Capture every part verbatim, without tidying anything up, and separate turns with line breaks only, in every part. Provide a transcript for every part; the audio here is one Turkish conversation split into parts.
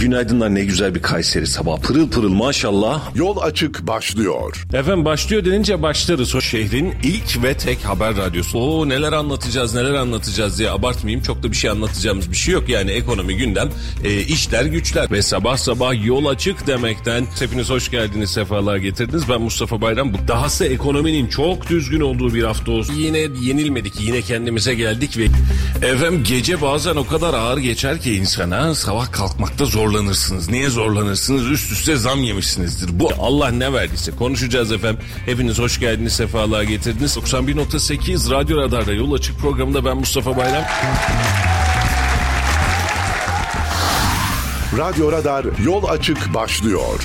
günaydınlar, ne güzel bir Kayseri sabah. Pırıl pırıl maşallah.
Yol Açık başlıyor.
Efendim başlıyor denince başlarız. O şehrin ilk ve tek haber radyosu. Oo neler anlatacağız neler anlatacağız diye abartmayayım. Çok da bir şey anlatacağımız bir şey yok. Yani ekonomi, gündem, e, işler, güçler. Ve sabah sabah Yol Açık demekten hepiniz hoş geldiniz, sefalar getirdiniz. Ben Mustafa Bayram. Bu dahası ekonominin çok düzgün olduğu bir hafta olsun. Yine yenilmedik, yine kendimize geldik ve efendim gece bazen o kadar ağır geçer ki insana, sabah kalkmakta zorlanırsınız. Niye zorlanırsınız? Üst üste zam yemişsinizdir. Bu Allah ne verdiyse konuşacağız efendim. Hepiniz hoş geldiniz, sefalar getirdiniz. doksan bir nokta sekiz Radyo Radar'da Yol Açık programında ben Mustafa Bayram.
Radyo Radar Yol Açık başlıyor.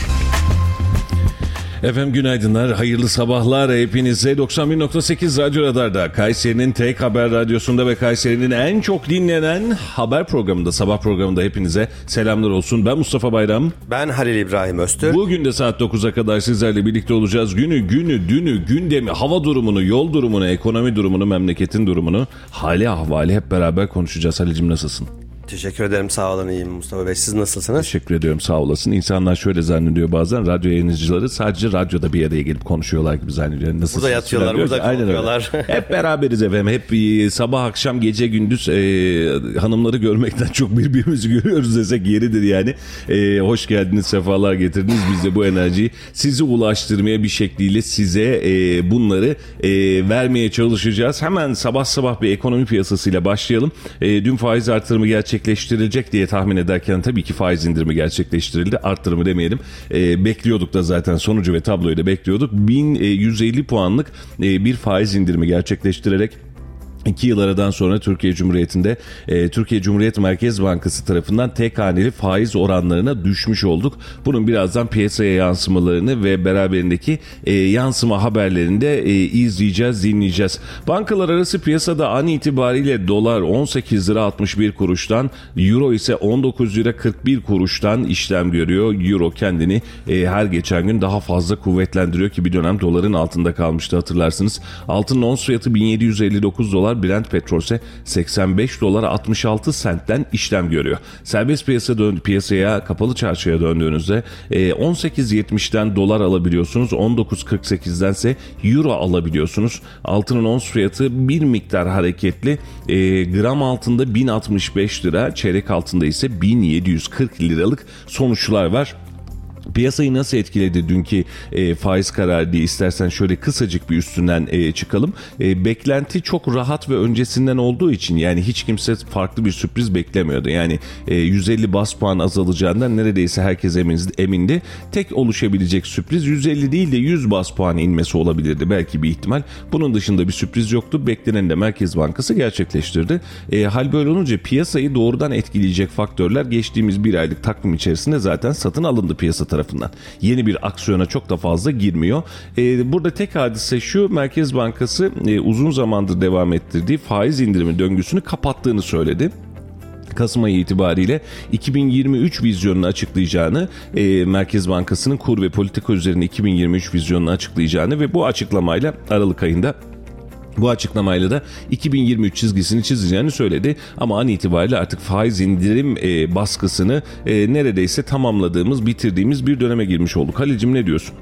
Efendim günaydınlar, hayırlı sabahlar hepinize. doksan bir nokta sekiz Radyo Radar'da, Kayseri'nin tek haber radyosunda ve Kayseri'nin en çok dinlenen haber programında, sabah programında hepinize selamlar olsun. Ben Mustafa Bayram.
Ben Halil İbrahim Öztürk.
Bugün de saat dokuza kadar sizlerle birlikte olacağız. Günü, günü, dünü, gündemi, hava durumunu, yol durumunu, ekonomi durumunu, memleketin durumunu, hali ahvali hep beraber konuşacağız. Halil'cim nasılsın?
Teşekkür ederim, sağ olun, iyiyim Mustafa Bey, siz nasılsınız?
Teşekkür ediyorum, sağ olasın. İnsanlar şöyle zannediyor bazen, radyo yayıncıları sadece radyoda bir araya gelip konuşuyorlar gibi zannediyor. Nasıl
burada yatıyorlar, burada kalkıyorlar.
Hep beraberiz efendim, hep sabah akşam gece gündüz e, hanımları görmekten çok birbirimizi görüyoruz desek yeridir yani. E, hoş geldiniz, sefalar getirdiniz. Biz de bu enerjiyi sizi ulaştırmaya bir şekliyle size e, bunları e, vermeye çalışacağız. Hemen sabah sabah bir ekonomi piyasasıyla başlayalım. E, dün faiz artırımı gerçekleşti. gerçekleştirilecek diye tahmin ederken tabii ki faiz indirimi gerçekleştirildi. Arttırımı demeyelim. E, bekliyorduk da zaten, sonucu ve tabloyu da bekliyorduk. bin yüz elli puanlık e, bir faiz indirimi gerçekleştirerek İki yıl aradan sonra Türkiye Cumhuriyeti'nde e, Türkiye Cumhuriyet Merkez Bankası tarafından tek haneli faiz oranlarına düşmüş olduk. Bunun birazdan piyasaya yansımalarını ve beraberindeki e, yansıma haberlerini de e, izleyeceğiz, dinleyeceğiz. Bankalar arası piyasada an itibariyle dolar on sekiz lira altmış bir kuruştan, euro ise on dokuz lira kırk bir kuruştan işlem görüyor. Euro kendini e, her geçen gün daha fazla kuvvetlendiriyor ki bir dönem doların altında kalmıştı, hatırlarsınız. Altının ons fiyatı bin yedi yüz elli dokuz dolar, Brent petrol ise seksen beş dolar altmış altı sentten işlem görüyor. Serbest piyasa dön- piyasaya, kapalı çarşıya döndüğünüzde e, on sekiz yetmişten dolar alabiliyorsunuz. on dokuz kırk sekizdense euro alabiliyorsunuz. Altının ons fiyatı bir miktar hareketli. E, gram altında bin altmış beş lira, çeyrek altında ise bin yedi yüz kırk liralık sonuçlar var. Piyasayı nasıl etkiledi dünkü e, faiz kararı diye istersen şöyle kısacık bir üstünden e, çıkalım. E, beklenti çok rahat ve öncesinden olduğu için, yani hiç kimse farklı bir sürpriz beklemiyordu. Yani e, yüz elli bas puan azalacağından neredeyse herkes emindi. Tek oluşabilecek sürpriz yüz elli değil de yüz bas puan inmesi olabilirdi belki bir ihtimal. Bunun dışında bir sürpriz yoktu. Bekleneni de Merkez Bankası gerçekleştirdi. E, hal böyle olunca piyasayı doğrudan etkileyecek faktörler geçtiğimiz bir aylık takvim içerisinde zaten satın alındı piyasa tarafından. Yeni bir aksiyona çok da fazla girmiyor. Ee, burada tek hadise şu: Merkez Bankası e, uzun zamandır devam ettirdiği faiz indirimi döngüsünü kapattığını söyledi. Kasım ayı itibariyle iki bin yirmi üç vizyonunu açıklayacağını, e, Merkez Bankası'nın kur ve politika üzerine iki bin yirmi üç vizyonunu açıklayacağını ve bu açıklamayla Aralık ayında Bu açıklamayla da iki bin yirmi üç çizgisini çizeceğini söyledi. Ama an itibariyle artık faiz indirim e, baskısını e, neredeyse tamamladığımız, bitirdiğimiz bir döneme girmiş olduk. Halil'cim ne diyorsun?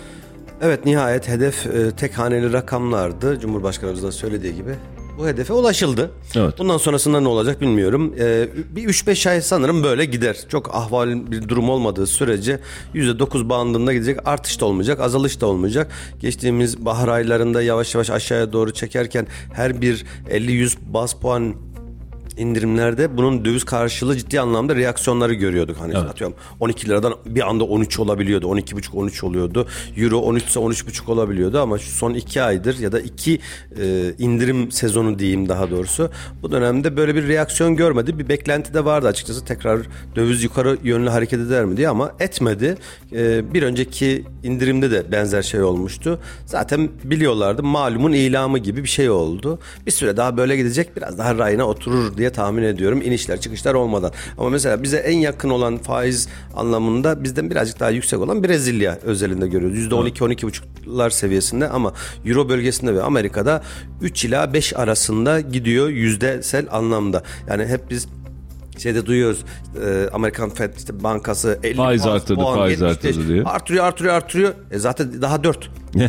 Evet, nihayet hedef e, tek haneli rakamlardı. Cumhurbaşkanımız da söylediği gibi bu hedefe ulaşıldı. Evet. Bundan sonrasında ne olacak bilmiyorum. Ee, bir üç beş ay sanırım böyle gider. Çok ahval bir durum olmadığı sürece yüzde dokuz bandında gidecek. Artış da olmayacak, azalış da olmayacak. Geçtiğimiz bahar aylarında yavaş yavaş aşağıya doğru çekerken her bir elli yüz baz puan indirimlerde bunun döviz karşılığı ciddi anlamda reaksiyonları görüyorduk. Hani evet. Atıyorum on iki liradan bir anda on üç olabiliyordu. on iki buçuk on üç oluyordu. Euro on üç ise on üç buçuk olabiliyordu ama şu son iki aydır ya da iki e, indirim sezonu diyeyim daha doğrusu. Bu dönemde böyle bir reaksiyon görmedi. Bir beklenti de vardı açıkçası. Tekrar döviz yukarı yönlü hareket eder mi diye ama etmedi. E, bir önceki indirimde de benzer şey olmuştu. Zaten biliyorlardı. Malumun ilamı gibi bir şey oldu. Bir süre daha böyle gidecek. Biraz daha rayına oturur diye tahmin ediyorum, inişler çıkışlar olmadan. Ama mesela bize en yakın olan faiz anlamında bizden birazcık daha yüksek olan Brezilya özelinde görüyoruz. yüzde on iki on iki buçuklar seviyesinde ama Euro bölgesinde ve Amerika'da üç ila beş arasında gidiyor yüzdesel anlamda. Yani hep biz şeyde duyuyoruz. E, Amerikan Fed işte bankası elli
faiz arttırdı, faiz arttırdı diye.
Artırıyor, artırıyor, artırıyor. E zaten daha dört.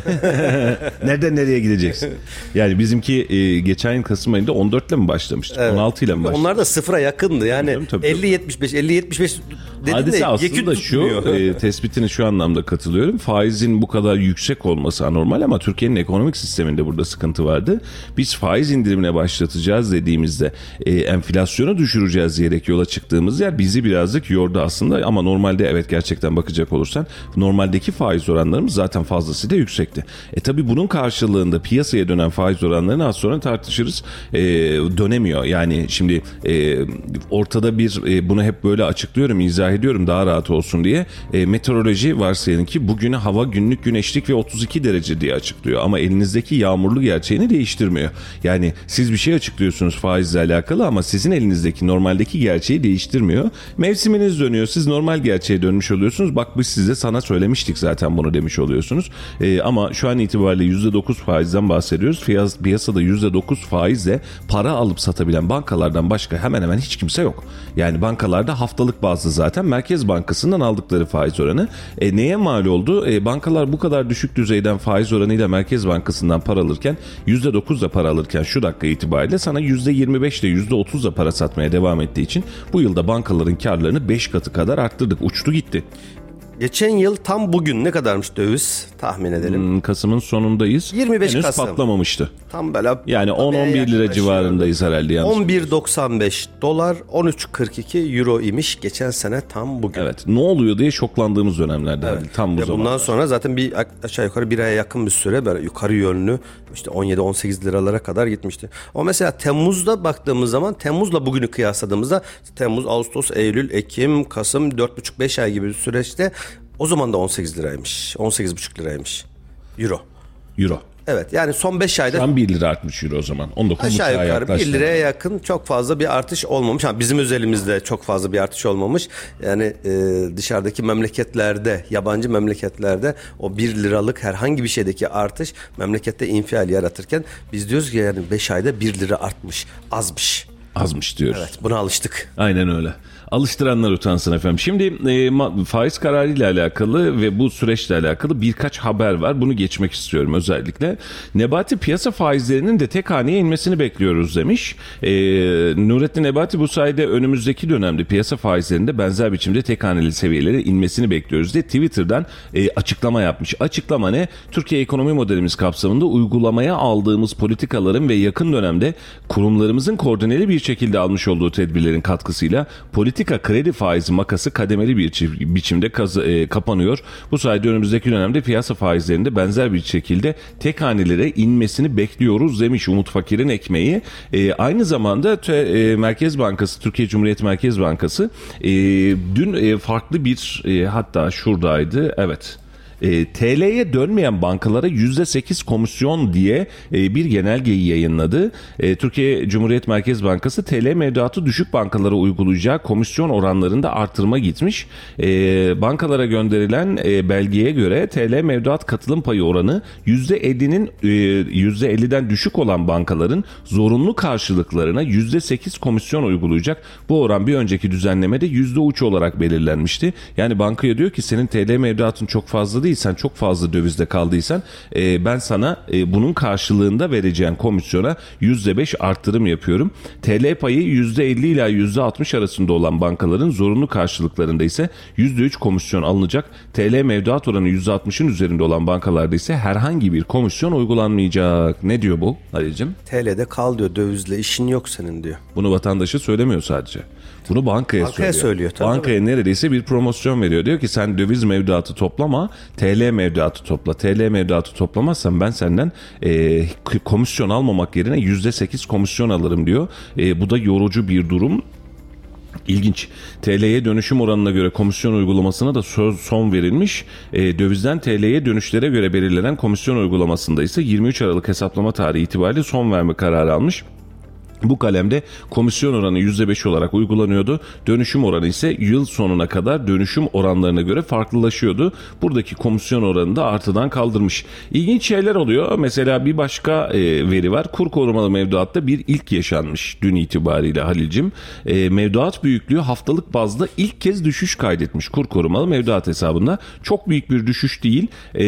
Nereden nereye gideceksin? Yani bizimki e, geçen yıl Kasım ayında on dört ile mi başlamıştık? Evet. on altı ile mi başlamıştık?
Onlar da sıfıra yakındı. Yani tabii, tabii, elli yetmiş beş elli yetmiş beş dedin de
aslında şu e, tespitine şu anlamda katılıyorum. Faizin bu kadar yüksek olması anormal ama Türkiye'nin ekonomik sisteminde burada sıkıntı vardı. Biz faiz indirimine başlatacağız dediğimizde e, enflasyonu düşüreceğiz diyerek yola çıktığımız yer bizi birazcık yordu aslında ama normalde evet gerçekten bakacak olursan normaldeki faiz oranlarımız zaten fazlasıyla yüksekti. E tabi bunun karşılığında piyasaya dönen faiz oranlarını az sonra tartışırız. E, dönemiyor. Yani şimdi e, ortada bir e, bunu hep böyle açıklıyorum, izah ediyorum daha rahat olsun diye. E, meteoroloji varsayalım ki bugüne hava günlük güneşlik ve otuz iki derece diye açıklıyor. Ama elinizdeki yağmurlu gerçeğini değiştirmiyor. Yani siz bir şey açıklıyorsunuz faizle alakalı ama sizin elinizdeki normaldeki gerçeği değiştirmiyor. Mevsiminiz dönüyor. Siz normal gerçeğe dönmüş oluyorsunuz. Bak biz size sana söylemiştik zaten bunu demiş oluyorsunuz. E, ama şu an itibariyle yüzde dokuz faizden bahsediyoruz. Fiyas, piyasada yüzde dokuz faizle para alıp satabilen bankalardan başka hemen hemen hiç kimse yok. Yani bankalarda haftalık bazlı zaten Merkez Bankası'ndan aldıkları faiz oranı. E, neye mal oldu? E, bankalar bu kadar düşük düzeyden faiz oranıyla Merkez Bankası'ndan para alırken yüzde dokuzla para alırken şu dakika itibariyle sana yüzde yirmi beşle yüzde otuzla para satmaya devam ettiği için bu yılda bankaların karlarını beş katı kadar arttırdık. Uçtu gitti.
Geçen yıl tam bugün ne kadarmış döviz tahmin edelim.
Hmm, Kasım'ın sonundayız.
yirmi beş
Henüz
Kasım.
patlamamıştı.
Tam böyle.
Yani on on bir lira civarındayız herhalde.
on bir doksan beş dolar, on üç kırk iki euro imiş geçen sene tam bugün.
Evet. Ne oluyor diye şoklandığımız dönemlerde. Evet. Tam bu
ya
zaman.
Bundan sonra zaten bir aşağı yukarı bir aya yakın bir süre böyle yukarı yönlü işte on yedi on sekiz liralara kadar gitmişti. Ama mesela Temmuz'da baktığımız zaman Temmuz'la bugünü kıyasladığımızda Temmuz, Ağustos, Eylül, Ekim, Kasım dört buçuk beş ay gibi bir süreçte o zaman da on sekiz liraymış. on sekiz buçuk liraymış. Euro.
Euro.
Evet yani son beş ayda
tam bir lira artmış euro o zaman. on dokuz
aşağı yukarı bir liraya yakın çok fazla bir artış olmamış. Ha, bizim özelimizde çok fazla bir artış olmamış. Yani e, dışarıdaki memleketlerde, yabancı memleketlerde o bir liralık herhangi bir şeydeki artış memlekette infial yaratırken biz diyoruz ki yani beş ayda bir lira artmış. Azmış.
Azmış diyoruz.
Evet, buna alıştık.
Aynen öyle. Alıştıranlar utansın efendim. Şimdi e, ma- faiz kararıyla alakalı ve bu süreçle alakalı birkaç haber var. Bunu geçmek istiyorum özellikle. Nebati piyasa faizlerinin de tek haneye inmesini bekliyoruz demiş. E, Nurettin Nebati bu sayede önümüzdeki dönemde piyasa faizlerinde benzer biçimde tek haneli seviyelere inmesini bekliyoruz diye Twitter'dan e, açıklama yapmış. Açıklama ne? Türkiye ekonomi modelimiz kapsamında uygulamaya aldığımız politikaların ve yakın dönemde kurumlarımızın koordineli bir şekilde almış olduğu tedbirlerin katkısıyla politika kredi faizi makası kademeli bir biçimde kaz- e, kapanıyor. Bu sayede önümüzdeki dönemde piyasa faizlerinde benzer bir şekilde tek hanelere inmesini bekliyoruz demiş Umut Fakir'in ekmeği. E, aynı zamanda te, e, Merkez Bankası, Türkiye Cumhuriyet Merkez Bankası e, dün e, farklı bir e, hatta şuradaydı evet. E, T L'ye dönmeyen bankalara yüzde sekiz komisyon diye e, bir genelgeyi yayınladı. E, Türkiye Cumhuriyet Merkez Bankası T L mevduatı düşük bankalara uygulayacağı komisyon oranlarında artırma gitmiş. E, bankalara gönderilen e, belgeye göre T L mevduat katılım payı oranı yüzde ellinin e, yüzde elliden düşük olan bankaların zorunlu karşılıklarına yüzde sekiz komisyon uygulayacak. Bu oran bir önceki düzenlemede yüzde üç olarak belirlenmişti. Yani bankaya diyor ki senin T L mevduatın çok fazla değil, sen çok fazla dövizde kaldıysan e, ben sana e, bunun karşılığında vereceğin komisyona yüzde beş arttırım yapıyorum. T L payı yüzde elli ila yüzde altmış arasında olan bankaların zorunlu karşılıklarında ise yüzde üç komisyon alınacak. T L mevduat oranı yüzde altmışın üzerinde olan bankalarda ise herhangi bir komisyon uygulanmayacak. Ne diyor bu Halil'cim?
T L'de kal diyor, dövizle işin yok senin diyor.
Bunu vatandaşı söylemiyor sadece. Bunu bankaya,
bankaya
söylüyor.
söylüyor tabii
bankaya
tabii.
Neredeyse bir promosyon veriyor. Diyor ki sen döviz mevduatı toplama, T L mevduatı topla. T L mevduatı toplamazsan ben senden e, komisyon almamak yerine yüzde sekiz komisyon alırım diyor. E, bu da yorucu bir durum. İlginç. T L'ye dönüşüm oranına göre komisyon uygulamasına da söz son verilmiş. E, dövizden T L'ye dönüşlere göre belirlenen komisyon uygulamasında ise yirmi üç Aralık hesaplama tarihi itibariyle son verme kararı almış. Bu kalemde komisyon oranı yüzde beş olarak uygulanıyordu. Dönüşüm oranı ise yıl sonuna kadar dönüşüm oranlarına göre farklılaşıyordu. Buradaki komisyon oranını da artıdan kaldırmış. İlginç şeyler oluyor. Mesela bir başka e, veri var. Kur korumalı mevduatta bir ilk yaşanmış dün itibariyle Halil'cim. E, mevduat büyüklüğü haftalık bazda ilk kez düşüş kaydetmiş kur korumalı mevduat hesabında. Çok büyük bir düşüş değil.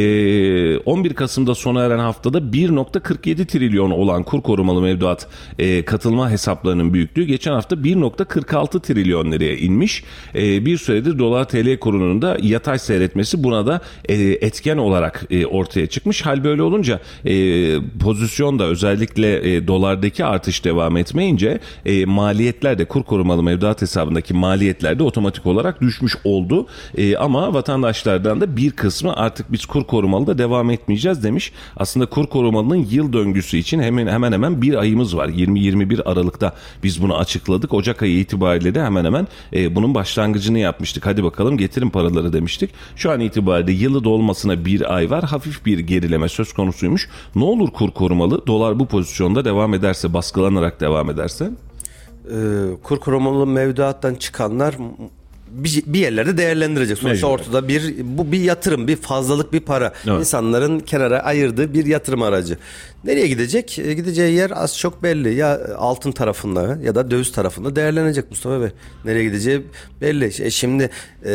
E, on bir Kasım'da sona eren haftada bir virgül kırk yedi trilyon olan kur korumalı mevduat e, katılma hesaplarının büyüklüğü geçen hafta bir virgül kırk altı trilyon liraya inmiş. E, bir süredir dolar T L kurunun da yatay seyretmesi buna da e, etken olarak e, ortaya çıkmış. Hal böyle olunca e, pozisyonda özellikle e, dolardaki artış devam etmeyince e, maliyetler de kur korumalı mevduat hesabındaki maliyetler de otomatik olarak düşmüş oldu. E, ama vatandaşlardan da bir kısmı artık biz kur korumalı da devam etmeyeceğiz demiş. Aslında kur korumalının yıl döngüsü için hemen hemen hemen bir ayımız var. yirmi yirmi bir Aralık'ta biz bunu açıkladık. Ocak ayı itibariyle de hemen hemen e, bunun başlangıcını yapmıştık. Hadi bakalım getirin paraları demiştik. Şu an itibariyle yılı dolmasına bir ay var. Hafif bir gerileme söz konusuymuş. Ne olur kur korumalı? Dolar bu pozisyonda devam ederse, baskılanarak devam ederse?
Ee, kur korumalı mevduattan çıkanlar bir, bir yerlerde değerlendirecek. Sonuçta Mecbur. Ortada bir bu bir yatırım, bir fazlalık bir para. Evet. İnsanların kenara ayırdığı bir yatırım aracı. Nereye gidecek? E, gideceği yer az çok belli. Ya altın tarafında ya da döviz tarafında değerlenecek Mustafa Bey. Nereye gideceği belli. E, şimdi e,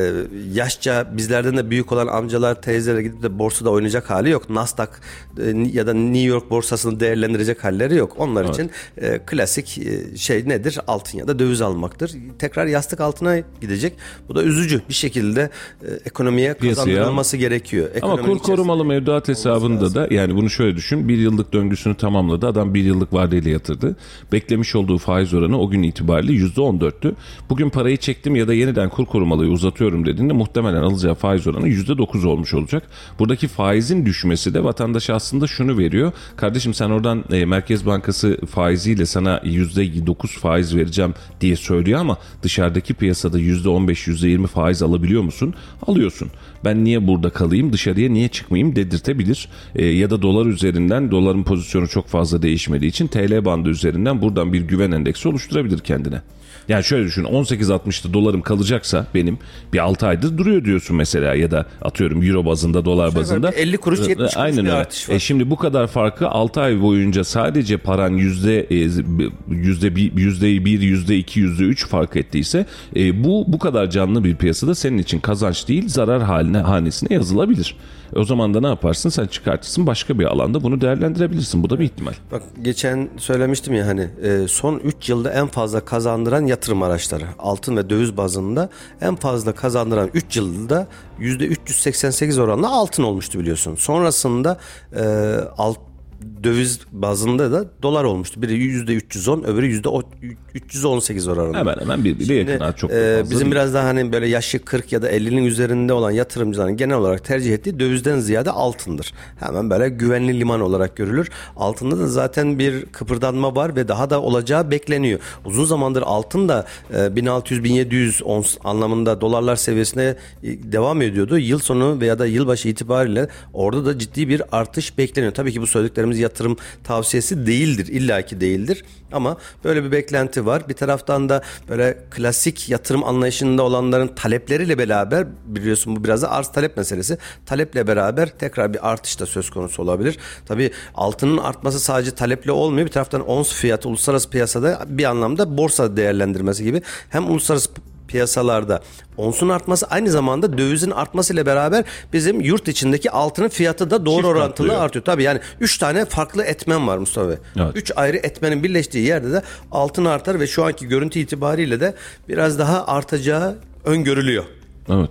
yaşça bizlerden de büyük olan amcalar, teyzeler gidip de borsada oynayacak hali yok. Nasdaq e, ya da New York borsasını değerlendirecek halleri yok. Onlar evet. için e, klasik e, şey nedir? Altın ya da döviz almaktır. Tekrar yastık altına gidecek. Bu da üzücü. Bir şekilde e, ekonomiye kazandırılması gerekiyor.
Ekonomi Ama kur korumalı mevduat hesabında da yani bunu şöyle düşün. Bir yıllık döngüsünü tamamladı. Adam bir yıllık vadeyle yatırdı. Beklemiş olduğu faiz oranı o gün itibariyle yüzde on dörttü. Bugün parayı çektim ya da yeniden kur korumalıyı uzatıyorum dediğinde muhtemelen alacağı faiz oranı yüzde dokuz olmuş olacak. Buradaki faizin düşmesi de vatandaşa aslında şunu veriyor. Kardeşim sen oradan e, Merkez Bankası faiziyle sana yüzde dokuz faiz vereceğim diye söylüyor ama dışarıdaki piyasada yüzde on beş yüzde yirmi faiz alabiliyor musun? Alıyorsun. Ben niye burada kalayım, dışarıya niye çıkmayayım dedirtebilir. E, ya da dolar üzerinden, doların pozisyonu çok fazla değişmediği için T L bandı üzerinden buradan bir güven endeksi oluşturabilir kendine. Yani şöyle düşün, on sekiz altmışta dolarım kalacaksa benim bir altı aydır duruyor diyorsun mesela ya da atıyorum euro bazında, dolar bazında.
elli kuruş yetmiş kuruş
Aynen
bir
öyle.
artış var.
E şimdi bu kadar farkı altı ay boyunca sadece paran yüzde yüzde bir, yüzde bir, yüzde iki, yüzde üç fark ettiyse e, bu bu kadar canlı bir piyasada senin için kazanç değil zarar haline hanesine yazılabilir. O zaman da ne yaparsın? Sen çıkartırsın başka bir alanda bunu değerlendirebilirsin. Bu da bir ihtimal.
Bak geçen söylemiştim ya hani son üç yılda en fazla kazandıran yatırım araçları. Altın ve döviz bazında en fazla kazandıran üç yılda yüzde üç yüz seksen sekiz oranla altın olmuştu biliyorsun. Sonrasında e, alt döviz bazında da dolar olmuştu. Biri yüzde üç yüz on, öbürü yüzde üç yüz on sekiz oranında.
Hemen hemen birbirine yakın. Çok
e, bizim değil. Biraz daha hani böyle yaşı kırk ya da ellinin üzerinde olan yatırımcıların genel olarak tercih ettiği dövizden ziyade altındır. Hemen böyle güvenli liman olarak görülür. Altında da zaten bir kıpırdanma var ve daha da olacağı bekleniyor. Uzun zamandır altın da e, bin altı yüz bin yedi yüz ons anlamında dolarlar seviyesine devam ediyordu. Yıl sonu veya da yılbaşı itibariyle orada da ciddi bir artış bekleniyor. Tabii ki bu söylediklerimiz yatırım tavsiyesi değildir. İllaki değildir. Ama böyle bir beklenti var. Bir taraftan da böyle klasik yatırım anlayışında olanların talepleriyle beraber biliyorsun bu biraz da arz talep meselesi. Taleple beraber tekrar bir artış da söz konusu olabilir. Tabii altının artması sadece taleple olmuyor. Bir taraftan ons fiyatı uluslararası piyasada bir anlamda borsa değerlendirmesi gibi hem uluslararası piyasalarda onsun artması aynı zamanda dövizin artması ile beraber bizim yurt içindeki altının fiyatı da doğru Çift orantılı artıyor. artıyor. Tabii yani üç tane farklı etmen var Mustafa Bey. Evet. üç ayrı etmenin birleştiği yerde de altın artar ve şu anki görüntü itibariyle de biraz daha artacağı öngörülüyor.
Evet.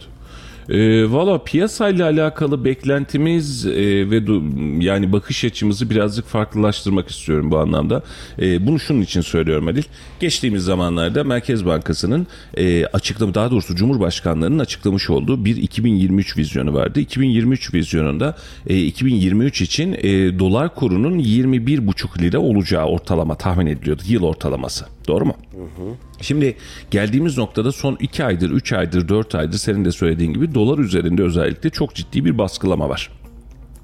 E, Valla piyasayla alakalı beklentimiz e, ve do, yani bakış açımızı birazcık farklılaştırmak istiyorum bu anlamda. E, bunu şunun için söylüyorum Halil. Geçtiğimiz zamanlarda Merkez Bankası'nın e, açıklama, daha doğrusu Cumhurbaşkanlarının açıklamış olduğu bir iki bin yirmi üç vizyonu vardı. iki bin yirmi üç vizyonunda e, iki bin yirmi üç için e, dolar kurunun yirmi bir buçuk lira olacağı ortalama tahmin ediliyordu. Yıl ortalaması. Doğru mu? Hı hı. Şimdi geldiğimiz noktada son iki aydır, üç aydır, dört aydır senin de söylediğin gibi dolar üzerinde özellikle çok ciddi bir baskılama var.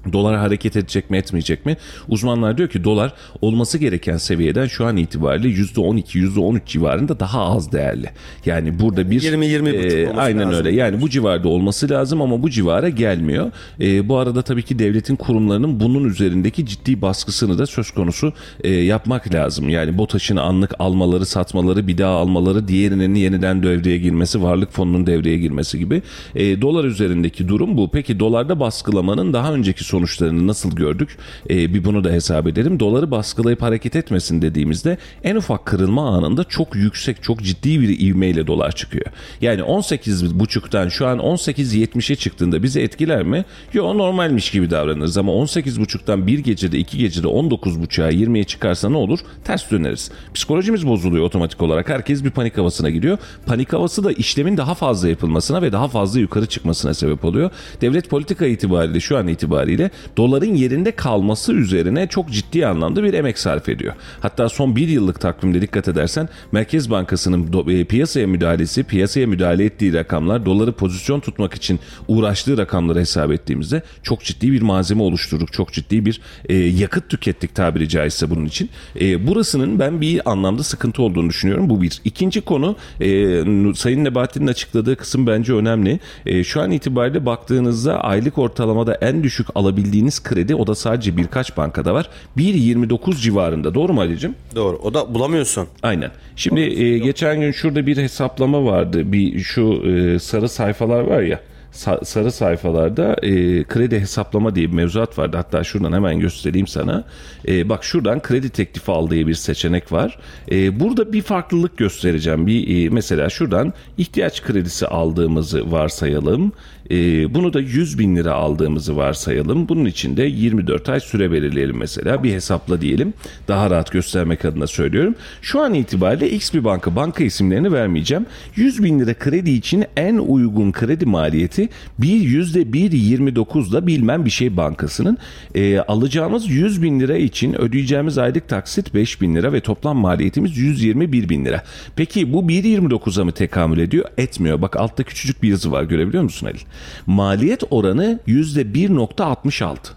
Dolar hareket edecek mi etmeyecek mi? Uzmanlar diyor ki dolar olması gereken seviyeden şu an itibariyle yüzde on iki yüzde on üç civarında daha az değerli. Yani burada bir
yirmi yirmi
e, aynen
lazım.
öyle. Yani bu civarda olması lazım ama bu civara gelmiyor. E, bu arada tabii ki devletin kurumlarının bunun üzerindeki ciddi baskısını da söz konusu e, yapmak lazım. Yani BOTAŞ'ın anlık almaları, satmaları, bir daha almaları, diğerinin yeniden devreye girmesi, varlık fonunun devreye girmesi gibi. E, dolar üzerindeki durum bu. Peki dolarda baskılamanın daha önceki sonuçlarını nasıl gördük? Ee, bir bunu da hesap edelim. Doları baskılayıp hareket etmesin dediğimizde en ufak kırılma anında çok yüksek, çok ciddi bir ivmeyle dolar çıkıyor. Yani on sekiz buçuktan şu an on sekiz yetmişe çıktığında bizi etkiler mi? Yok, normalmiş gibi davranırız ama on sekiz buçuktan bir gecede, iki gecede on dokuz buçuğa, yirmiye çıkarsa ne olur? Ters döneriz. Psikolojimiz bozuluyor otomatik olarak. Herkes bir panik havasına giriyor. Panik havası da işlemin daha fazla yapılmasına ve daha fazla yukarı çıkmasına sebep oluyor. Devlet politika itibariyle şu an itibariyle doların yerinde kalması üzerine çok ciddi anlamda bir emek sarf ediyor. Hatta son bir yıllık takvimde dikkat edersen Merkez Bankası'nın do- e, piyasaya müdahalesi, piyasaya müdahale ettiği rakamlar, doları pozisyon tutmak için uğraştığı rakamları hesap ettiğimizde çok ciddi bir malzeme oluşturduk. Çok ciddi bir e, yakıt tükettik tabiri caizse bunun için. E, burasının ben bir anlamda sıkıntı olduğunu düşünüyorum. Bu bir. İkinci konu e, Sayın Nebati'nin açıkladığı kısım bence önemli. E, şu an itibariyle baktığınızda aylık ortalamada en düşük alabildiğiniz kredi, o da sadece birkaç bankada var, bir virgül yirmi dokuz civarında. Doğru mu Ali'cim?
Doğru. O da bulamıyorsun.
Aynen. Şimdi e, geçen gün şurada bir hesaplama vardı. Bir şu e, sarı sayfalar var ya. Sa- sarı sayfalarda e, kredi hesaplama diye bir mevzuat vardı. Hatta şuradan hemen göstereyim sana. E, bak şuradan kredi teklifi al diye bir seçenek var. E, burada bir farklılık göstereceğim. Bir e, mesela şuradan ihtiyaç kredisi aldığımızı varsayalım. E, bunu da yüz bin lira aldığımızı varsayalım. Bunun için de yirmi dört ay süre belirleyelim mesela. Bir hesapla diyelim. Daha rahat göstermek adına söylüyorum. Şu an itibariyle X bir banka, banka isimlerini vermeyeceğim. yüz bin lira kredi için en uygun kredi maliyeti bir yüzde bir virgül yirmi dokuzla bilmem bir şey bankasının. E, alacağımız yüz bin lira için ödeyeceğimiz aylık taksit beş bin lira ve toplam maliyetimiz yüz yirmi bir bin lira. Peki bu bir virgül yirmi dokuza mı tekamül ediyor? Etmiyor. Bak altta küçücük bir yazı var, görebiliyor musun Ali? Maliyet oranı yüzde bir virgül altmış altı.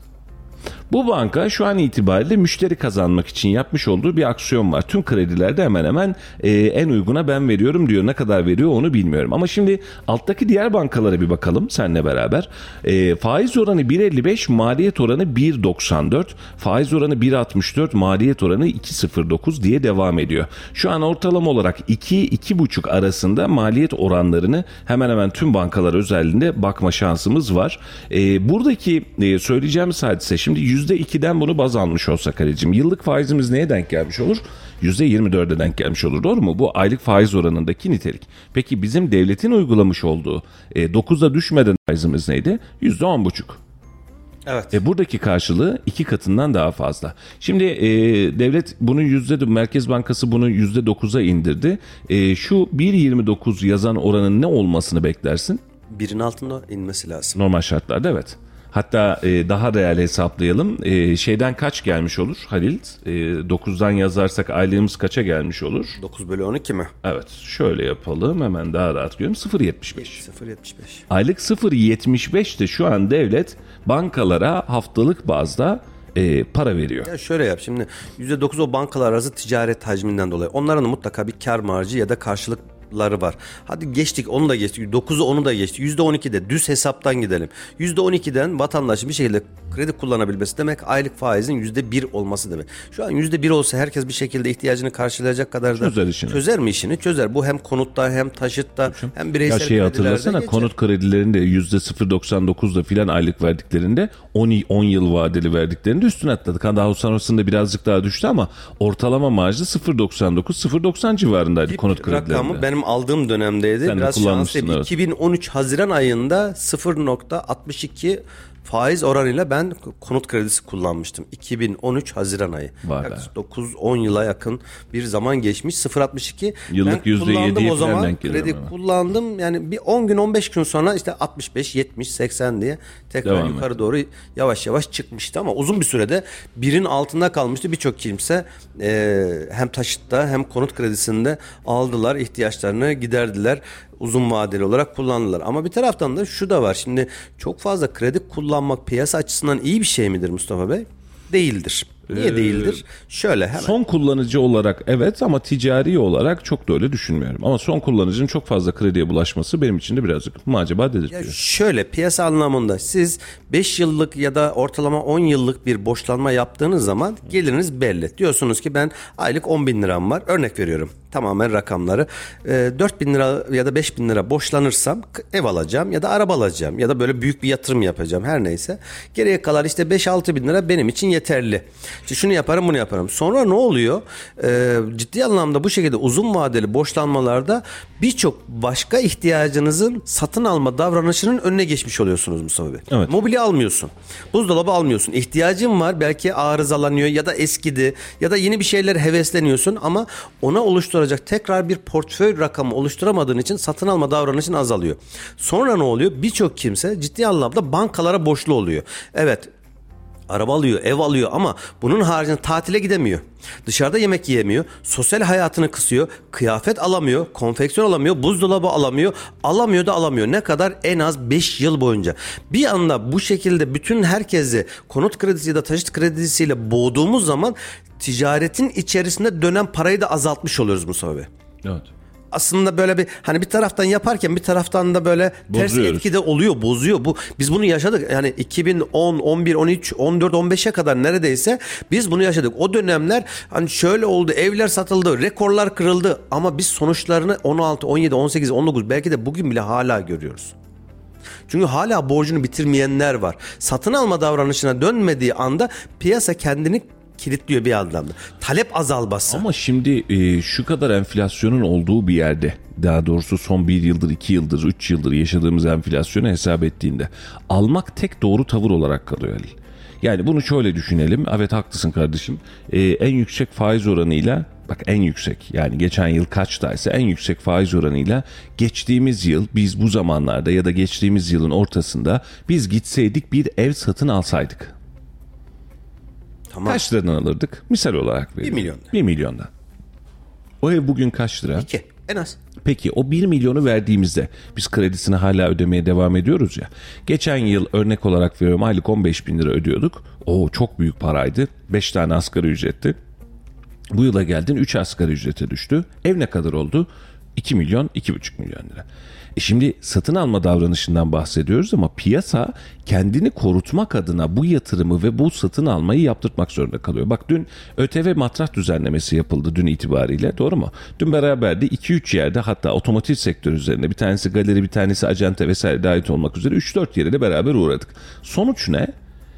Bu banka şu an itibariyle müşteri kazanmak için yapmış olduğu bir aksiyon var. Tüm kredilerde hemen hemen e, en uyguna ben veriyorum diyor. Ne kadar veriyor onu bilmiyorum. Ama şimdi alttaki diğer bankalara bir bakalım seninle beraber. E, faiz oranı bir virgül elli beş, maliyet oranı bir virgül doksan dört, faiz oranı bir virgül altmış dört, maliyet oranı iki virgül sıfır dokuz diye devam ediyor. Şu an ortalama olarak iki iki buçuk arasında maliyet oranlarını hemen hemen tüm bankalar özelliğinde bakma şansımız var. E, buradaki e, söyleyeceğimiz hadise, şimdi yüzde ikiden bunu baz almış olsak Ali'cim, yıllık faizimiz neye denk gelmiş olur? yüzde yirmi dörde denk gelmiş olur, doğru mu? Bu aylık faiz oranındaki nitelik. Peki bizim devletin uygulamış olduğu e, dokuza düşmeden faizimiz neydi? yüzde on buçuk.
Evet.
E buradaki karşılığı iki katından daha fazla. Şimdi e, devlet bunu yüzde, Merkez Bankası bunu yüzde dokuza indirdi. E, şu bir virgül yirmi dokuz yazan oranın ne olmasını beklersin?
Birin altında inmesi lazım.
Normal şartlarda evet. Hatta e, daha reel hesaplayalım. E, şeyden kaç gelmiş olur Halil? E, dokuzdan yazarsak aylığımız kaça gelmiş olur?
dokuz bölü on iki mi?
Evet. Şöyle yapalım. Hemen daha rahat görüyorum. sıfır virgül yetmiş beş.
sıfır virgül yetmiş beş.
Aylık sıfır virgül yetmiş beşte şu an devlet bankalara haftalık bazda e, para veriyor.
Ya şöyle yap şimdi, yüzde dokuz o bankalar arası ticaret hacminden dolayı. Onların da mutlaka bir kar marjı ya da karşılık var. Hadi geçtik, onu da geçtik. dokuzu onu da geçtik. yüzde on ikide düz hesaptan gidelim. yüzde on ikiden vatandaşın bir şekilde kredi kullanabilmesi demek aylık faizin yüzde bir olması demek. Şu an yüzde bir olsa herkes bir şekilde ihtiyacını karşılayacak kadar da
çözer, işini.
çözer mi işini? Çözer. Bu hem konutta hem taşıtta hem bireysel
ya şeyi hatırlasana,
geçer.
konut kredilerinde yüzde sıfır virgül doksan dokuzda filan aylık verdiklerinde on yıl vadeli verdiklerinde üstüne atladık. Daha sonrasında birazcık daha düştü ama ortalama marjı sıfır virgül doksan dokuz sıfır virgül doksan civarındaydı
Dip
konut kredilerinde.
Rakamı benim aldığım dönemdeydi.
Sen
biraz şanslıyım. Evet. iki bin on üç Haziran ayında sıfır virgül altmış iki faiz oranıyla ben konut kredisi kullanmıştım. iki bin on üç Haziran ayı. dokuz on yıla yakın bir zaman geçmiş. sıfır virgül altmış iki.
Yıllık yüzde yediye
o zaman kredi
ama.
kullandım. Yani bir on gün on beş gün sonra işte altmış beş yetmiş seksen diye tekrar
devam
yukarı
et.
doğru yavaş yavaş çıkmıştı ama uzun bir sürede birin altında kalmıştı. Birçok kimse e, hem taşıtta hem konut kredisinde aldılar, ihtiyaçlarını giderdiler. uzun vadeli olarak kullandılar. Ama bir taraftan da şu da var. Şimdi çok fazla kredi kullanmak piyasa açısından iyi bir şey midir Mustafa Bey? Değildir. Niye ee, değildir? Şöyle hemen.
Son kullanıcı olarak evet, ama ticari olarak çok da öyle düşünmüyorum. Ama son kullanıcının çok fazla krediye bulaşması benim için de birazcık macera dedirtiyor.
Ya şöyle, piyasa anlamında siz beş yıllık ya da ortalama on yıllık bir borçlanma yaptığınız zaman geliriniz belli. Diyorsunuz ki ben aylık on bin liram var. Örnek veriyorum. Tamamen rakamları. E, dört bin lira ya da beş bin lira borçlanırsam ev alacağım ya da araba alacağım ya da böyle büyük bir yatırım yapacağım, her neyse. Geriye kalan işte beş altı bin lira benim için yeterli. İşte şunu yaparım, bunu yaparım. Sonra ne oluyor? E, ciddi anlamda bu şekilde uzun vadeli borçlanmalarda birçok başka ihtiyacınızın satın alma davranışının önüne geçmiş oluyorsunuz Mustafa Bey.
Evet.
Mobilya almıyorsun. Buzdolabı almıyorsun. İhtiyacın var, belki arızalanıyor ya da eskidi ya da yeni bir şeyler hevesleniyorsun ama ona oluşturacak tekrar bir portföy rakamı oluşturamadığın için satın alma davranışın azalıyor. Sonra ne oluyor? Birçok kimse ciddi anlamda bankalara borçlu oluyor. Evet, araba alıyor, ev alıyor ama bunun haricinde tatile gidemiyor. Dışarıda yemek yiyemiyor, sosyal hayatını kısıyor, kıyafet alamıyor, konfeksiyon alamıyor, buzdolabı alamıyor, alamıyor da alamıyor. Ne kadar? En az beş yıl boyunca. Bir anda bu şekilde bütün herkesi konut kredisi ya da taşıt kredisiyle boğduğumuz zaman ticaretin içerisinde dönen parayı da azaltmış oluyoruz Mustafa Bey.
Evet.
Aslında böyle bir hani bir taraftan yaparken bir taraftan da böyle ters
Bozuyoruz.
etki de oluyor, bozuyor. Bu biz bunu yaşadık. Yani iki bin on, on bir, on üç, on dört, on beşe kadar neredeyse biz bunu yaşadık. O dönemler hani şöyle oldu, evler satıldı, rekorlar kırıldı ama biz sonuçlarını on altı, on yedi, on sekiz, on dokuz belki de bugün bile hala görüyoruz. Çünkü hala borcunu bitirmeyenler var. Satın alma davranışına dönmediği anda piyasa kendini kilitliyor bir anlamda. Talep azalması.
Ama şimdi e, şu kadar enflasyonun olduğu bir yerde, daha doğrusu son bir yıldır, iki yıldır, üç yıldır yaşadığımız enflasyonu hesap ettiğinde almak tek doğru tavır olarak kalıyor Halil. Yani bunu şöyle düşünelim. Evet, haklısın kardeşim. E, en yüksek faiz oranıyla, bak en yüksek, yani geçen yıl kaçtaysa en yüksek faiz oranıyla geçtiğimiz yıl biz bu zamanlarda ya da geçtiğimiz yılın ortasında biz gitseydik bir ev satın alsaydık. Tamam. Kaç liradan alırdık? Misal olarak veriyorum.
Bir milyondan.
Bir milyondan. O ev bugün kaç lira?
İki. En az.
Peki o bir milyonu verdiğimizde biz kredisini hala ödemeye devam ediyoruz ya. Geçen yıl örnek olarak veriyorum, aylık on beş bin lira ödüyorduk. O çok büyük paraydı. beş tane asgari ücretti. Bu yıla geldin üç asgari ücrete düştü. Ev ne kadar oldu? iki milyon, iki buçuk milyon lira. E şimdi satın alma davranışından bahsediyoruz ama piyasa kendini korutmak adına bu yatırımı ve bu satın almayı yaptırtmak zorunda kalıyor. Bak dün ÖTV matrah düzenlemesi yapıldı dün itibariyle, doğru mu? Dün beraberdi iki üç yerde, hatta otomotiv sektörü üzerinde, bir tanesi galeri, bir tanesi acente vesaire dahil olmak üzere üç dört yere de beraber uğradık. Sonuç ne?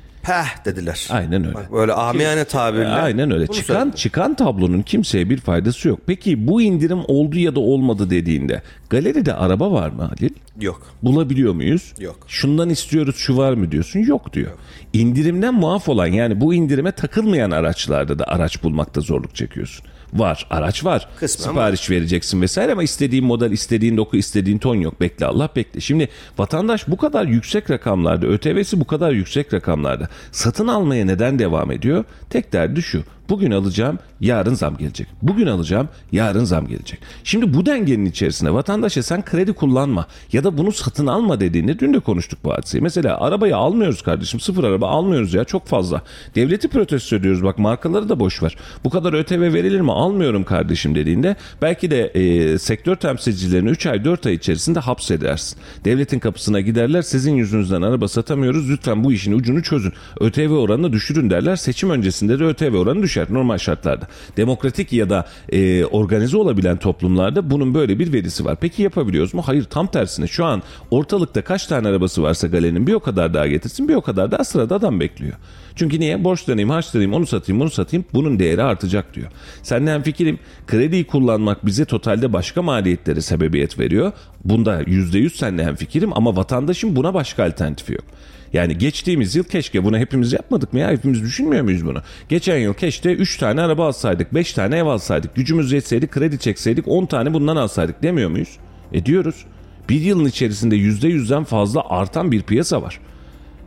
Peh dediler.
Aynen öyle.
Bak böyle amiyane tabirle.
Aynen öyle. Çıkan söyleyeyim. çıkan tablonun kimseye bir faydası yok. Peki bu indirim oldu ya da olmadı dediğinde galeride araba var mı Halil?
Yok.
Bulabiliyor muyuz?
Yok.
Şundan istiyoruz, şu var mı diyorsun? Yok diyor. Yok. İndirimden muaf olan, yani bu indirime takılmayan araçlarda da araç bulmakta zorluk çekiyorsun. Var. Araç var.
Kısmen
Sipariş
var.
vereceksin vesaire ama istediğin model, istediğin doku, istediğin ton yok. Bekle Allah bekle. Şimdi vatandaş bu kadar yüksek rakamlarda, ÖTV'si bu kadar yüksek rakamlarda satın almaya neden devam ediyor? Tek derdi şu: bugün alacağım, yarın zam gelecek. Bugün alacağım, yarın zam gelecek. Şimdi bu dengenin içerisinde vatandaşa sen kredi kullanma ya da bunu satın alma dediğinde, dün de konuştuk bu hadiseyi. Mesela arabayı almıyoruz kardeşim, sıfır araba almıyoruz ya, çok fazla. Devleti protesto ediyoruz, bak markaları da boş ver. Bu kadar ÖTV verilir mi? Almıyorum kardeşim dediğinde belki de e, sektör temsilcilerini üç ay dört ay içerisinde hapsedersin. Devletin kapısına giderler, sizin yüzünüzden araba satamıyoruz, lütfen bu işin ucunu çözün. ÖTV oranını düşürün derler. Seçim öncesinde de ÖTV oranı düşer normal şartlarda. Demokratik ya da e, organize olabilen toplumlarda bunun böyle bir verisi var. Peki yapabiliyoruz mu? Hayır, tam tersine. Şu an ortalıkta kaç tane arabası varsa galerinin bir o kadar daha getirsin, bir o kadar daha sırada adam bekliyor. Çünkü niye? Borçlanayım, harçlanayım, onu satayım, bunu satayım, bunun değeri artacak diyor. Seninle hemfikirim, krediyi kullanmak bize totalde başka maliyetlere sebebiyet veriyor. Bunda yüzde yüz seninle hemfikirim ama vatandaşın buna başka alternatifi yok. Yani geçtiğimiz yıl keşke bunu hepimiz yapmadık mı ya? Hepimiz düşünmüyor muyuz bunu? Geçen yıl keşke üç tane araba alsaydık, beş tane ev alsaydık, gücümüz yetseydi kredi çekseydik, on tane bundan alsaydık demiyor muyuz? E diyoruz. Bir yılın içerisinde yüzde yüzden fazla artan bir piyasa var.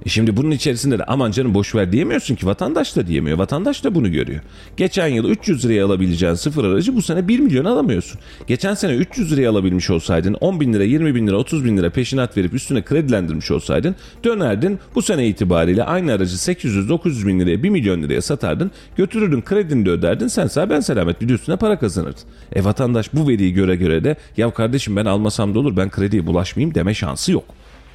E şimdi bunun içerisinde de aman canım boş ver diyemiyorsun ki, vatandaş da diyemiyor. Vatandaş da bunu görüyor. Geçen yıl üç yüz liraya alabileceğin sıfır aracı bu sene bir milyon alamıyorsun. Geçen sene üç yüz liraya alabilmiş olsaydın, on bin lira, yirmi bin lira, otuz bin lira peşinat verip üstüne kredilendirmiş olsaydın, dönerdin bu sene itibariyle aynı aracı sekiz yüz dokuz yüz bin liraya, bir milyon liraya satardın, götürürdün kredini de öderdin, sen sağ ben selamet bir de üstüne para kazanırdın. E vatandaş bu veriyi göre göre de ya kardeşim ben almasam da olur, ben krediye bulaşmayayım deme şansı yok.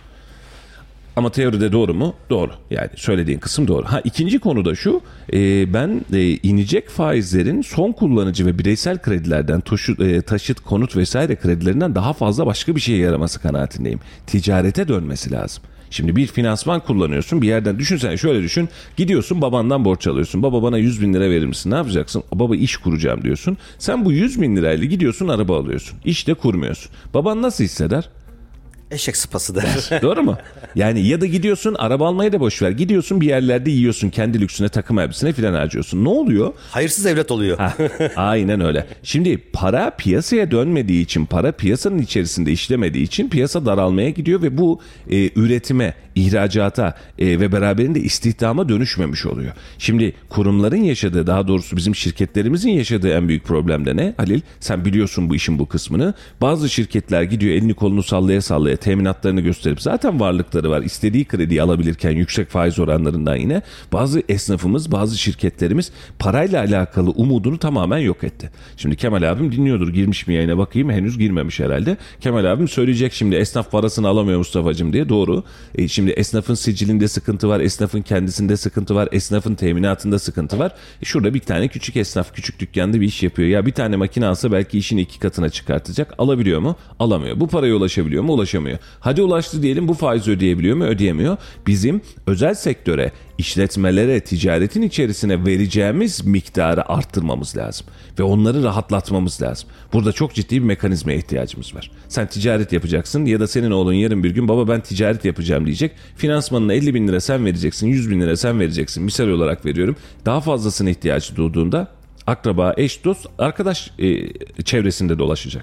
Ama teoride doğru mu? Doğru. Yani söylediğin kısım doğru. Ha ikinci konu da şu. E, ben e, inecek faizlerin son kullanıcı ve bireysel kredilerden, taşıt, e, taşıt, konut vesaire kredilerinden daha fazla başka bir şeye yaraması kanaatindeyim. Ticarete dönmesi lazım. Şimdi bir finansman kullanıyorsun bir yerden, düşünsene şöyle düşün, gidiyorsun babandan borç alıyorsun, baba bana yüz bin lira verir misin, ne yapacaksın, baba iş kuracağım diyorsun, sen bu yüz bin lirayla gidiyorsun araba alıyorsun, iş de kurmuyorsun, baban nasıl hisseder?
Eşek sıpası der.
Doğru mu? Yani ya da gidiyorsun araba almayı da boş ver. Gidiyorsun bir yerlerde yiyorsun, kendi lüksüne, takım elbisine filan harcıyorsun. Ne oluyor?
Hayırsız evlat oluyor.
Ha, aynen öyle. Şimdi para piyasaya dönmediği için, para piyasanın içerisinde işlemediği için piyasa daralmaya gidiyor ve bu e, üretime, ihracata e, ve beraberinde istihdama dönüşmemiş oluyor. Şimdi kurumların yaşadığı, daha doğrusu bizim şirketlerimizin yaşadığı en büyük problem de ne Halil? Sen biliyorsun bu işin bu kısmını. Bazı şirketler gidiyor elini kolunu sallaya sallaya teminatlarını gösterip zaten varlıkları var, İstediği krediyi alabilirken yüksek faiz oranlarından yine bazı esnafımız, bazı şirketlerimiz parayla alakalı umudunu tamamen yok etti. Şimdi Kemal abim dinliyordur, girmiş mi yayına bakayım, henüz girmemiş herhalde. Kemal abim söyleyecek şimdi esnaf parasını alamıyor Mustafa'cığım diye. Doğru. E şimdi esnafın sicilinde sıkıntı var, esnafın kendisinde sıkıntı var, esnafın teminatında sıkıntı var. E şurada bir tane küçük esnaf küçük dükkanda bir iş yapıyor. Ya bir tane makine alsa belki işini iki katına çıkartacak. Alabiliyor mu? Alamıyor. Bu paraya ulaşabiliyor mu? Ulaşamıyor. Hadi ulaştı diyelim, bu faizi ödeyebiliyor mu? Ödeyemiyor. Bizim özel sektöre, işletmelere, ticaretin içerisine vereceğimiz miktarı arttırmamız lazım. Ve onları rahatlatmamız lazım. Burada çok ciddi bir mekanizmaya ihtiyacımız var. Sen ticaret yapacaksın ya da senin oğlun yarın bir gün baba ben ticaret yapacağım diyecek. Finansmanına elli bin lira sen vereceksin, yüz bin lira sen vereceksin. Misal olarak veriyorum. Daha fazlasına ihtiyacı duyduğunda akraba, eş, dost, arkadaş e, çevresinde dolaşacak.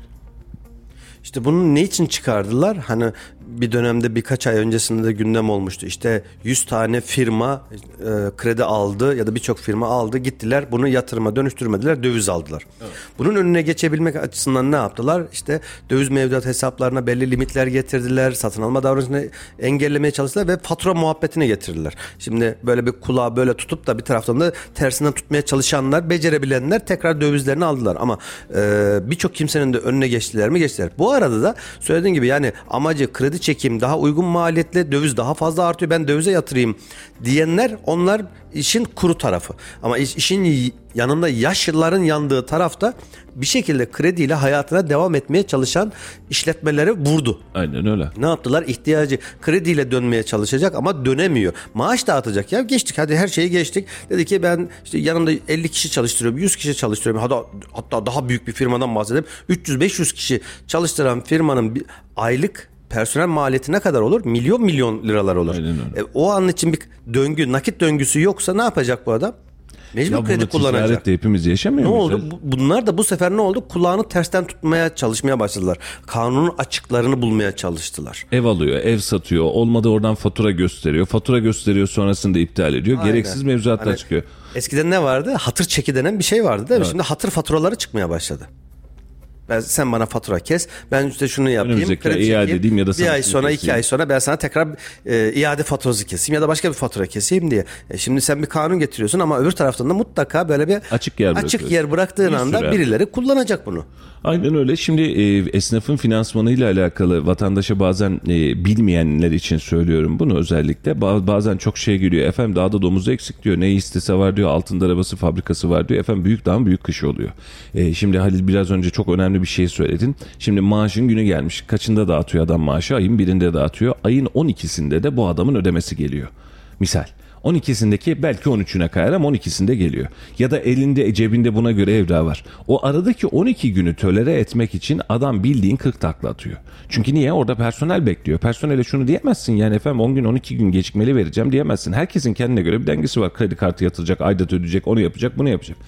İşte bunu ne için çıkardılar? Hani bir dönemde birkaç ay öncesinde de gündem olmuştu. İşte yüz tane firma e, kredi aldı ya da birçok firma aldı. Gittiler bunu yatırıma dönüştürmediler, döviz aldılar. Evet. Bunun önüne geçebilmek açısından ne yaptılar? İşte döviz mevduat hesaplarına belli limitler getirdiler. Satın alma davranışını engellemeye çalıştılar ve fatura muhabbetine getirdiler. Şimdi böyle bir kulağı böyle tutup da bir taraftan da tersinden tutmaya çalışanlar, becerebilenler tekrar dövizlerini aldılar. Ama e, birçok kimsenin de önüne geçtiler mi? Geçtiler. Bu arada da söylediğim gibi yani amacı kredi çekeyim, daha uygun maliyetle döviz daha fazla artıyor, ben dövize yatırayım diyenler, onlar işin kuru tarafı. Ama iş, işin yanında yaşlıların yandığı tarafta bir şekilde krediyle hayatına devam etmeye çalışan işletmeleri vurdu.
Aynen öyle.
Ne yaptılar? İhtiyacı krediyle dönmeye çalışacak ama dönemiyor. Maaş dağıtacak. Ya geçtik, hadi her şeyi geçtik. Dedi ki ben işte yanımda elli kişi çalıştırıyorum, yüz kişi çalıştırıyorum. Hatta, hatta daha büyük bir firmadan bahsedelim. üç yüz beş yüz kişi çalıştıran firmanın bir aylık personel maliyeti ne kadar olur? Milyon milyon liralar olur. E, o an için bir döngü, nakit döngüsü yoksa ne yapacak bu adam? Mecbur ya kredi kullanacak.
Ticarette hepimiz yaşamıyor
ne
muyuz?
oldu? Bunlar da bu sefer ne oldu? Kulağını tersten tutmaya çalışmaya başladılar. Kanunun açıklarını bulmaya çalıştılar.
Ev alıyor, ev satıyor. Olmadı oradan fatura gösteriyor. Fatura gösteriyor, sonrasında iptal ediyor. Aynen. Gereksiz mevzuatlar hani çıkıyor.
Eskiden ne vardı? Hatır çeki denen bir şey vardı değil mi? Evet. Şimdi hatır faturaları çıkmaya başladı. Ben, sen bana fatura kes, ben işte şunu yapayım,
kredi iade edeyim ya da
bir ay sonra, keseyim. iki ay sonra ben sana tekrar e, iade faturası keseyim ya da başka bir fatura keseyim diye. E, şimdi sen bir kanun getiriyorsun ama öbür taraftan da mutlaka böyle bir
açık yer,
açık yer bıraktığın bir anda birileri kullanacak bunu.
Aynen öyle. Şimdi e, esnafın finansmanıyla alakalı vatandaşa bazen e, bilmeyenler için söylüyorum bunu özellikle. Ba- bazen çok şey geliyor. Efendim dağda domuzu eksik diyor. Ne istese var diyor. Altında arabası fabrikası var diyor. Efendim büyük dağın büyük kışı oluyor. E, şimdi Halil biraz önce çok önemli bir şey söyledin. Şimdi maaşın günü gelmiş. Kaçında dağıtıyor adam maaşı? Ayın birinde dağıtıyor. Ayın on ikisinde de bu adamın ödemesi geliyor. Misal. on ikisindeki belki on üçüne kayar ama on ikisinde geliyor. Ya da elinde cebinde buna göre evrağı var. O aradaki on iki günü tolere etmek için adam bildiğin kırk takla atıyor. Çünkü niye? Orada personel bekliyor. Personele şunu diyemezsin yani efendim on gün on iki gün gecikmeli vereceğim diyemezsin. Herkesin kendine göre bir dengesi var. Kredi kartı yatıracak, aidat ödeyecek, onu yapacak, bunu yapacak.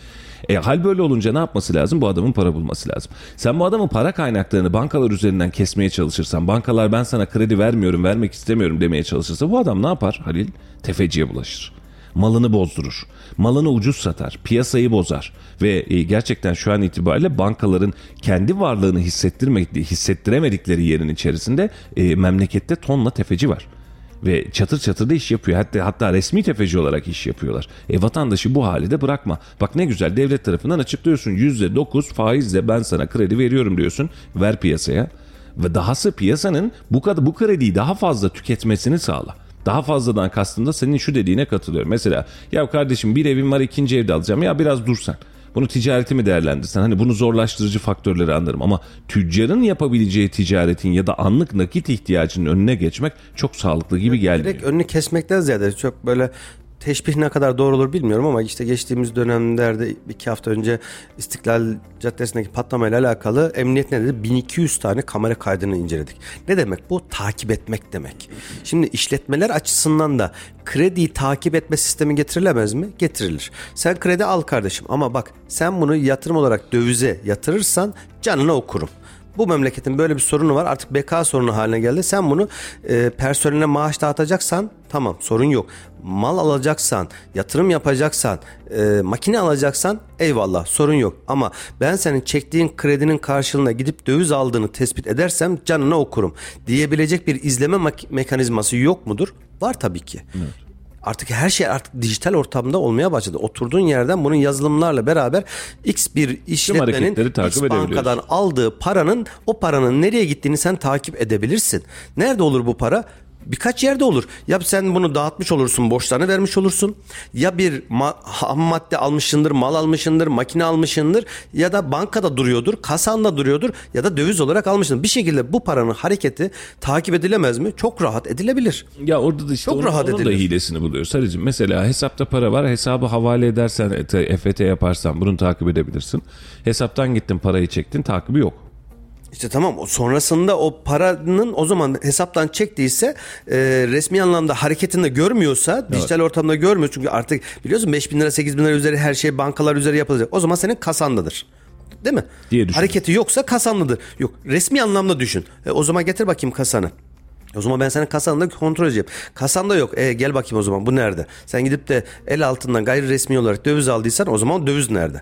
E, hal böyle olunca ne yapması lazım? Bu adamın para bulması lazım. Sen bu adamın para kaynaklarını bankalar üzerinden kesmeye çalışırsan, bankalar ben sana kredi vermiyorum, vermek istemiyorum demeye çalışırsa bu adam ne yapar Halil? Tefeciye bulaşır. Malını bozdurur. Malını ucuz satar. Piyasayı bozar. Ve e, gerçekten şu an itibariyle bankaların kendi varlığını hissettirmediği, hissettiremedikleri yerin içerisinde e, memlekette tonla tefeci var. Ve çatır çatır da iş yapıyor. Hatta, hatta resmi tefeci olarak iş yapıyorlar. E vatandaşı bu hali de bırakma. Bak ne güzel, devlet tarafından açıklıyorsun. yüzde dokuz faizle ben sana kredi veriyorum diyorsun. Ver piyasaya. Ve dahası piyasanın bu kadar bu krediyi daha fazla tüketmesini sağla. Daha fazladan kastında senin şu dediğine katılıyorum. Mesela ya kardeşim bir evim var, ikinci evde alacağım. Ya biraz dursan. Bunu ticareti mi değerlendirsen? Hani bunu zorlaştırıcı faktörleri anlarım ama tüccarın yapabileceği ticaretin ya da anlık nakit ihtiyacının önüne geçmek çok sağlıklı gibi gelmiyor.
Direkt önünü kesmekten ziyade çok böyle teşbih ne kadar doğru olur bilmiyorum ama işte geçtiğimiz dönemlerde iki hafta önce İstiklal Caddesi'ndeki patlamayla alakalı emniyet ne dedi? bin iki yüz tane kamera kaydını inceledik. Ne demek bu? Takip etmek demek. Şimdi işletmeler açısından da krediyi takip etme sistemi getirilemez mi? Getirilir. Sen kredi al kardeşim ama bak sen bunu yatırım olarak dövize yatırırsan canına okurum. Bu memleketin böyle bir sorunu var. Artık beka sorunu haline geldi. Sen bunu e, personeline maaş dağıtacaksan tamam, sorun yok. Mal alacaksan, yatırım yapacaksan, e, makine alacaksan eyvallah, sorun yok. Ama ben senin çektiğin kredinin karşılığında gidip döviz aldığını tespit edersem canına okurum diyebilecek bir izleme mek- mekanizması yok mudur? Var tabii ki. Evet. Artık her şey artık dijital ortamda olmaya başladı. Oturduğun yerden bunun yazılımlarla beraber X bir işletmenin X bankadan aldığı paranın, o paranın nereye gittiğini sen takip edebilirsin. Nerede olur bu para? Birkaç yerde olur. Ya sen bunu dağıtmış olursun, borçlarını vermiş olursun. Ya bir ma- ham madde almışsındır, mal almışsındır, makine almışsındır. Ya da bankada duruyordur, kasanda duruyordur. Ya da döviz olarak almışsındır. Bir şekilde bu paranın hareketi takip edilemez mi? Çok rahat edilebilir.
Ya orada da işte
Çok
onun,
rahat
onun da hilesini buluyor Sarıcığım. Mesela hesapta para var. Hesabı havale edersen, F T yaparsan bunu takip edebilirsin. Hesaptan gittin, parayı çektin, takibi yok.
İşte tamam, sonrasında o paranın o zaman hesaptan çektiyse e, resmi anlamda hareketinde görmüyorsa, evet, dijital ortamda görmüyor. Çünkü artık biliyorsun beş bin lira sekiz bin lira üzeri her şey bankalar üzeri yapılacak. O zaman senin kasandadır. Değil mi?
Diye düşün.
Hareketi yoksa kasandadır. Yok, resmi anlamda düşün. E, o zaman getir bakayım kasanı. O zaman ben senin kasanında kontrol edeceğim. Kasanda yok. E, gel bakayım o zaman, bu nerede? Sen gidip de el altından gayri resmi olarak döviz aldıysan o zaman döviz nerede?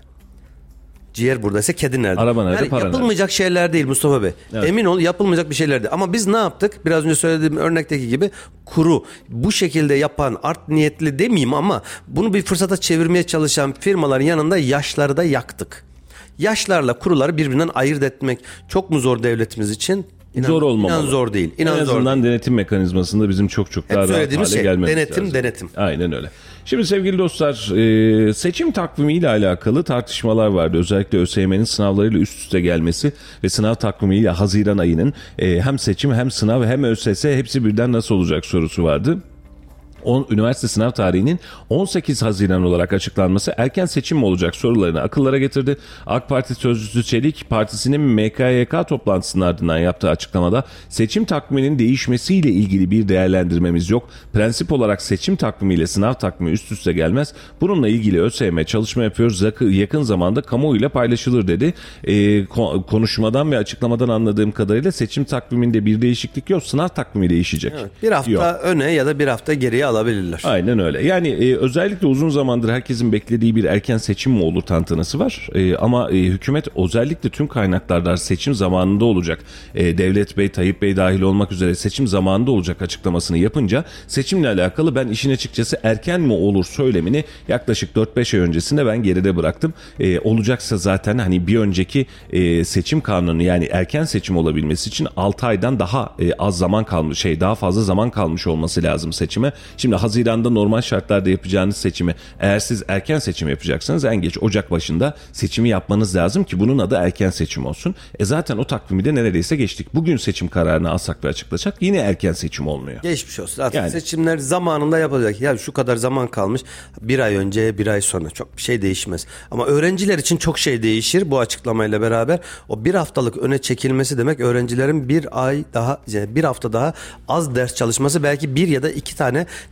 Ciğer buradaysa kedi nerede?
Araba nerede?
Yani
para
yapılmayacak
nerede?
şeyler değil Mustafa Bey.
Evet.
Emin ol, yapılmayacak bir şeylerdi. Ama biz ne yaptık? Biraz önce söylediğim örnekteki gibi kuru, bu şekilde yapan, art niyetli demeyeyim ama bunu bir fırsata çevirmeye çalışan firmaların yanında yaşları da yaktık. Yaşlarla kuruları birbirinden ayırt etmek çok mu zor devletimiz için? İnan,
zor olmamalı.
İnan zor değil. İnan
en azından
zor
denetim mekanizmasında bizim çok çok daha rahat hale
şey,
gelmemiz
denetim,
lazım.
Denetim,
Aynen öyle. Şimdi sevgili dostlar, seçim takvimiyle alakalı tartışmalar vardı. Özellikle ÖSYM'nin sınavlarıyla üst üste gelmesi ve sınav takvimiyle Haziran ayının hem seçim hem sınav hem ÖSS hepsi birden nasıl olacak sorusu vardı. On, üniversite sınav tarihinin on sekiz Haziran olarak açıklanması erken seçim mi olacak sorularını akıllara getirdi. AK Parti sözcüsü Çelik, partisinin M K Y K toplantısının ardından yaptığı açıklamada seçim takviminin değişmesiyle ilgili bir değerlendirmemiz yok. Prensip olarak seçim takvimiyle sınav takvimi üst üste gelmez. Bununla ilgili ÖSYM çalışma yapıyoruz. Yakın zamanda kamuoyuyla paylaşılır dedi. Ee, konuşmadan ve açıklamadan anladığım kadarıyla seçim takviminde bir değişiklik yok. Sınav takvimi değişecek.
Evet, bir hafta yok. Öne ya da bir hafta geriye alabilirler.
Aynen öyle. Yani e, özellikle uzun zamandır herkesin beklediği bir erken seçim mi olur tantanası var. E, ama e, hükümet özellikle tüm kaynaklarda seçim zamanında olacak. E, Devlet Bey, Tayyip Bey dahil olmak üzere seçim zamanında olacak açıklamasını yapınca seçimle alakalı ben işin açıkçası erken mi olur söylemini yaklaşık dört beş ay öncesinde ben geride bıraktım. E, olacaksa zaten hani bir önceki e, seçim kanunu, yani erken seçim olabilmesi için altı aydan daha e, az zaman kalmış, şey daha fazla zaman kalmış olması lazım seçime. Şimdi Haziran'da normal şartlarda yapacağınız seçimi, eğer siz erken seçim yapacaksanız en geç Ocak başında seçimi yapmanız lazım ki bunun adı erken seçim olsun. E zaten o takvimi de neredeyse geçtik. Bugün seçim kararını alsak ve açıklayacak, yine erken seçim olmuyor.
Geçmiş olsun. Zaten
yani
seçimler zamanında yapılacak. Ya şu kadar zaman kalmış. Bir ay önce, bir ay sonra çok bir şey değişmez. Ama öğrenciler için çok şey değişir bu açıklamayla beraber. O bir haftalık öne çekilmesi demek öğrencilerin bir ay daha, yani bir hafta daha az ders çalışması, belki bir ya da iki tane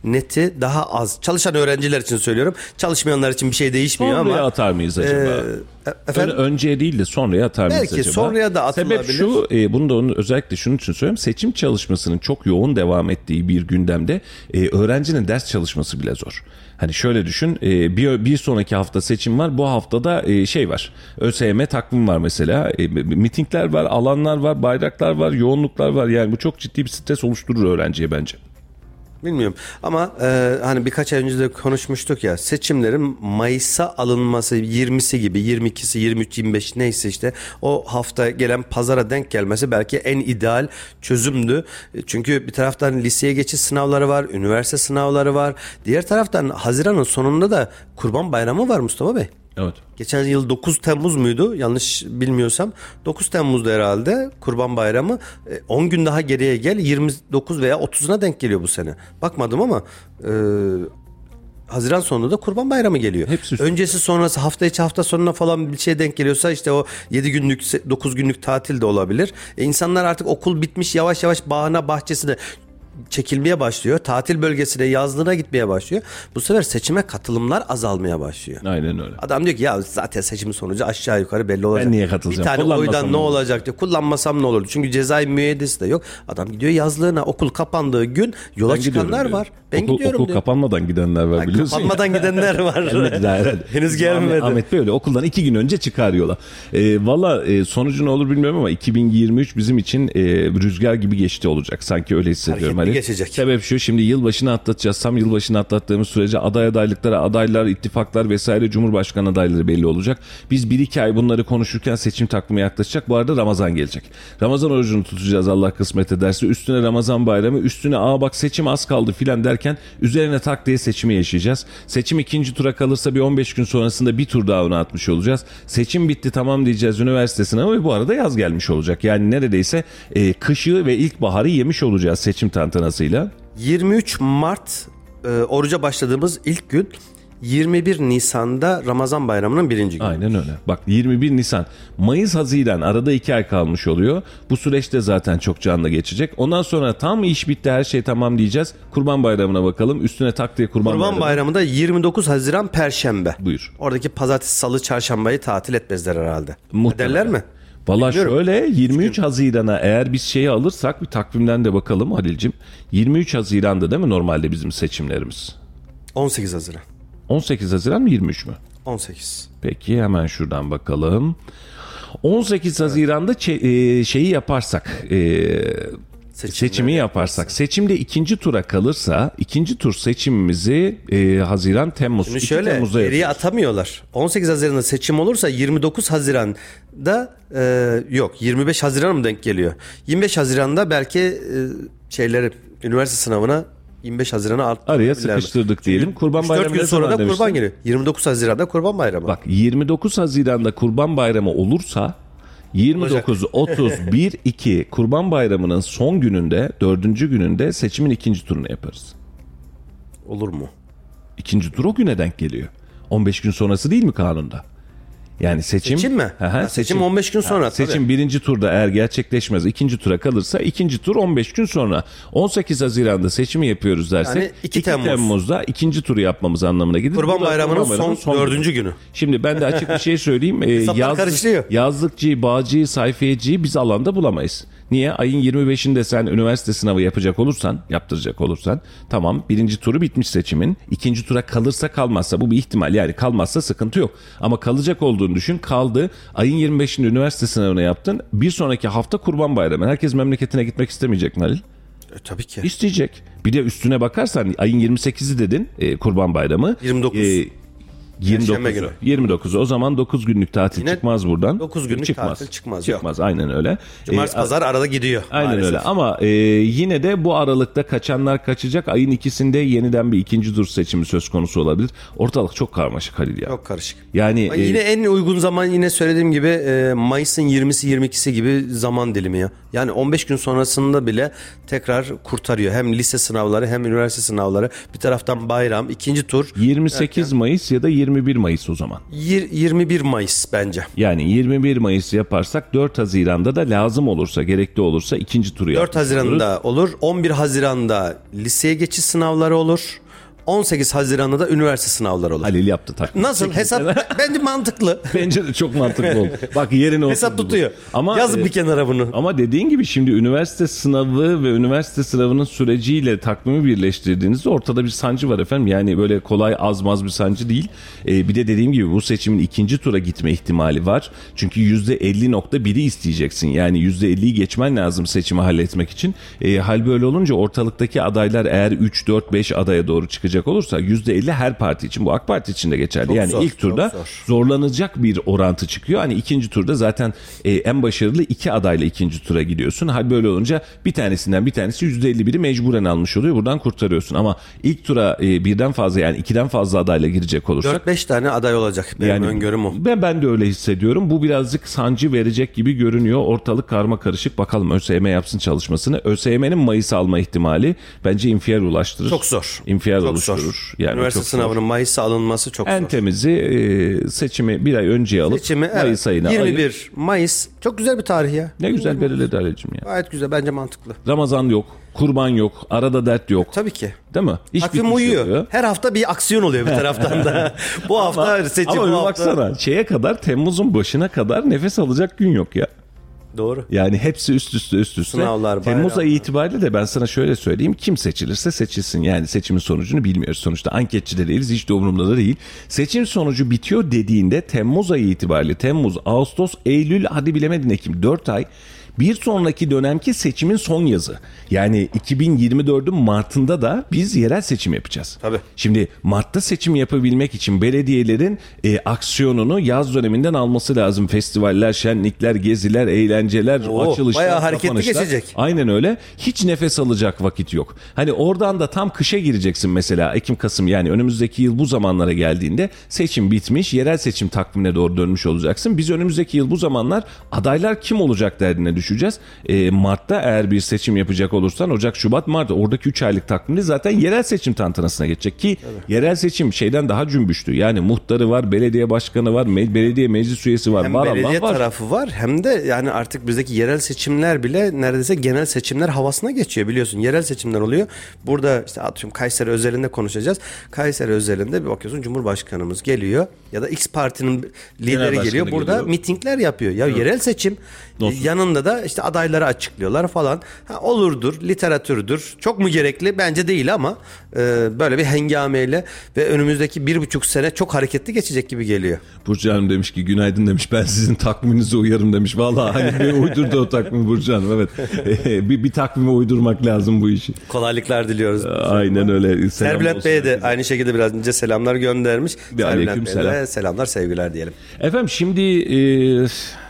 neti daha az. Çalışan öğrenciler için söylüyorum. Çalışmayanlar için bir şey değişmiyor
sonraya
ama.
atar mıyız acaba?
E, efendim?
Öyle önceye değil de sonraya atar mıyız
Belki
acaba?
sonraya da atılabilir.
Sebep şu, e, bunu da onu özellikle şunun için söylüyorum. Seçim çalışmasının çok yoğun devam ettiği bir gündemde e, öğrencinin ders çalışması bile zor. Hani şöyle düşün, e, bir, bir sonraki hafta seçim var, bu haftada e, şey var, ÖSYM takvim var mesela, e, mitingler var, alanlar var, bayraklar var, yoğunluklar var. Yani bu çok ciddi bir stres oluşturur öğrenciye bence.
Bilmiyorum ama e, hani birkaç ay önce de konuşmuştuk ya, seçimlerin Mayıs'a alınması yirmisi gibi, yirmi ikisi, yirmi üç, yirmi beş neyse işte o hafta gelen pazara denk gelmesi belki en ideal çözümdü. Çünkü bir taraftan liseye geçiş sınavları var, üniversite sınavları var. Diğer taraftan Haziran'ın sonunda da Kurban Bayramı var Mustafa Bey.
Evet.
Geçen yıl dokuz Temmuz muydu? Yanlış bilmiyorsam. dokuz Temmuz'da herhalde Kurban Bayramı. on gün daha geriye gel. yirmi dokuz veya otuzuna denk geliyor bu sene. Bakmadım ama e, Haziran sonunda da Kurban Bayramı geliyor.
Hepsi
öncesi sonrası, hafta içi hafta sonuna falan bir şey denk geliyorsa işte o yedi günlük dokuz günlük tatil de olabilir. E insanlar artık okul bitmiş, yavaş yavaş bağına bahçesine çekilmeye başlıyor. Tatil bölgesine, yazlığına gitmeye başlıyor. Bu sefer seçime katılımlar azalmaya başlıyor.
Aynen öyle.
Adam diyor ki ya zaten seçimin sonucu aşağı yukarı belli olacak.
Ben niye katılacağım?
Bir tane oydan ne olacak diyor. Kullanmasam ne olur? Çünkü cezai müeyyidesi de yok. Adam gidiyor yazlığına, okul kapandığı gün yola
Ben
çıkanlar var. Ben
okul,
gidiyorum
okul
diyor.
kapanmadan gidenler var, biliyorsun.
Kapanmadan ya. gidenler var.
Gelmedi daha herhalde.
Henüz gelmedi.
Ahmet, Ahmet Bey öyle okuldan iki gün önce çıkar yola. E, Valla e, sonucu ne olur bilmiyorum ama iki bin yirmi üç bizim için e, rüzgar gibi geçti olacak. Sanki öyle hissediyorum.
Hareketli
Hani,
geçecek.
sebep şu, şimdi yılbaşını atlatacağız. Tam yılbaşını atlattığımız sürece aday adaylıklara, adaylar, ittifaklar vesaire, Cumhurbaşkanı adayları belli olacak. Biz bir iki ay bunları konuşurken seçim takvimi yaklaşacak. Bu arada Ramazan gelecek. Ramazan orucunu tutacağız Allah kısmet ederse. Üstüne Ramazan bayramı, üstüne aa bak seçim az kaldı filan derken üzerine tak diye seçimi yaşayacağız. Seçim ikinci tura kalırsa bir on beş gün sonrasında bir tur daha ona atmış olacağız. Seçim bitti tamam diyeceğiz üniversite sınavı ve bu arada yaz gelmiş olacak. Yani neredeyse e, kışı ve ilkbaharı yemiş olacağız seçim tantanasıyla.
yirmi üç Mart e, oruca başladığımız ilk gün, yirmi bir Nisan'da Ramazan Bayramı'nın birinci günü.
Aynen öyle. Bak yirmi bir Nisan, Mayıs, Haziran arada iki ay kalmış oluyor. Bu süreçte zaten çok canlı geçecek. Ondan sonra tam iş bitti, her şey tamam diyeceğiz. Kurban Bayramı'na bakalım. Üstüne tak diye Kurban,
Kurban
Bayramı.
Bayramı'nda yirmi dokuz Haziran Perşembe.
Buyur.
Oradaki pazartesi, salı, çarşambayı tatil etmezler herhalde.
Muhtemelen.
Ederler mi?
Valla
Bilmiyorum.
şöyle, yirmi üç Haziran'a eğer biz şeyi alırsak, bir takvimden de bakalım Halil'cim. yirmi üç Haziran'da değil mi normalde bizim seçimlerimiz?
on sekiz Haziran.
on sekiz Haziran mı yirmi üç mü?
on sekiz.
Peki hemen şuradan bakalım. on sekiz Haziran'da çe- e, şeyi yaparsak, e, seçimi yaparsak, seçimde ikinci tura kalırsa, ikinci tur seçimimizi e, Haziran, Temmuz,
Şimdi
iki
şöyle
Temmuz'da
geriye
yapıyoruz.
atamıyorlar. on sekiz Haziran'da seçim olursa yirmi dokuz Haziran'da e, yok yirmi beş Haziran'a mı denk geliyor? yirmi beş Haziran'da belki e, şeyleri üniversite sınavına yirmi beş Haziran'a alt
Araya sıkıştırdık diyelim. Kurban Bayramı
üç dört gün
ne
sonra
zaman
da kurban
demiştin?
geliyor. yirmi dokuz Haziran'da Kurban Bayramı.
Bak yirmi dokuz Haziran'da Kurban Bayramı olursa yirmi dokuz, otuz, bir, iki Kurban Bayramı'nın son gününde, dördüncü gününde seçimin ikinci turunu yaparız.
Olur mu?
İkinci tur o güne denk geliyor. on beş gün sonrası değil mi kanunda? Yani seçim...
Seçim mi?
Hı hı,
Ha, seçim on beş gün sonra,
Ha, seçim
tabii.
birinci turda eğer gerçekleşmez, ikinci tura kalırsa ikinci tur on beş gün sonra. on sekiz Haziran'da seçimi yapıyoruz dersek
Yani iki
iki
Temmuz.
Temmuz'da ikinci turu yapmamız anlamına gelir.
Kurban
Bu da
Bayramı'nın
Kurban Bayramı'nın
son dördüncü günü.
Şimdi ben de açık bir şey söyleyeyim. Ee,
Hesaplar karışıyor.
yazlıkçıyı, bağcıyı, sayfiyeciyi biz alanda bulamayız. Niye? Ayın yirmi beşinde sen üniversite sınavı yapacak olursan, yaptıracak olursan tamam, birinci turu bitmiş seçimin. İkinci tura kalırsa kalmazsa bu bir ihtimal. Yani kalmazsa sıkıntı yok. Ama kalacak olduğunu düşün. Kaldı. Ayın yirmi beşinde üniversite sınavını yaptın. Bir sonraki hafta Kurban Bayramı. Herkes memleketine gitmek istemeyecek mi Halil?
E, tabii ki.
İsteyecek. Bir de üstüne bakarsan ayın yirmi sekizi dedin e, Kurban Bayramı.
yirmi dokuz.
E, yirmi dokuzu. yirmi dokuzu. O zaman dokuz günlük tatil
Yine
çıkmaz buradan.
dokuz günlük
çıkmaz.
tatil çıkmaz,
Çıkmaz aynen öyle.
Cumartesi
E,
pazar arada gidiyor.
Aynen
maalesef.
öyle ama e, yine de bu aralıkta kaçanlar kaçacak. Ayın ikisinde yeniden bir ikinci tur seçimi söz konusu olabilir. Ortalık çok karmaşık Halil ya.
Çok karışık.
Yani
Ama yine
e,
en uygun zaman, yine söylediğim gibi e, Mayıs'ın yirmisi yirmi ikisi gibi zaman dilimi ya. Yani on beş gün sonrasında bile tekrar kurtarıyor. Hem lise sınavları hem üniversite sınavları. Bir taraftan bayram, ikinci tur.
yirmi sekiz Mayıs ya da yirmi bir Mayıs o zaman.
yirmi bir Mayıs bence.
Yani yirmi bir Mayıs yaparsak dört Haziran'da da lazım olursa, gerekli olursa ikinci turu yapmış
dört Haziran'da olur. on bir Haziran'da liseye geçiş sınavları olur. on sekiz Haziran'da da üniversite sınavları olur.
Halil yaptı taktik.
Nasıl? Hesap bence mantıklı.
Bence de çok mantıklı oldu. Bak yerine
Hesap tutuyor.
Ama
Yazın
e,
bir kenara bunu.
Ama dediğin gibi şimdi üniversite sınavı ve üniversite sınavının süreciyle takvimi birleştirdiğinizde ortada bir sancı var efendim. Yani böyle kolay azmaz bir sancı değil. E, bir de dediğim gibi bu seçimin ikinci tura gitme ihtimali var. Çünkü yüzde elli nokta biri isteyeceksin. Yani yüzde elliyi geçmen lazım seçimi halletmek için. E, hal böyle olunca ortalıktaki adaylar eğer üç dört beş adaya doğru çıkacak olursa yüzde elli her parti için, bu AK Parti için de geçerli. Çok yani zor, ilk turda zor. zorlanacak bir orantı çıkıyor. Hani ikinci turda zaten e, en başarılı iki adayla ikinci tura gidiyorsun. Hal böyle olunca bir tanesinden bir tanesi yüzde elli biri mecburen almış oluyor. Buradan kurtarıyorsun. Ama ilk tura e, birden fazla yani ikiden fazla adayla girecek olursak.
dört beş tane aday olacak. Benim yani, öngörüm o.
Ben, ben de öyle hissediyorum. Bu birazcık sancı verecek gibi görünüyor. Ortalık karma karışık. Bakalım ÖSYM yapsın çalışmasını. ÖSYM'nin Mayıs alma ihtimali bence infial ulaştırır.
Çok zor.
İnfial
çok
oluşturur.
Zor.
Yani
üniversite sınavının Mayıs'a alınması çok
en
zor.
En temizi e, seçimi bir ay önceye alıp
seçimi,
Mayıs
evet,
ayına
yirmi bir
ayır.
Mayıs çok güzel bir tarih ya.
Ne güzel belirledi Ali'cim ya.
Gayet güzel, bence mantıklı.
Ramazan yok, kurban yok, arada dert yok.
Tabii ki.
Değil mi? İş
takvim uyuyor. Oluyor. Her hafta bir aksiyon oluyor bir taraftan da. Bu hafta
ama,
seçim,
ama
bu
bir
hafta.
baksana şeye kadar, Temmuz'un başına kadar nefes alacak gün yok ya.
Doğru.
Yani hepsi üst üste üst üste.
Sınavlar,
Temmuz ayı itibariyle de ben sana şöyle söyleyeyim. Kim seçilirse seçilsin. Yani seçimin sonucunu bilmiyoruz. Sonuçta anketçi de değiliz. Hiç de umurumda da değil. Seçim sonucu bitiyor dediğinde Temmuz ayı itibariyle Temmuz, Ağustos, Eylül, hadi bilemedin Ekim, dört ay. Bir sonraki dönemki seçimin son yazı. Yani iki bin yirmi dördün Mart'ında da biz yerel seçim yapacağız.
Tabii.
Şimdi Mart'ta seçim yapabilmek için belediyelerin e, aksiyonunu yaz döneminden alması lazım. Festivaller, şenlikler, geziler, eğlenceler,
Oo,
açılışlar,
bayağı hareketli
kapanışlar.
geçecek.
Aynen öyle. Hiç nefes alacak vakit yok. Hani oradan da tam kışa gireceksin mesela. Ekim, Kasım, yani önümüzdeki yıl bu zamanlara geldiğinde seçim bitmiş, yerel seçim takvimine doğru dönmüş olacaksın. Biz önümüzdeki yıl bu zamanlar adaylar kim olacak derdine düşüyoruz. düşeceğiz. E, Mart'ta eğer bir seçim yapacak olursan Ocak, Şubat, Mart, oradaki üç aylık takvimde zaten yerel seçim tantanasına geçecek ki evet. Yerel seçim şeyden daha cümbüştü. Yani muhtarı var, belediye başkanı var, me- belediye meclis üyesi var.
Hem
var
belediye
Allah var.
tarafı var hem de yani artık bizdeki yerel seçimler bile neredeyse genel seçimler havasına geçiyor, biliyorsun. Yerel seçimler oluyor. Burada işte atıyorum Kayseri özelinde konuşacağız. Kayseri özelinde bir bakıyorsun Cumhurbaşkanımız geliyor ya da X partinin lideri geliyor. Burada geliyor. Mitingler yapıyor. Ya evet. Yerel seçim Nasıl? Yanında da işte adayları açıklıyorlar falan. Ha, olurdur, literatürdür. Çok mu gerekli? Bence değil ama e, böyle bir hengameyle ve önümüzdeki bir buçuk sene çok hareketli geçecek gibi geliyor.
Burcu Hanım demiş ki günaydın demiş, ben sizin takviminize uyarım demiş. Vallahi hani bir uydurdu o takvimi Burcu Hanım, evet. bir, bir takvime uydurmak lazım bu işi.
Kolaylıklar diliyoruz.
Aynen öyle.
Serbilet Bey'e de aynı şekilde biraz nice selamlar göndermiş.
Bir aleyküm selam.
Selamlar, sevgiler diyelim.
Efendim şimdi e,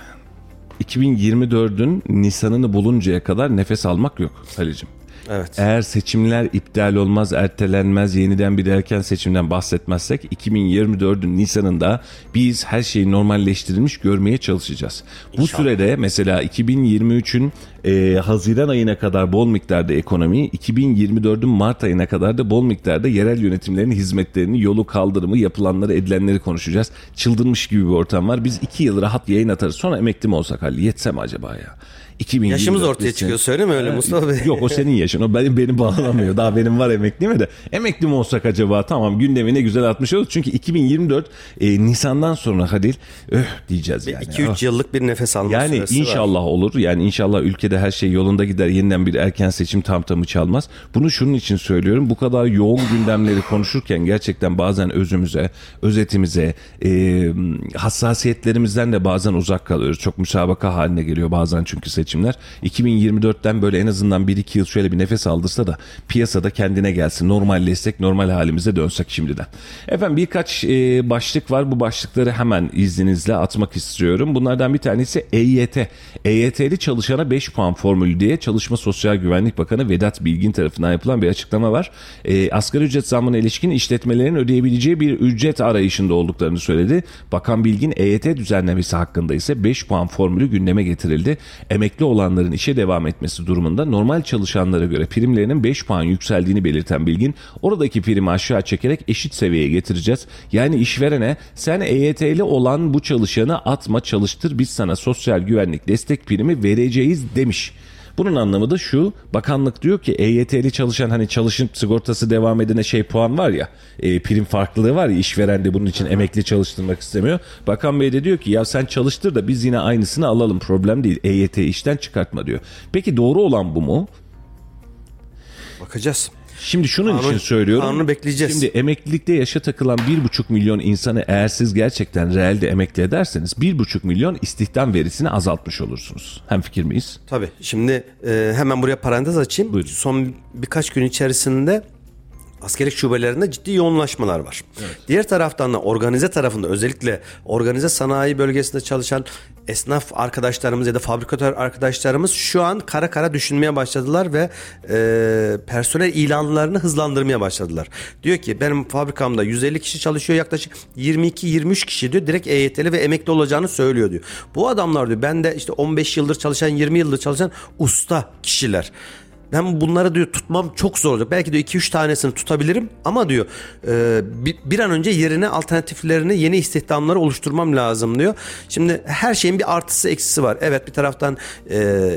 iki bin yirmi dördün Nisan'ını buluncaya kadar nefes almak yok Halicim.
Evet.
Eğer seçimler iptal olmaz, ertelenmez, yeniden bir erken seçimden bahsetmezsek iki bin yirmi dördün Nisan'ında biz her şeyi normalleştirilmiş görmeye çalışacağız. İnşallah. Bu sürede mesela iki bin yirmi üçün e, Haziran ayına kadar bol miktarda ekonomi, iki bin yirmi dördün Mart ayına kadar da bol miktarda yerel yönetimlerin hizmetlerini, yolu, kaldırımı, yapılanları, edilenleri konuşacağız. Çıldırmış gibi bir ortam var. Biz iki yıl rahat yayın atarız. Sonra emekli mi olsak Halil? Yetse mi acaba ya?
Yaşımız ortaya desin. Çıkıyor, söyleme öyle Mustafa Bey.
Yok, o senin yaşın, o benim, beni bağlamıyor. Daha benim var emekli mi de. Emekli mi olsak acaba? Tamam, gündemi ne güzel atmış oluruz. Çünkü iki bin yirmi dört e, Nisan'dan sonra Halil öh diyeceğiz yani.
iki üç oh. yıllık bir nefes alma
yani
süresi var.
Yani inşallah olur. Yani inşallah ülkede her şey yolunda gider. Yeniden bir erken seçim tam tamı çalmaz. Bunu şunun için söylüyorum. Bu kadar yoğun gündemleri konuşurken gerçekten bazen özümüze, özetimize, e, hassasiyetlerimizden de bazen uzak kalıyoruz. Çok müsabaka haline geliyor bazen çünkü seçimler. iki bin yirmi dörtten böyle en azından bir iki yıl şöyle bir nefes aldırsa da piyasada kendine gelsin. Normalleşsek, normal halimize dönsek şimdiden. Efendim birkaç e, başlık var. Bu başlıkları hemen izninizle atmak istiyorum. Bunlardan bir tanesi E Y T. E Y T'li çalışana beş puan puan formülü diye Çalışma Sosyal Güvenlik Bakanı Vedat Bilgin tarafından yapılan bir açıklama var. E, asgari ücret zammına ilişkin işletmelerin ödeyebileceği bir ücret arayışında olduklarını söyledi. Bakan Bilgin E Y T düzenlemesi hakkında ise beş puan formülü gündeme getirildi. Emekli olanların işe devam etmesi durumunda normal çalışanlara göre primlerinin beş puan yükseldiğini belirten Bilgin, oradaki primi aşağı çekerek eşit seviyeye getireceğiz. Yani işverene sen E Y T'li olan bu çalışanı atma, çalıştır, biz sana sosyal güvenlik destek primi vereceğiz demiş. Bunun anlamı da şu: bakanlık diyor ki E Y T'li çalışan, hani çalışıp sigortası devam edene şey puan var ya, e, prim farklılığı var ya, işveren de bunun için emekli çalıştırmak istemiyor. Bakan Bey de diyor ki ya sen çalıştır da biz yine aynısını alalım, problem değil, E Y T işten çıkartma diyor. Peki doğru olan bu mu?
Bakacağız.
Şimdi şunun
Kanun,
için söylüyorum.
Kanunu bekleyeceğiz.
Şimdi emeklilikte yaşa takılan bir buçuk milyon insanı eğer siz gerçekten reelde emekli ederseniz bir buçuk milyon istihdam verisini azaltmış olursunuz. Hemfikir miyiz?
Tabii. Şimdi e, hemen buraya parantez açayım.
Buyurun.
Son birkaç gün içerisinde askerlik şubelerinde ciddi yoğunlaşmalar var. Evet. Diğer taraftan da organize tarafında, özellikle organize sanayi bölgesinde çalışan esnaf arkadaşlarımız ya da fabrikatör arkadaşlarımız şu an kara kara düşünmeye başladılar ve e, personel ilanlarını hızlandırmaya başladılar. Diyor ki benim fabrikamda yüz elli kişi çalışıyor, yaklaşık yirmi iki yirmi üç kişi diyor direkt E Y T'li ve emekli olacağını söylüyor diyor. Bu adamlar diyor ben de işte on beş yıldır çalışan, yirmi yıldır çalışan usta kişiler. Ben bunları diyor tutmam çok zor olacak. Belki diyor iki üç tanesini tutabilirim ama diyor e, bir, bir an önce yerine alternatiflerini, yeni istihdamları oluşturmam lazım diyor. Şimdi her şeyin bir artısı eksisi var. Evet, bir taraftan e,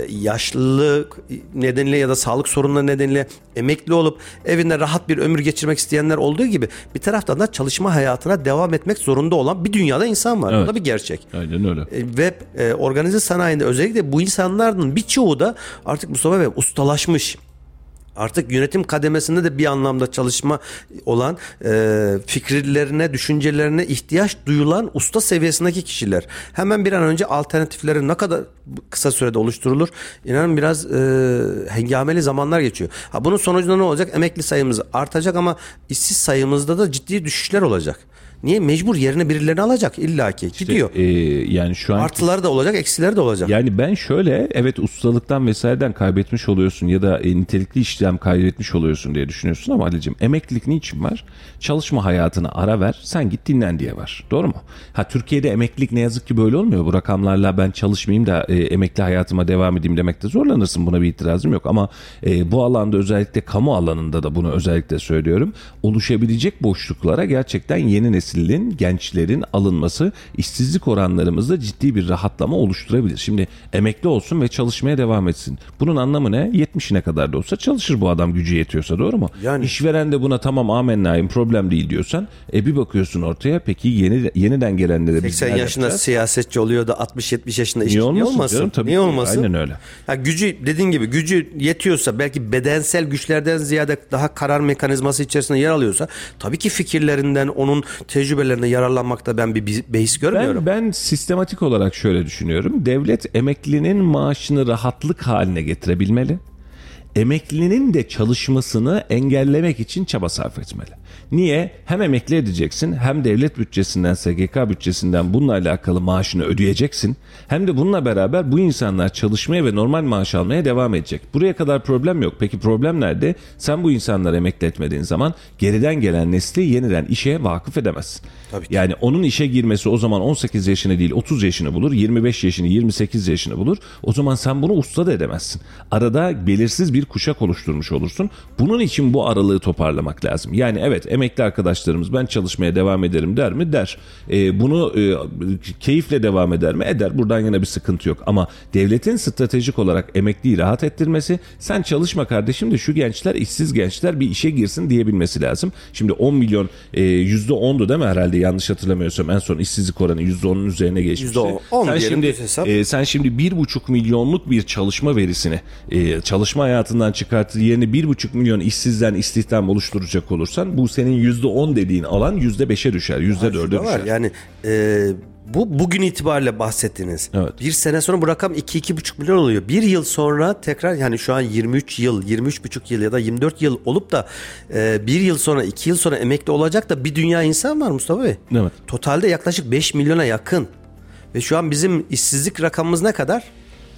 yaşlılık nedeniyle ya da sağlık sorunları nedeniyle emekli olup evinde rahat bir ömür geçirmek isteyenler olduğu gibi bir taraftan da çalışma hayatına devam etmek zorunda olan bir dünyada insan var. Evet. Bu da bir gerçek.
Aynen öyle.
E, ve e, organize sanayinde özellikle bu insanların birçoğu da artık Mustafa Bey ustalaşmış. Artık yönetim kademesinde de bir anlamda çalışma olan, e, fikirlerine, düşüncelerine ihtiyaç duyulan usta seviyesindeki kişiler. Hemen bir an önce alternatifleri ne kadar kısa sürede oluşturulur? İnanın biraz e, hengameli zamanlar geçiyor. Ha, bunun sonucunda ne olacak? Emekli sayımız artacak ama işsiz sayımızda da ciddi düşüşler olacak. Niye? Mecbur yerine birilerini alacak illaki. İşte, gidiyor.
E, yani şu an
artıları da olacak, eksileri de olacak.
Yani ben şöyle, evet ustalıktan vesaireden kaybetmiş oluyorsun ya da e, nitelikli işlem kaybetmiş oluyorsun diye düşünüyorsun ama Ali'cim, emeklilik niçin var? Çalışma hayatına ara ver, sen git dinlen diye var. Doğru mu? Ha, Türkiye'de emeklilik ne yazık ki böyle olmuyor. Bu rakamlarla ben çalışmayayım da e, emekli hayatıma devam edeyim demekte zorlanırsın. Buna bir itirazım yok ama e, bu alanda, özellikle kamu alanında da bunu özellikle söylüyorum. Oluşabilecek boşluklara gerçekten yeni nesil gençlerin alınması işsizlik oranlarımızda ciddi bir rahatlama oluşturabilir. Şimdi emekli olsun ve çalışmaya devam etsin. Bunun anlamı ne? yetmişine kadar da olsa çalışır bu adam, gücü yetiyorsa, doğru mu? Yani İşveren de buna tamam amenna, problem değil diyorsan e bir bakıyorsun ortaya, peki yeni yeniden gelenlere biz
seksen yaşında yapacağız? Siyasetçi oluyor da altmış yetmiş yaşında iş, niye olmasın? Niye olmasın?
Canım, tabii
niye olmasın?
Aynen öyle.
Ha, gücü, dediğin gibi gücü yetiyorsa, belki bedensel güçlerden ziyade daha karar mekanizması içerisinde yer alıyorsa, tabii ki fikirlerinden, onun tecrübelerine yararlanmakta ben bir beis görmüyorum.
Ben, ben sistematik olarak şöyle düşünüyorum. Devlet emeklinin maaşını rahatlık haline getirebilmeli. Emeklinin de çalışmasını engellemek için çaba sarf etmeli. Niye? Hem emekli edeceksin, hem devlet bütçesinden, S G K bütçesinden bununla alakalı maaşını ödeyeceksin. Hem de bununla beraber bu insanlar çalışmaya ve normal maaş almaya devam edecek. Buraya kadar problem yok. Peki problem nerede? Sen bu insanları emekli etmediğin zaman geriden gelen nesli yeniden işe vakıf edemezsin.
Tabii ki.
Yani onun işe girmesi o zaman on sekiz yaşını değil otuz yaşını bulur, yirmi beş yaşını, yirmi sekiz yaşını bulur. O zaman sen bunu usta da edemezsin. Arada belirsiz bir kuşak oluşturmuş olursun. Bunun için bu aralığı toparlamak lazım. Yani evet, emekli arkadaşlarımız ben çalışmaya devam ederim der mi? Der. E, bunu e, keyifle devam eder mi? Eder. Buradan yine bir sıkıntı yok. Ama devletin stratejik olarak emekliyi rahat ettirmesi, sen çalışma kardeşim de şu gençler, işsiz gençler bir işe girsin diyebilmesi lazım. Şimdi on milyon e, yüzde ondu değil mi herhalde, yanlış hatırlamıyorsam en son işsizlik oranı yüzde onun üzerine geçmişti.
yüzde on
sen şimdi e, sen şimdi bir buçuk milyonluk bir çalışma verisini e, çalışma hayatından çıkartır yerine bir buçuk milyon işsizden istihdam oluşturacak olursan, bu senin yüzde on dediğin alan yüzde beşe düşer, yüzde dörde düşer.
Yani e, bu bugün itibariyle bahsettiğiniz.
Evet.
Bir sene sonra bu rakam iki iki buçuk milyon oluyor. Bir yıl sonra tekrar, yani şu an yirmi üç yıl, yirmi üç buçuk yıl ya da yirmi dört yıl olup da e, bir yıl sonra, iki yıl sonra emekli olacak da bir dünya insan var Mustafa Bey.
Evet.
Totalde yaklaşık beş milyona yakın. Ve şu an bizim işsizlik rakamımız ne kadar?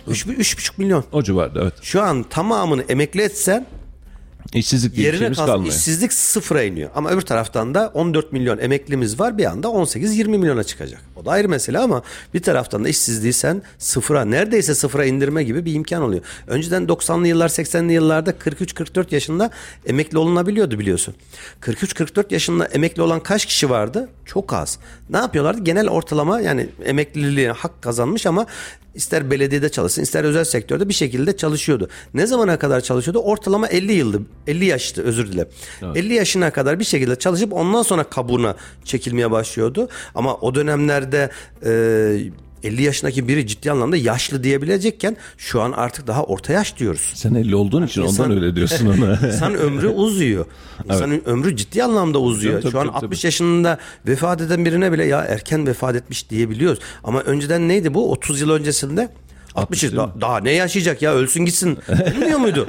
üç buçuk milyon.
O civarda, evet.
Şu an tamamını emekli etsen
İşsizlik diye bir
yerine
şeyimiz
kalsın,
kalmıyor.
işsizlik sıfıra iniyor. Ama öbür taraftan da on dört milyon emeklimiz var, bir anda on sekiz yirmi milyona çıkacak. O da ayrı mesele ama bir taraftan da işsizliği sen sıfıra, neredeyse sıfıra indirme gibi bir imkan oluyor. Önceden doksanlı yıllar seksenli yıllarda kırk üç kırk dört yaşında emekli olunabiliyordu biliyorsun. kırk üç kırk dört yaşında emekli olan kaç kişi vardı? Çok az. Ne yapıyorlardı? Genel ortalama, yani emekliliğe hak kazanmış ama ister belediyede çalışsın, ister özel sektörde bir şekilde çalışıyordu. Ne zamana kadar çalışıyordu? Ortalama elli yıldı. elli yaştı, özür dilerim. Evet. elli yaşına kadar bir şekilde çalışıp ondan sonra kabuğuna çekilmeye başlıyordu. Ama o dönemlerde e, elli yaşındaki biri ciddi anlamda yaşlı diyebilecekken şu an artık daha orta yaş diyoruz.
Sen elli olduğun için insan, ondan öyle diyorsun ona.
İnsan ömrü uzuyor. İnsanın evet. ömrü ciddi anlamda uzuyor. Tabii, tabii, şu an tabii, altmış tabii. yaşında vefat eden birine bile ya erken vefat etmiş diyebiliyoruz. Ama önceden neydi bu? otuz yıl öncesinde altmış da, daha ne yaşayacak ya, ölsün gitsin denmiyor muydu?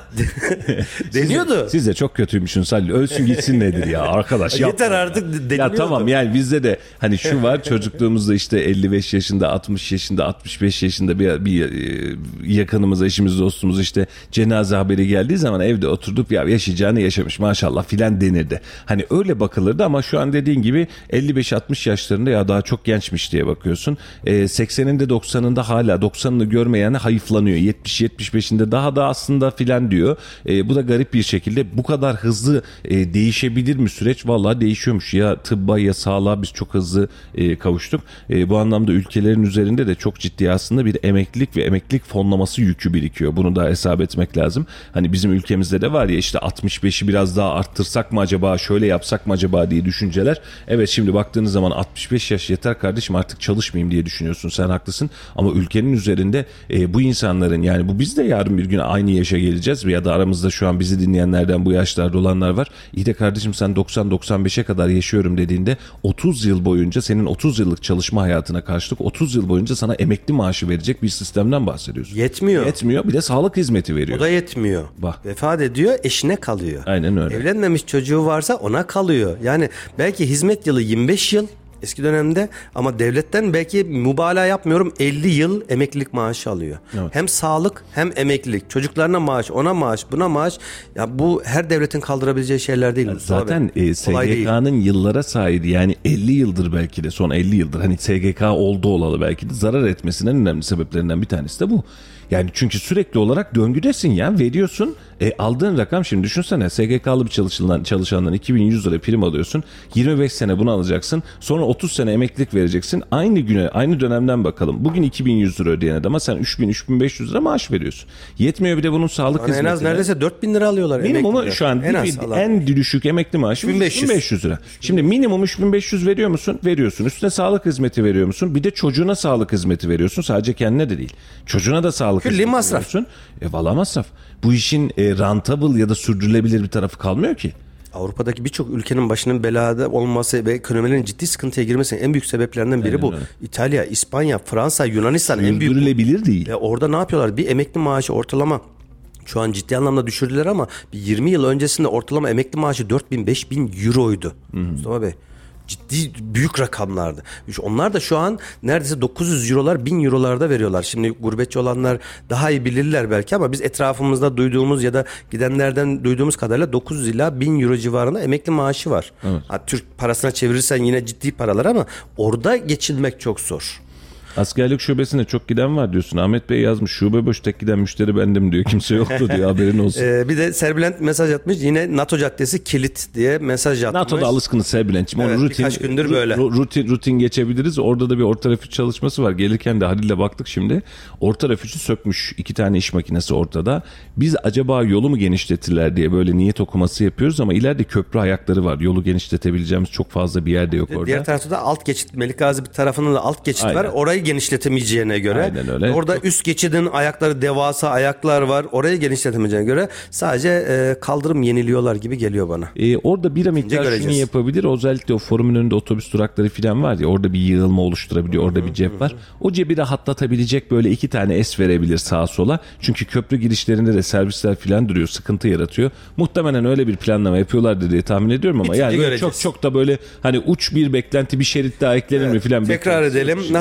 Deniyordu.
Siz, siz de çok kötüymüşsünüz Halil. Ölsün gitsin nedir ya arkadaş?
Yeter artık deniliyordu.
Ya tamam, yani bizde de hani şu var, çocukluğumuzda işte elli beş yaşında, altmış yaşında, altmış beş yaşında bir, bir yakınımıza, eşimiz, dostumuz işte cenaze haberi geldiği zaman evde oturduk, ya yaşayacağını yaşamış maşallah filan denirdi. Hani öyle bakılırdı ama şu an dediğin gibi elli beş altmış yaşlarında ya daha çok gençmiş diye bakıyorsun. E, sekseninde doksanında hala doksanını görmeyene hayıflanıyor. yetmiş yetmiş beşinde daha da aslında filan diyor. E, bu da garip bir şekilde bu kadar hızlı e, değişebilir mi süreç? Vallahi değişiyormuş. Ya tıbba ya sağlığa biz çok hızlı e, kavuştuk. E, bu anlamda ülkelerin üzerinde de çok ciddi aslında bir emeklilik ve emeklilik fonlaması yükü birikiyor. Bunu da hesap etmek lazım. Hani bizim ülkemizde de var ya işte altmış beşi biraz daha arttırsak mı acaba, şöyle yapsak mı acaba diye düşünceler. Evet, şimdi baktığınız zaman altmış beş yaş yeter kardeşim, artık çalışmayayım diye düşünüyorsun. Sen haklısın ama ülkenin üzerinde e, bu insanların, yani bu biz de yarın bir gün aynı yaşa geleceğiz ya da aramızda şu an bizi dinleyenlerden bu yaşlarda olanlar var. İyi de kardeşim sen doksan doksan beşe kadar yaşıyorum dediğinde otuz yıl boyunca senin otuz yıllık çalışma hayatına karşılık otuz yıl boyunca sana emekli maaşı verecek bir sistemden bahsediyorsun.
Yetmiyor.
Yetmiyor, bir de sağlık hizmeti veriyor.
O da yetmiyor. Bah. Vefat ediyor, eşine kalıyor.
Aynen öyle.
Evlenmemiş çocuğu varsa ona kalıyor. Yani belki hizmet yılı yirmi beş yıl eski dönemde ama devletten belki mübalağa yapmıyorum elli yıl emeklilik maaşı alıyor. Evet. Hem sağlık hem emeklilik. Çocuklarına maaş, ona maaş, buna maaş. Ya bu her devletin kaldırabileceği şeyler değil.
Ya zaten e, S G K'nın yıllara sahibi, yani elli yıldır belki de son elli yıldır hani S G K oldu olalı belki de zarar etmesinin en önemli sebeplerinden bir tanesi de bu. Yani çünkü sürekli olarak döngüdesin ya, veriyorsun. E, aldığın rakam, şimdi düşünsene S G K'lı bir çalışandan, çalışandan iki bin yüz lira prim alıyorsun. yirmi beş sene bunu alacaksın. Sonra otuz sene emeklilik vereceksin. Aynı güne, aynı dönemden bakalım. Bugün iki bin yüz lira ödeyen adama sen üç bin üç bin beş yüz lira maaş veriyorsun. Yetmiyor, bir de bunun sağlık yani hizmetine.
En az neredeyse dört bin lira alıyorlar.
Minimumu şu an en, az, en düşük emekli maaşı üç bin beş yüz lira. Şimdi minimum üç bin beş yüz veriyor musun? Veriyorsun. Üstüne sağlık hizmeti veriyor musun? Bir de çocuğuna sağlık hizmeti veriyorsun. Sadece kendine de değil. Çocuğuna da sağlık
Külli
hizmeti
masraf.
veriyorsun. E valla masraf. Bu işin e, rentable ya da sürdürülebilir bir tarafı kalmıyor ki.
Avrupa'daki birçok ülkenin başının belada olması ve ekonomilerin ciddi sıkıntıya girmesinin en büyük sebeplerinden biri Aynen bu. Öyle. İtalya, İspanya, Fransa, Yunanistan en büyük.
Sürdürülebilir değil.
Ve orada ne yapıyorlar? Bir emekli maaşı ortalama şu an ciddi anlamda düşürdüler ama bir yirmi yıl öncesinde ortalama emekli maaşı dört bin beş bin euroydu. Hı-hı. Mustafa Bey. Ciddi büyük rakamlardı. Onlar da şu an neredeyse dokuz yüz eurolar, bin eurolarda veriyorlar. Şimdi gurbetçi olanlar daha iyi bilirler belki ama biz etrafımızda duyduğumuz ya da gidenlerden duyduğumuz kadarıyla dokuz yüz ila bin euro civarında emekli maaşı var. Evet. Ha, Türk parasına çevirirsen yine ciddi paralar ama orada geçinmek çok zor.
Askerlik şubesine çok giden var diyorsun. Ahmet Bey yazmış, şube boş, tek giden müşteri bendim diyor. Kimse yoktu diyor, haberin olsun.
ee, bir de Serbülent mesaj atmış. Yine NATO Caddesi kilit diye mesaj atmış.
NATO'da alışkınız Serbülent'ciğim.
Evet,
rutin,
birkaç gündür böyle.
Rutin, rutin geçebiliriz. Orada da bir orta refüj çalışması var. Gelirken de Halil'le baktık şimdi. Orta refüjü sökmüş. İki tane iş makinesi ortada. Biz acaba yolu mu genişletirler diye böyle niyet okuması yapıyoruz ama ileride köprü ayakları var. Yolu genişletebileceğimiz çok fazla bir yerde yok orada.
Diğer tarafta da alt geçit. Melikgazi bir tarafında da alt geçit Aynen. var. Orayı genişletemeyeceğine göre.
Aynen öyle.
Orada
çok...
üst geçidin ayakları, devasa ayaklar var. Orayı genişletemeyeceğine göre sadece e, kaldırım yeniliyorlar gibi geliyor bana.
Ee, orada bir miktar şunu yapabilir. Özellikle o forumun önünde otobüs durakları falan var ya, orada bir yığılma oluşturabiliyor. Orada bir cep var. O cebi rahatlatabilecek böyle iki tane es verebilir sağa sola. Çünkü köprü girişlerinde de servisler falan duruyor. Sıkıntı yaratıyor. Muhtemelen öyle bir planlama yapıyorlardı diye tahmin ediyorum ama yani çok çok da böyle hani uç bir beklenti, bir şerit daha eklenir evet. mi falan.
Tekrar edelim. NATO Caddesi'nin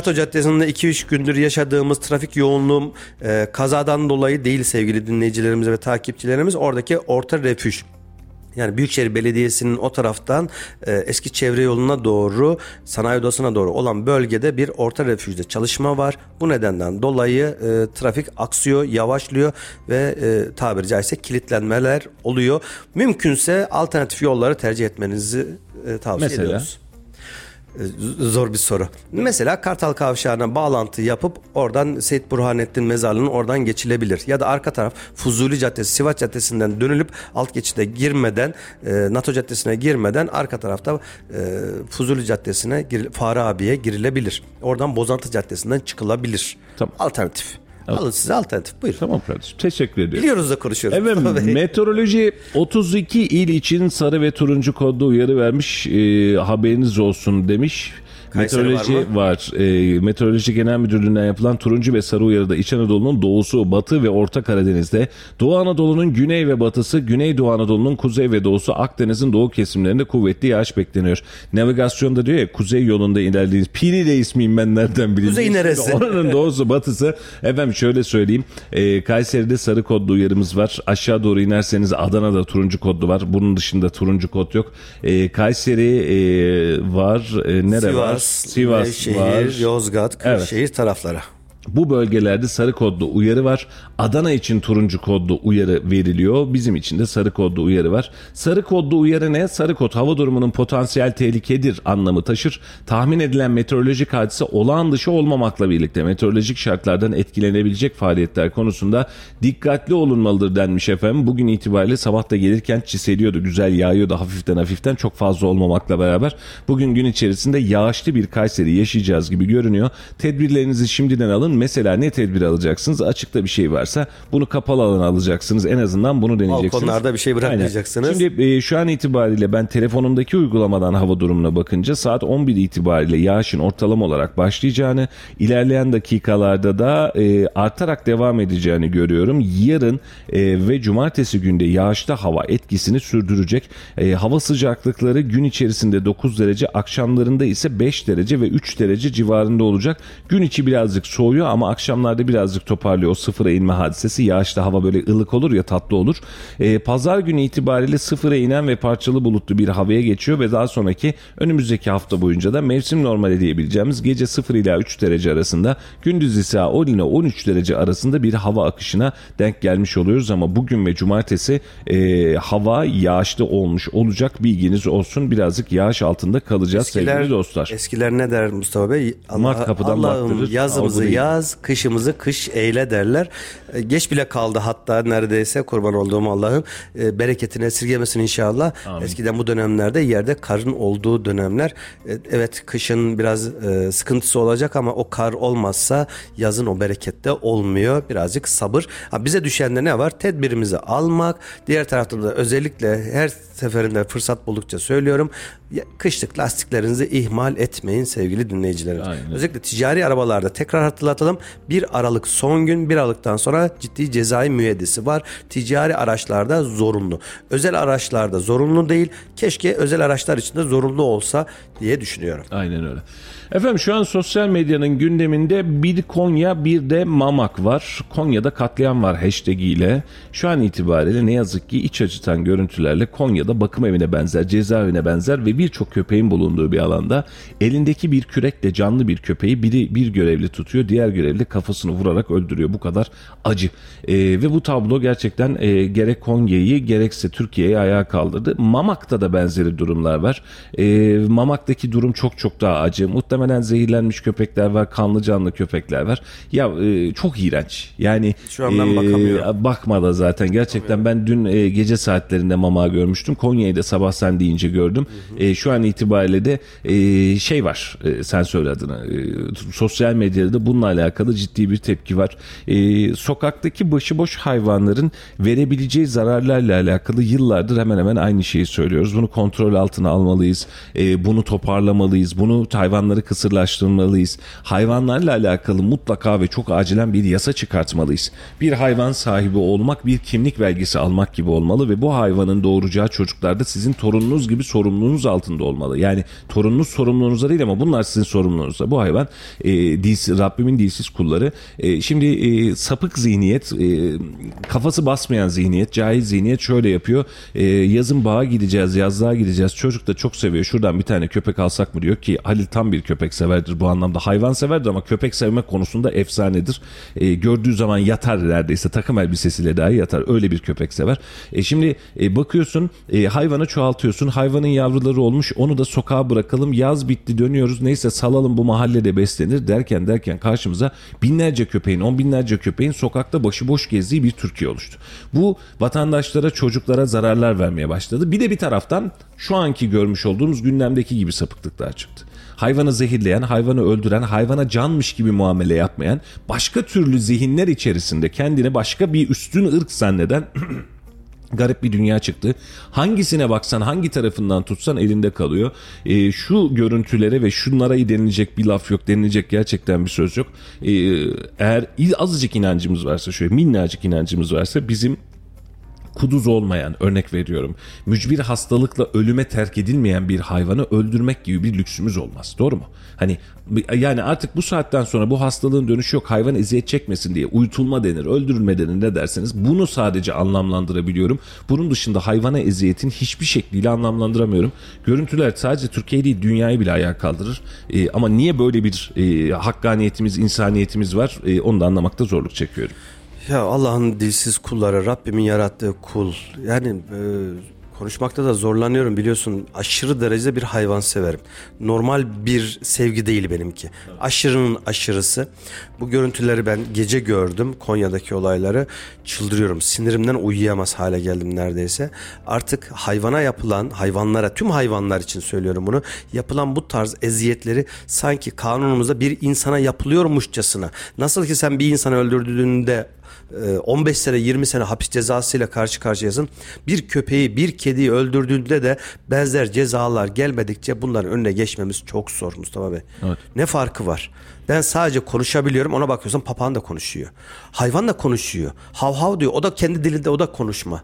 içerisinde iki üç gündür yaşadığımız trafik yoğunluğu e, kazadan dolayı değil sevgili dinleyicilerimiz ve takipçilerimiz. Oradaki orta refüj. Yani Büyükşehir Belediyesi'nin o taraftan e, eski çevre yoluna doğru, sanayi odasına doğru olan bölgede bir orta refüjde çalışma var. Bu nedenden dolayı e, trafik aksıyor, yavaşlıyor ve e, tabiri caizse kilitlenmeler oluyor. Mümkünse alternatif yolları tercih etmenizi e, tavsiye
Mesela?
ediyoruz. Zor bir soru. Mesela Kartal Kavşağı'na bağlantı yapıp oradan Seyit Burhanettin Mezarlığı'nın oradan geçilebilir. Ya da arka taraf Fuzuli Caddesi, Sivas Caddesi'nden dönülüp alt geçide girmeden, e, NATO Caddesi'ne girmeden arka tarafta e, Fuzuli Caddesi'ne, gir, Fahri abiye girilebilir. Oradan Bozantı Caddesi'nden çıkılabilir.
Tamam.
Alternatif. Evet. Alın size alternatif. Buyurun.
Tamam kardeşim. Teşekkür ediyorum.
Biliyoruz da konuşuyoruz.
Evet, meteoroloji otuz iki il için sarı ve turuncu kodlu uyarı vermiş. E, haberiniz olsun demiş.
Kayseri
Meteoroloji
var mı?
var. E, Meteoroloji Genel Müdürlüğü'nden yapılan turuncu ve sarı uyarıda İç Anadolu'nun doğusu, batı ve Orta Karadeniz'de, Doğu Anadolu'nun güney ve batısı, Güneydoğu Anadolu'nun kuzey ve doğusu, Akdeniz'in doğu kesimlerinde kuvvetli yağış bekleniyor. Navigasyonda diyor ya, kuzey yolunda ilerlediğiniz, Piri Reis miyim ben nereden bileyim?
Kuzey neresi?
Oranın doğusu, batısı. Efendim şöyle söyleyeyim. E, Kayseri'de sarı kodlu uyarımız var. Aşağı doğru inerseniz Adana'da turuncu kodlu var. Bunun dışında turuncu kod yok. E, Kayseri e, var. E, nere
Sivas,
var? Sivas
Nevşehir,
var.
Yozgat, Kırşehir tarafları.
Bu bölgelerde sarı kodlu uyarı var. Adana için turuncu kodlu uyarı veriliyor. Bizim için de sarı kodlu uyarı var. Sarı kodlu uyarı ne? Sarı kod hava durumunun potansiyel tehlikedir anlamı taşır. Tahmin edilen meteorolojik hadise olağan dışı olmamakla birlikte meteorolojik şartlardan etkilenebilecek faaliyetler konusunda dikkatli olunmalıdır denmiş efendim. Bugün itibariyle sabah da gelirken çiseliyordu. Güzel yağıyordu hafiften hafiften, çok fazla olmamakla beraber. Bugün gün içerisinde yağışlı bir Kayseri yaşayacağız gibi görünüyor. Tedbirlerinizi şimdiden alın. Mesela ne tedbir alacaksınız? Açıkta bir şey varsa bunu kapalı alana alacaksınız. En azından bunu deneyeceksiniz.
Balkonlarda bir şey bırakmayacaksınız.
Aynen. Şimdi e, şu an itibariyle ben telefonumdaki uygulamadan hava durumuna bakınca saat on bir itibariyle yağışın ortalama olarak başlayacağını, ilerleyen dakikalarda da e, artarak devam edeceğini görüyorum. Yarın e, ve cumartesi günde yağışta hava etkisini sürdürecek. E, hava sıcaklıkları gün içerisinde dokuz derece, akşamlarında ise beş derece ve üç derece civarında olacak. Gün içi birazcık soğuyor ama akşamlarda birazcık toparlıyor. O sıfıra inme hadisesi, yağışta hava böyle ılık olur ya, tatlı olur. Ee, Pazar günü itibariyle sıfıra inen ve parçalı bulutlu bir havaya geçiyor ve daha sonraki önümüzdeki hafta boyunca da mevsim normali diyebileceğimiz gece sıfır ila üç derece arasında, gündüz ise on ile on üç derece arasında bir hava akışına denk gelmiş oluyoruz. Ama bugün ve cumartesi e, hava yağışlı olmuş olacak, bilginiz olsun. Birazcık yağış altında kalacağız
Eskiler,
sevgili dostlar.
Eskiler ne der Mustafa Bey? Allah,
Mart kapıdan
Allah'ım
baktırır,
yazımızı
algılayın.
yaz, kışımızı kış eyle derler. E, Geç bile kaldı hatta neredeyse, kurban olduğum Allah'ım. E, bereketini esirgemesin inşallah. Amin. Eskiden bu dönemlerde yerde karın olduğu dönemler. E, evet, kışın biraz e, sıkıntısı olacak ama o kar olmazsa yazın o berekette olmuyor. Birazcık sabır. Ha, bize düşen de ne var? Tedbirimizi almak. Diğer taraftan da özellikle her seferinde fırsat buldukça söylüyorum. Kışlık lastiklerinizi ihmal etmeyin sevgili dinleyicilerimiz.
Aynen.
Özellikle ticari arabalarda tekrar hatırlatalım. bir Aralık son gün, bir Aralık'tan sonra ciddi cezai müeyyidesi var. Ticari araçlarda zorunlu. Özel araçlarda zorunlu değil. Keşke özel araçlar için de zorunlu olsa diye düşünüyorum.
Aynen öyle. Efendim şu an sosyal medyanın gündeminde bir Konya bir de Mamak var. Konya'da katliam var hashtag ile. Şu an itibariyle ne yazık ki iç acıtan görüntülerle Konya'da bakım evine benzer, cezaevine benzer ve birçok köpeğin bulunduğu bir alanda elindeki bir kürekle canlı bir köpeği biri bir görevli tutuyor, diğer görevli kafasını vurarak öldürüyor. Bu kadar acı. Ee, ve bu tablo gerçekten e, gerek Konya'yı gerekse Türkiye'yi ayağa kaldırdı. Mamak'ta da benzeri durumlar var. Ee, Mamak'taki durum çok çok daha acı. Muhtemelen zehirlenmiş köpekler var, kanlı canlı köpekler var. Ya e, çok iğrenç. Yani
şu an ben bakamıyorum.
Bakma da zaten. Gerçekten ben dün e, gece saatlerinde Mamak'ı görmüştüm. Konya'yı da sabah sen deyince gördüm. Hı hı. E, şu an itibariyle de e, şey var. E, sen söyle adını. E, sosyal medyada da bununla alakalı ciddi bir tepki var. Ee, sokaktaki başıboş hayvanların verebileceği zararlarla alakalı yıllardır hemen hemen aynı şeyi söylüyoruz. Bunu kontrol altına almalıyız. Ee, bunu toparlamalıyız. Bunu hayvanları kısırlaştırmalıyız. Hayvanlarla alakalı mutlaka ve çok acilen bir yasa çıkartmalıyız. Bir hayvan sahibi olmak bir kimlik belgesi almak gibi olmalı ve bu hayvanın doğuracağı çocuklar da sizin torununuz gibi sorumluluğunuz altında olmalı. Yani torununuz sorumluluğunuzda değil ama bunlar sizin sorumluluğunuzda. Bu hayvan e, dilsiz, Rabbimin dilsiz kulları. E, şimdi e, sapık zihniyet, e, kafası basmayan zihniyet, cahil zihniyet şöyle yapıyor. E, yazın bağa gideceğiz, yazlığa gideceğiz. Çocuk da çok seviyor. Şuradan bir tane köpek alsak mı diyor ki Halil tam bir köpek severdir bu anlamda. Hayvan severdir ama köpek sevmek konusunda efsanedir. E, gördüğü zaman yatar neredeyse. Takım elbisesiyle dahi yatar. Öyle bir köpek sever. E, şimdi e, bakıyorsun e, hayvanı çoğaltıyorsun. Hayvanın yavruları olmuş. Onu da sokağa bırakalım. Yaz bitti dönüyoruz. Neyse salalım bu mahallede beslenir derken derken karşımıza binlerce köpeğin, on binlerce köpeğin sokakta başıboş gezdiği bir Türkiye oluştu. Bu vatandaşlara, çocuklara zararlar vermeye başladı. Bir de bir taraftan şu anki görmüş olduğumuz gündemdeki gibi sapıklıklar çıktı. Hayvanı zehirleyen, hayvanı öldüren, hayvana canmış gibi muamele yapmayan, başka türlü zihinler içerisinde kendini başka bir üstün ırk zanneden garip bir dünya çıktı. Hangisine baksan, hangi tarafından tutsan elinde kalıyor. E, şu görüntülere ve şunlara denilecek bir laf yok, denilecek gerçekten bir söz yok. E, eğer azıcık inancımız varsa, şöyle minnacık inancımız varsa bizim kuduz olmayan, örnek veriyorum, mücbir hastalıkla ölüme terk edilmeyen bir hayvanı öldürmek gibi bir lüksümüz olmaz. Doğru mu? Hani yani artık bu saatten sonra bu hastalığın dönüşü yok. Hayvan eziyet çekmesin diye uyutulma denir, öldürülme denir, ne derseniz. Bunu sadece anlamlandırabiliyorum. Bunun dışında hayvana eziyetin hiçbir şekliyle anlamlandıramıyorum. Görüntüler sadece Türkiye değil, dünyayı bile ayağa kaldırır. Ee, ama niye böyle bir e, hakkaniyetimiz, insaniyetimiz var? E, onu da anlamakta zorluk çekiyorum.
Ya Allah'ın dilsiz kulları, Rabbimin yarattığı kul. Yani e, konuşmakta da zorlanıyorum, biliyorsun. Aşırı derecede bir hayvan severim. Normal bir sevgi değil benimki. Aşırının aşırısı. Bu görüntüleri ben gece gördüm, Konya'daki olayları. Çıldırıyorum. Sinirimden uyuyamaz hale geldim neredeyse. Artık hayvana yapılan, hayvanlara, tüm hayvanlar için söylüyorum bunu, yapılan bu tarz eziyetleri sanki kanunumuzda bir insana yapılıyormuşçasına. Nasıl ki sen bir insanı öldürdüğünde on beş sene yirmi sene hapis cezasıyla karşı karşıyasın, bir köpeği, bir kediyi öldürdüğünde de benzer cezalar gelmedikçe bunların önüne geçmemiz çok zor Mustafa Bey. Evet. Ne farkı var? Ben sadece konuşabiliyorum, ona bakıyorsun papağan da konuşuyor. Hayvan da konuşuyor. Hav hav diyor. O da kendi dilinde, o da konuşma.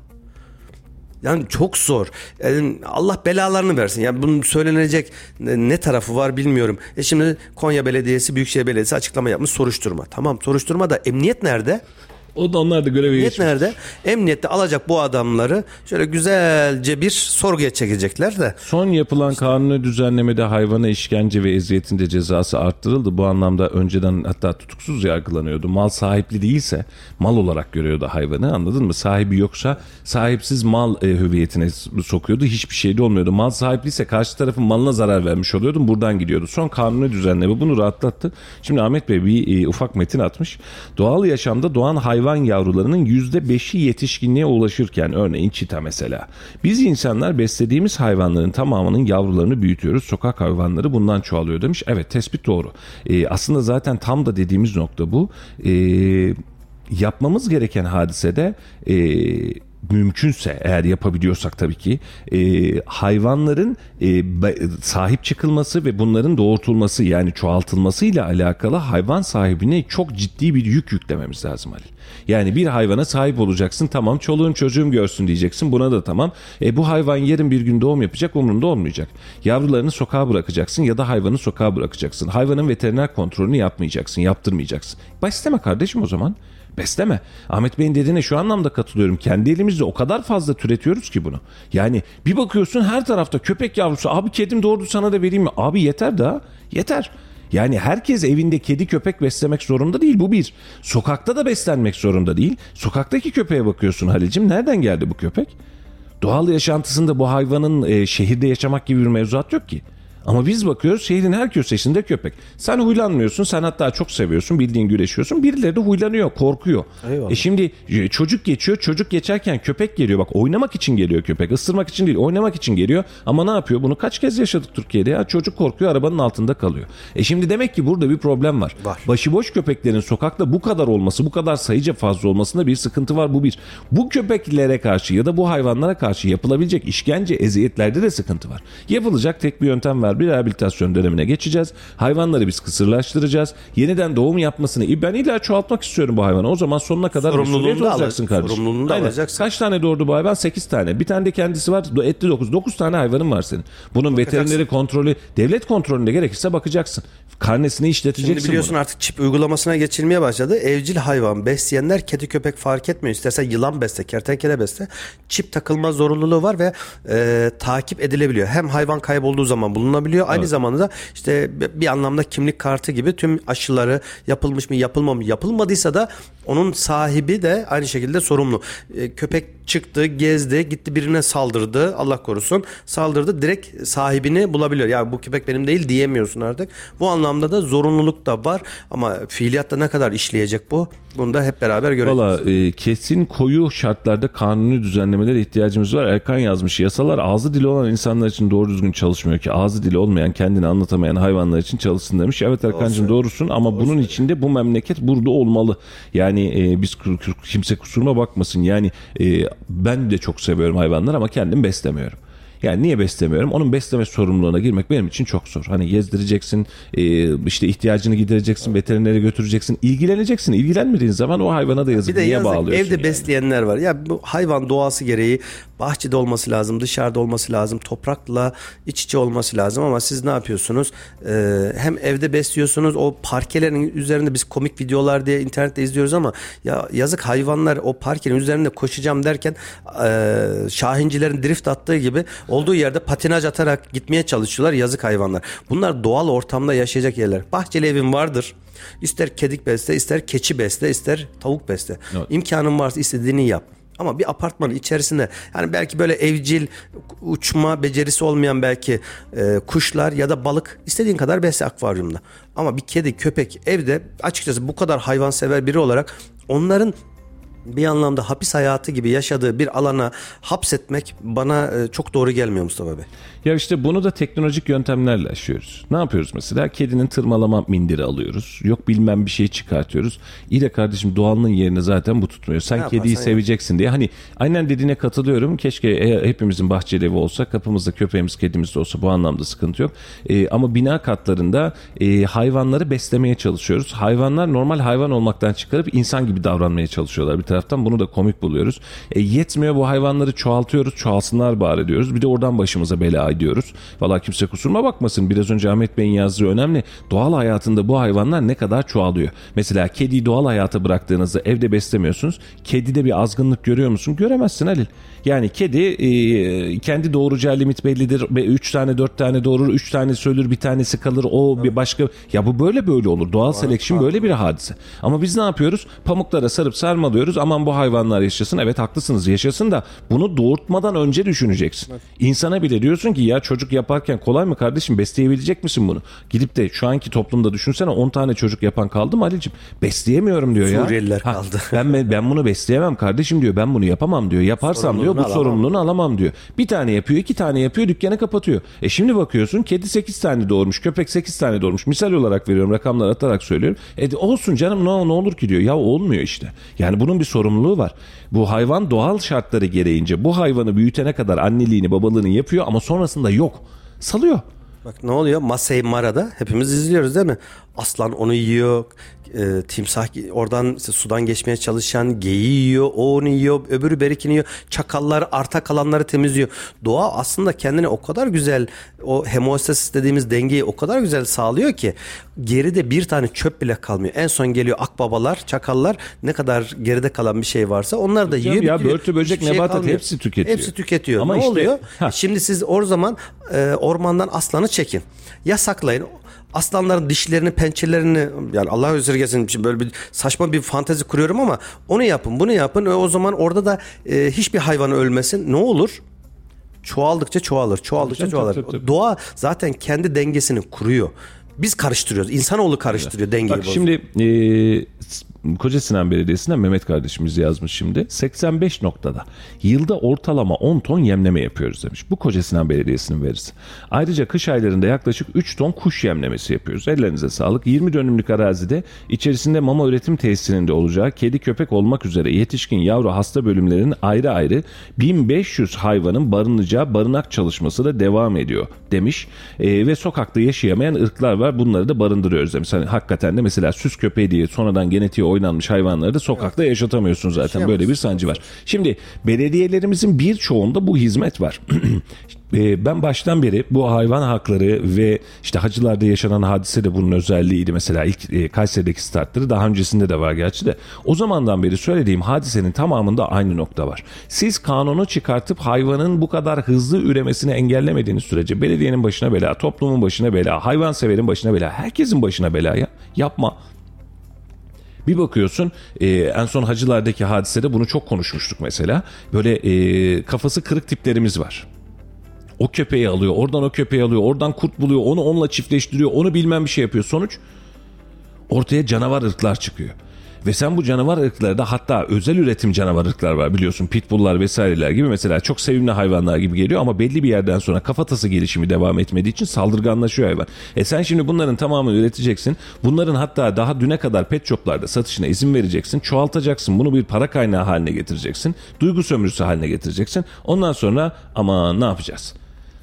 Yani çok zor. Yani Allah belalarını versin. Yani bunun söylenecek ne tarafı var bilmiyorum. E şimdi Konya Belediyesi, Büyükşehir Belediyesi açıklama yapmış, soruşturma. Tamam, soruşturma da emniyet nerede?
O da onlar da göreve
Emniyet
geçmiş.
nerede? Emniyette alacak bu adamları, şöyle güzelce bir sorguya çekecekler de.
Son yapılan işte kanuni düzenlemede hayvana işkence ve eziyetin de cezası arttırıldı. Bu anlamda önceden hatta tutuksuz yargılanıyordu. Mal sahipli değilse mal olarak görüyordu hayvanı, anladın mı? Sahibi yoksa sahipsiz mal e, hüviyetine sokuyordu. Hiçbir şey de olmuyordu. Mal sahipliyse karşı tarafın malına zarar vermiş oluyordun. Buradan gidiyordu. Son kanuni düzenleme bunu rahatlattı. Şimdi Ahmet Bey bir e, ufak metin atmış. Doğal yaşamda doğan hayvan hayvan yavrularının yüzde beşi yetişkinliğe ulaşırken, örneğin çita mesela. Biz insanlar beslediğimiz hayvanların tamamının yavrularını büyütüyoruz. Sokak hayvanları bundan çoğalıyor demiş. Evet, tespit doğru. Ee, aslında zaten tam da dediğimiz nokta bu. Ee, yapmamız gereken hadisede e, mümkünse, eğer yapabiliyorsak tabii ki e, hayvanların e, sahip çıkılması ve bunların doğurtulması, yani çoğaltılmasıyla alakalı hayvan sahibine çok ciddi bir yük yüklememiz lazım Ali. Yani bir hayvana sahip olacaksın, tamam, çoluğun çocuğum görsün diyeceksin, buna da tamam. E, bu hayvan yarın bir gün doğum yapacak, umurunda olmayacak. Yavrularını sokağa bırakacaksın ya da hayvanı sokağa bırakacaksın. Hayvanın veteriner kontrolünü yapmayacaksın, yaptırmayacaksın. Besleme kardeşim o zaman. Besleme. Ahmet Bey'in dediğine şu anlamda katılıyorum. Kendi elimizde o kadar fazla türetiyoruz ki bunu. Yani bir bakıyorsun her tarafta köpek yavrusu. Abi kedim doğurdu, sana da vereyim mi? Abi yeter daha. Yeter. Yani herkes evinde kedi köpek beslemek zorunda değil, bu bir. Sokakta da beslenmek zorunda değil. Sokaktaki köpeğe bakıyorsun Halil'cim, nereden geldi bu köpek? Doğal yaşantısında bu hayvanın e, şehirde yaşamak gibi bir mevzuat yok ki. Ama biz bakıyoruz şehrin her köşesinde köpek. Sen huylanmıyorsun, sen hatta çok seviyorsun, bildiğin güreşiyorsun. Birileri de huylanıyor, korkuyor.
Eyvallah.
E şimdi çocuk geçiyor, çocuk geçerken köpek geliyor. Bak oynamak için geliyor köpek, ısırmak için değil, oynamak için geliyor. Ama ne yapıyor? Bunu kaç kez yaşadık Türkiye'de ya. Çocuk korkuyor, arabanın altında kalıyor. E şimdi demek ki burada bir problem var.
Var.
Başıboş köpeklerin sokakta bu kadar olması, bu kadar sayıca fazla olmasında bir sıkıntı var. Bu bir. Bu köpeklere karşı ya da bu hayvanlara karşı yapılabilecek işkence, eziyetlerde de sıkıntı var. Yapılacak tek bir yöntem var. Bir rehabilitasyon dönemine geçeceğiz. Hayvanları biz kısırlaştıracağız. Yeniden doğum yapmasını, ben illa çoğaltmak istiyorum bu hayvanı. O zaman sonuna kadar
sorumluluğunu da
alacaksın kardeşim.
Sorumluluğunu da
Aynen.
alacaksın.
Kaç tane doğurdu bu hayvan? sekiz tane. Bir tane de kendisi var. Etli dokuz. dokuz tane hayvanın var senin. Bunun bakacaksın. Veterineri kontrolü, devlet kontrolünde gerekirse bakacaksın. Karnesini işleteceksin.
Şimdi biliyorsun bunu. Artık çip uygulamasına geçilmeye başladı. Evcil hayvan besleyenler kedi köpek fark etmiyor. İstersen yılan besle, kertenkele besle. Çip takılma zorunluluğu var ve e, takip edilebiliyor. Hem hayvan kaybolduğu zaman bulunabiliyor. Aynı evet. zamanda da işte bir anlamda kimlik kartı gibi tüm aşıları yapılmış mı, yapılmamış mı, yapılmadıysa da onun sahibi de aynı şekilde sorumlu. E, köpek çıktı, gezdi, gitti birine saldırdı. Allah korusun. Saldırdı. Direkt sahibini bulabiliyor. Ya bu köpek benim değil diyemiyorsun artık. Bu anlamda da zorunluluk da var. Ama fiiliyatta ne kadar işleyecek bu? Bunu da hep beraber göreceğiz.
Valla e, kesin koyu şartlarda kanuni düzenlemelere ihtiyacımız var. Erkan yazmış. Yasalar ağzı dili olan insanlar için doğru düzgün çalışmıyor ki. Ağzı dili olmayan, kendini anlatamayan hayvanlar için çalışsın demiş. Evet Erkan'cığım doğrusun ama Doğru bunun içinde bu memleket burada olmalı. Yani e, biz kimse kusuruma bakmasın. Yani e, ben de çok seviyorum hayvanlar ama kendim beslemiyorum. Yani niye beslemiyorum? Onun besleme sorumluluğuna girmek benim için çok zor. Hani gezdireceksin, işte ihtiyacını gidereceksin, veterinere götüreceksin, ilgileneceksin. İlgilenmediğin zaman o hayvana da yazık. Niye yazık, bağlıyorsun?
Evde
yani?
Besleyenler var. Ya bu hayvan doğası gereği bahçede olması lazım, dışarıda olması lazım, toprakla iç içe olması lazım ama siz ne yapıyorsunuz? Ee, hem evde besliyorsunuz, o parkelerin üzerinde biz komik videolar diye internette izliyoruz ama ya yazık hayvanlar o parkenin üzerinde koşacağım derken e, şahincilerin drift attığı gibi olduğu yerde patinaj atarak gitmeye çalışıyorlar. Yazık hayvanlar. Bunlar doğal ortamda yaşayacak yerler. Bahçeli evin vardır. İster kedik besle, ister keçi besle, ister tavuk besle. Evet. İmkanın varsa istediğini yap. Ama bir apartmanın içerisinde yani belki böyle evcil uçma becerisi olmayan belki e, kuşlar ya da balık istediğin kadar besle akvaryumda. Ama bir kedi, köpek evde açıkçası bu kadar hayvansever biri olarak onların bir anlamda hapis hayatı gibi yaşadığı bir alana hapsetmek bana çok doğru gelmiyor Mustafa Bey.
Ya işte bunu da teknolojik yöntemlerle aşıyoruz. Ne yapıyoruz mesela? Kedinin tırmalama mindiri alıyoruz. Yok bilmem bir şey çıkartıyoruz. İyi de kardeşim doğanın yerine zaten bu tutmuyor. Sen ne kediyi seveceksin ya diye. Hani aynen dediğine katılıyorum. Keşke hepimizin bahçeli evi olsa, kapımızda köpeğimiz, kedimiz de olsa bu anlamda sıkıntı yok. Ee, ama bina katlarında e, hayvanları beslemeye çalışıyoruz. Hayvanlar normal hayvan olmaktan çıkarıp insan gibi davranmaya çalışıyorlar. Bir taraftan bunu da komik buluyoruz. E, yetmiyor bu hayvanları çoğaltıyoruz. Çoğalsınlar bari diyoruz. Bir de oradan başımıza bela diyoruz. Valla kimse kusuruma bakmasın. Biraz önce Ahmet Bey'in yazdığı önemli. Doğal hayatında bu hayvanlar ne kadar çoğalıyor? Mesela kediyi doğal hayata bıraktığınızda evde beslemiyorsunuz. Kedide bir azgınlık görüyor musun? Göremezsin Halil. Yani kedi e, kendi doğuracağı limit bellidir. üç tane dört tane doğurur. üç tanesi ölür, bir tanesi kalır. O bir başka. Ya bu böyle böyle olur. Doğal seleksiyon böyle bir hadise. Ama biz ne yapıyoruz? Pamuklara sarıp sarmalıyoruz. Aman bu hayvanlar yaşasın. Evet haklısınız yaşasın da bunu doğurtmadan önce düşüneceksin. İnsana bile diyorsun ki ya çocuk yaparken kolay mı kardeşim? Besleyebilecek misin bunu? Gidip de şu anki toplumda düşünsene on tane çocuk yapan kaldı mı Halil'ciğim? Besleyemiyorum diyor ya.
Suriyeliler ha, kaldı.
Ben ben bunu besleyemem kardeşim diyor. Ben bunu yapamam diyor. Yaparsam diyor bu alamam. sorumluluğunu alamam diyor. Bir tane yapıyor, iki tane yapıyor, dükkanı kapatıyor. E şimdi bakıyorsun kedi sekiz tane doğurmuş, köpek sekiz tane doğurmuş. Misal olarak veriyorum, rakamlar atarak söylüyorum. E olsun canım ne, ne olur ki diyor. Ya olmuyor işte. Yani bunun bir sorumluluğu var. Bu hayvan doğal şartları gereğince bu hayvanı büyütene kadar anneliğini, babalığını yapıyor ama sonrasında yok. Salıyor.
Bak ne oluyor? Masai Mara'da hepimiz izliyoruz değil mi? Aslan onu yiyor. E, timsah oradan işte sudan geçmeye çalışan geyiği yiyor, o onu yiyor, öbürü berikini yiyor. Çakallar arta kalanları temizliyor. Doğa aslında kendine o kadar güzel, o hemostasis dediğimiz dengeyi o kadar güzel sağlıyor ki geride bir tane çöp bile kalmıyor. En son geliyor akbabalar, çakallar, ne kadar geride kalan bir şey varsa onlar da yiyor.
Ya börtü, böcek, şey nebatat kalmıyor. Hepsi tüketiyor.
Hepsi tüketiyor.
Ama
ne
işte,
oluyor?
Ha.
Şimdi siz o zaman e, ormandan aslanı çekin. Yasaklayın. Aslanların dişlerini, pençelerini, yani Allah esirgesin için böyle bir saçma bir fantezi kuruyorum ama onu yapın, bunu yapın. O zaman orada da e, hiçbir hayvan ölmesin. Ne olur? çoğaldıkça çoğalır, çoğaldıkça
Tabii,
çoğalır.
tabii, tabii.
Doğa zaten kendi dengesini kuruyor. Biz karıştırıyoruz. İnsanoğlu karıştırıyor, dengeyi
Bak
bozuyor.
şimdi e, Koca Sinan Belediyesi'nden Mehmet kardeşimiz yazmış şimdi. seksen beş noktada yılda ortalama on ton yemleme yapıyoruz demiş. Bu Koca Sinan Belediyesi'nin verisi. Ayrıca kış aylarında yaklaşık üç ton kuş yemlemesi yapıyoruz. Ellerinize sağlık. yirmi dönümlük arazide içerisinde mama üretim tesisinin de olacağı, kedi köpek olmak üzere yetişkin yavru hasta bölümlerinin ayrı ayrı bin beş yüz hayvanın barınacağı barınak çalışması da devam ediyor demiş. E, ve sokakta yaşayamayan ırklar var. Bunları da barındırıyoruz demiş. Hani hakikaten de mesela süs köpeği diye sonradan genetiği oynanmış hayvanları da sokakta evet. yaşatamıyorsun zaten. Şey böyle bir sancı var. Şimdi belediyelerimizin birçoğunda bu hizmet var. Ben baştan beri bu hayvan hakları ve işte Hacılar'da yaşanan hadise de bunun özelliğiydi. Mesela ilk Kayseri'deki startları daha öncesinde de var gerçi de. O zamandan beri söylediğim hadisenin tamamında aynı nokta var. Siz kanunu çıkartıp hayvanın bu kadar hızlı üremesini engellemediğiniz sürece belediyenin başına bela, toplumun başına bela, hayvanseverin başına bela, herkesin başına bela ya. Yapma. Bir bakıyorsun e, en son Hacılar'daki hadisede bunu çok konuşmuştuk mesela. Böyle e, kafası kırık tiplerimiz var. O köpeği alıyor, oradan o köpeği alıyor, oradan kurt buluyor, onu onunla çiftleştiriyor, onu bilmem bir şey yapıyor. Sonuç ortaya canavar ırklar çıkıyor. Ve sen bu canavar ırklarda hatta özel üretim canavar ırklar var biliyorsun, pitbulllar vesaireler gibi mesela çok sevimli hayvanlar gibi geliyor ama belli bir yerden sonra kafatası gelişimi devam etmediği için saldırganlaşıyor hayvan. E sen şimdi bunların tamamını üreteceksin. Bunların hatta daha düne kadar pet shoplarda satışına izin vereceksin. Çoğaltacaksın. Bunu bir para kaynağı haline getireceksin. Duygu sömürüsü haline getireceksin. Ondan sonra ama ne yapacağız?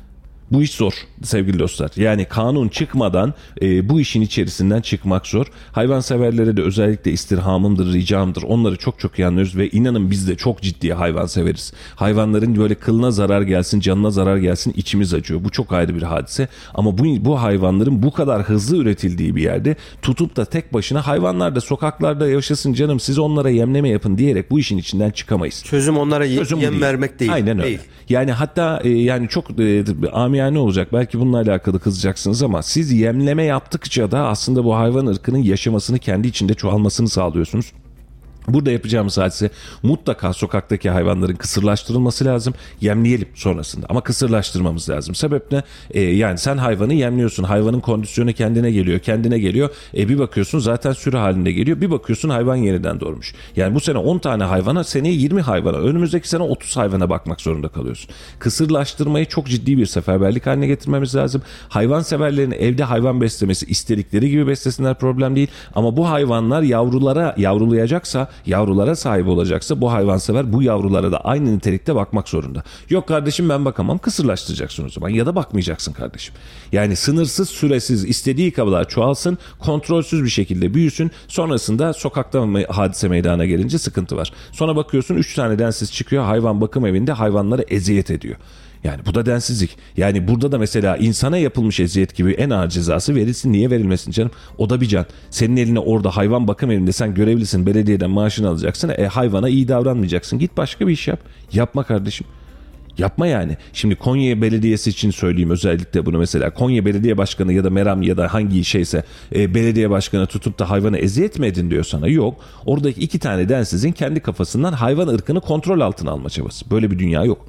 Bu iş zor sevgili dostlar. Yani kanun çıkmadan e, bu işin içerisinden çıkmak zor. Hayvanseverlere de özellikle istirhamımdır, ricamdır. Onları çok çok iyi anlıyoruz ve inanın biz de çok ciddi hayvan severiz. Hayvanların böyle kılına zarar gelsin, canına zarar gelsin içimiz acıyor. Bu çok ayrı bir hadise. Ama bu, bu hayvanların bu kadar hızlı üretildiği bir yerde tutup da tek başına hayvanlar da sokaklarda yaşasın canım siz onlara yemleme yapın diyerek bu işin içinden çıkamayız.
Çözüm onlara ye-
Çözüm
yem
değil.
vermek değil.
Aynen öyle.
Değil.
Yani hatta e, yani çok e, amiyane olacak. Belki bununla alakalı kızacaksınız ama siz yemleme yaptıkça da aslında bu hayvan ırkının yaşamasını kendi içinde çoğalmasını sağlıyorsunuz. Burada yapacağımız hadise mutlaka sokaktaki hayvanların kısırlaştırılması lazım. Yemleyelim sonrasında ama kısırlaştırmamız lazım. Sebep ne? Ee, yani sen hayvanı yemliyorsun. Hayvanın kondisyonu kendine geliyor. Kendine geliyor. E bir bakıyorsun zaten sürü halinde geliyor. Bir bakıyorsun hayvan yeniden doğurmuş. Yani bu sene on tane hayvana, seneye yirmi hayvana, önümüzdeki sene otuz hayvana bakmak zorunda kalıyorsun. Kısırlaştırmayı çok ciddi bir seferberlik haline getirmemiz lazım. Hayvanseverlerin evde hayvan beslemesi istedikleri gibi beslesinler, problem değil. Ama bu hayvanlar yavrulara yavrulayacaksa, yavrulara sahip olacaksa bu hayvansever bu yavrulara da aynı nitelikte bakmak zorunda. Yok kardeşim ben bakamam, kısırlaştıracaksın o zaman ya da bakmayacaksın kardeşim. Yani sınırsız süresiz istediği kadar çoğalsın, kontrolsüz bir şekilde büyüsün, sonrasında sokakta hadise meydana gelince sıkıntı var. Sonra bakıyorsun üç tane densiz çıkıyor, hayvan bakım evinde hayvanlara eziyet ediyor. Yani bu da densizlik. Yani burada da mesela insana yapılmış eziyet gibi en ağır cezası verilsin. Niye verilmesin canım? O da bir can. Senin eline orada hayvan bakım evinde sen görevlisin, belediyeden maaşını alacaksın. E hayvana iyi davranmayacaksın. Git başka bir iş yap. Yapma kardeşim. Yapma yani. Şimdi Konya Belediyesi için söyleyeyim özellikle bunu mesela. Konya Belediye Başkanı ya da Meram ya da hangi şeyse e, belediye başkanı tutup da hayvana eziyet mi edin diyor sana. Yok. Oradaki iki tane densizin kendi kafasından hayvan ırkını kontrol altına alma çabası. Böyle bir dünya yok.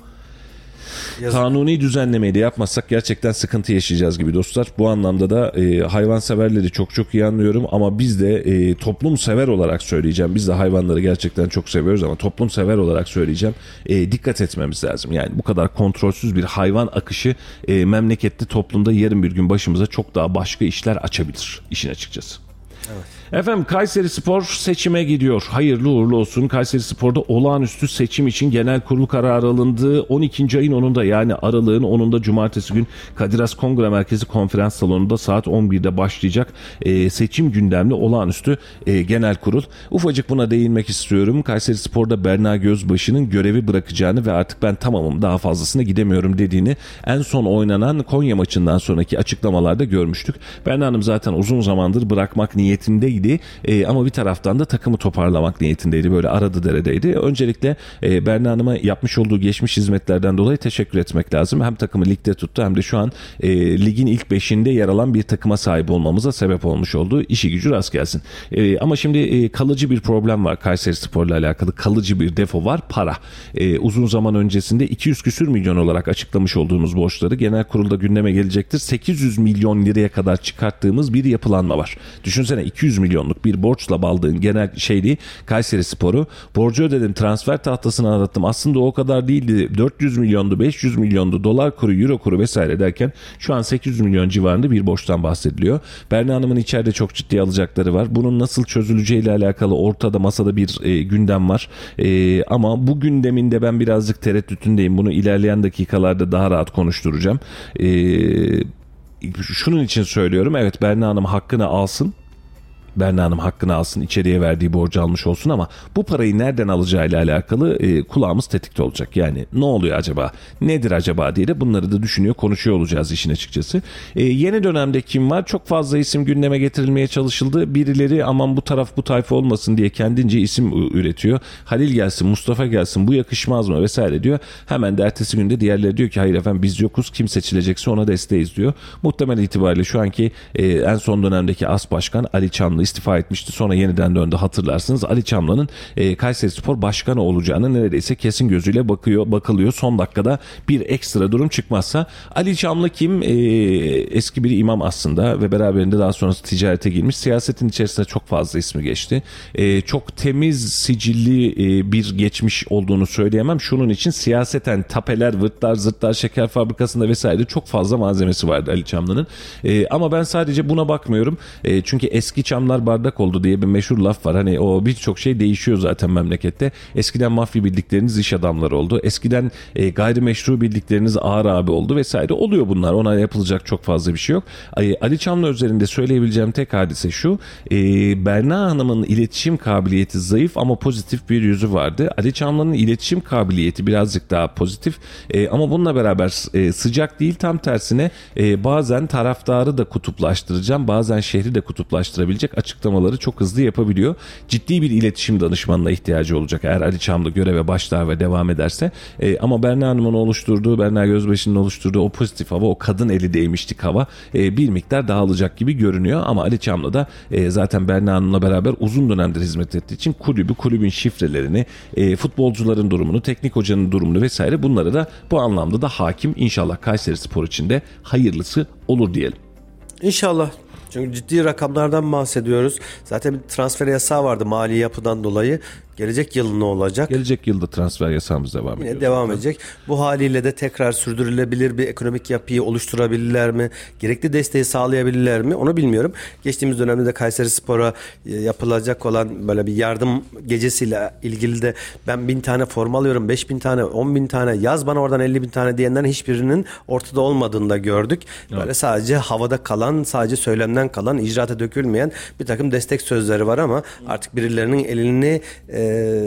Yazık. Kanuni düzenlemeyi de yapmazsak gerçekten sıkıntı yaşayacağız gibi dostlar. Bu anlamda da e, hayvanseverleri çok çok iyi anlıyorum ama biz de e, toplumsever olarak söyleyeceğim. Biz de hayvanları gerçekten çok seviyoruz ama toplumsever olarak söyleyeceğim. E, dikkat etmemiz lazım. Yani bu kadar kontrolsüz bir hayvan akışı e, memlekette, toplumda yarın bir gün başımıza çok daha başka işler açabilir işin açıkçası. Evet. Efendim Kayserispor seçime gidiyor. Hayırlı uğurlu olsun. Kayserispor'da olağanüstü seçim için genel kurul kararı alındı. on ikinci ayın onunda yani aralığın onunda cumartesi gün Kadir Has Kongre Merkezi Konferans Salonu'nda saat on birde başlayacak e, seçim gündemli olağanüstü e, genel kurul. Ufacık buna değinmek istiyorum. Kayserispor'da Berna Gözbaşı'nın görevi bırakacağını ve artık ben tamamım daha fazlasına gidemiyorum dediğini en son oynanan Konya maçından sonraki açıklamalarda görmüştük. Berna Hanım zaten uzun zamandır bırakmak niyetindeydi iyiydi e, ama bir taraftan da takımı toparlamak niyetindeydi. Böyle aradı deredeydi. Öncelikle e, Berna Hanım'a yapmış olduğu geçmiş hizmetlerden dolayı teşekkür etmek lazım. Hem takımı ligde tuttu hem de şu an e, ligin ilk beşinde yer alan bir takıma sahip olmamıza sebep olmuş oldu. İşi gücü rast gelsin. E, ama şimdi e, kalıcı bir problem var Kayserispor'la alakalı. Kalıcı bir defo var. Para. E, uzun zaman öncesinde iki yüz küsür milyon olarak açıklamış olduğumuz borçları genel kurulda gündeme gelecektir. sekiz yüz milyon liraya kadar çıkarttığımız bir yapılanma var. Düşünsene iki yüz milyonluk bir borçla baldığın genel şeydi Kayserispor'u. Borcu ödedim, transfer tahtasını arattım. Aslında o kadar değildi. dört yüz milyondu, beş yüz milyondu, dolar kuru, euro kuru vesaire derken şu an sekiz yüz milyon civarında bir borçtan bahsediliyor. Berna Hanım'ın içeride çok ciddi alacakları var. Bunun nasıl çözüleceğiyle alakalı ortada masada bir e, gündem var. E, ama bu gündeminde ben birazcık tereddütündeyim. Bunu ilerleyen dakikalarda daha rahat konuşturacağım. Eee Şunun için söylüyorum. Evet, Berna Hanım hakkını alsın. Berna Hanım hakkını alsın, içeriye verdiği borcu almış olsun ama bu parayı nereden alacağıyla alakalı e, kulağımız tetikte olacak. Yani ne oluyor acaba, nedir acaba diye de bunları da düşünüyor, konuşuyor olacağız işin açıkçası. E, yeni dönemde kim var? Çok fazla isim gündeme getirilmeye çalışıldı. Birileri aman bu taraf bu tayfa olmasın diye kendince isim üretiyor. Halil gelsin, Mustafa gelsin, bu yakışmaz mı vesaire diyor. Hemen de ertesi günde diğerleri diyor ki hayır efendim biz yokuz, kim seçilecekse ona desteğiz diyor. Muhtemel itibariyle şu anki e, en son dönemdeki As Başkan Ali Çamlı istifa etmişti. Sonra yeniden döndü, hatırlarsınız. Ali Çamlı'nın e, Kayserispor Başkanı olacağını neredeyse kesin gözüyle bakıyor, bakılıyor. Son dakikada bir ekstra durum çıkmazsa. Ali Çamlı kim? E, eski bir imam aslında ve beraberinde daha sonrası ticarete girmiş. Siyasetin içerisinde çok fazla ismi geçti. E, çok temiz sicilli e, bir geçmiş olduğunu söyleyemem. Şunun için siyaseten tapeler, vırtlar, zırtlar, şeker fabrikasında vesaire çok fazla malzemesi vardı Ali Çamlı'nın. E, ama ben sadece buna bakmıyorum. E, çünkü eski çamlar bardak oldu diye bir meşhur laf var. Hani o birçok şey değişiyor zaten memlekette. Eskiden mafya bildikleriniz iş adamları oldu. Eskiden e, gayrimeşru bildikleriniz ağır abi oldu vesaire. Oluyor bunlar. Ona yapılacak çok fazla bir şey yok. E, Ali Çamlı üzerinde söyleyebileceğim tek hadise şu. E, Berna Hanım'ın iletişim kabiliyeti zayıf ama pozitif bir yüzü vardı. Ali Çamlı'nın iletişim kabiliyeti birazcık daha pozitif. E, ama bununla beraber e, sıcak değil, tam tersine e, bazen taraftarı da kutuplaştıracağım. Bazen şehri de kutuplaştırabilecek açıklamaları çok hızlı yapabiliyor. Ciddi bir iletişim danışmanına ihtiyacı olacak eğer Ali Çamlı göreve başlar ve devam ederse. E, ama Berna Hanım'ın oluşturduğu, Berna Gözbaşı'nın oluşturduğu o pozitif hava, o kadın eli değmiştik hava e, bir miktar dağılacak gibi görünüyor. Ama Ali Çamlı da e, zaten Berna Hanım'la beraber uzun dönemdir hizmet ettiği için kulübü, kulübün şifrelerini, e, futbolcuların durumunu, teknik hocanın durumunu vesaire bunlara da bu anlamda da hakim. İnşallah Kayserispor için de hayırlısı olur diyelim.
İnşallah. Çünkü ciddi rakamlardan bahsediyoruz. Zaten bir transfer yasağı vardı mali yapıdan dolayı. Gelecek yıl ne olacak?
Gelecek yılda transfer yasağımız devam ediyor.
Yine devam edecek. Bu haliyle de tekrar sürdürülebilir bir ekonomik yapıyı oluşturabilirler mi? Gerekli desteği sağlayabilirler mi? Onu bilmiyorum. Geçtiğimiz dönemde de Kayserispor'a yapılacak olan böyle bir yardım gecesiyle ilgili de ben bin tane forma alıyorum, beş bin tane, on bin tane, yaz bana oradan elli bin tane diyenlerin hiçbirinin ortada olmadığını da gördük. Böyle evet. Sadece havada kalan, sadece söylemden kalan, icraata dökülmeyen bir takım destek sözleri var ama artık birilerinin elini e,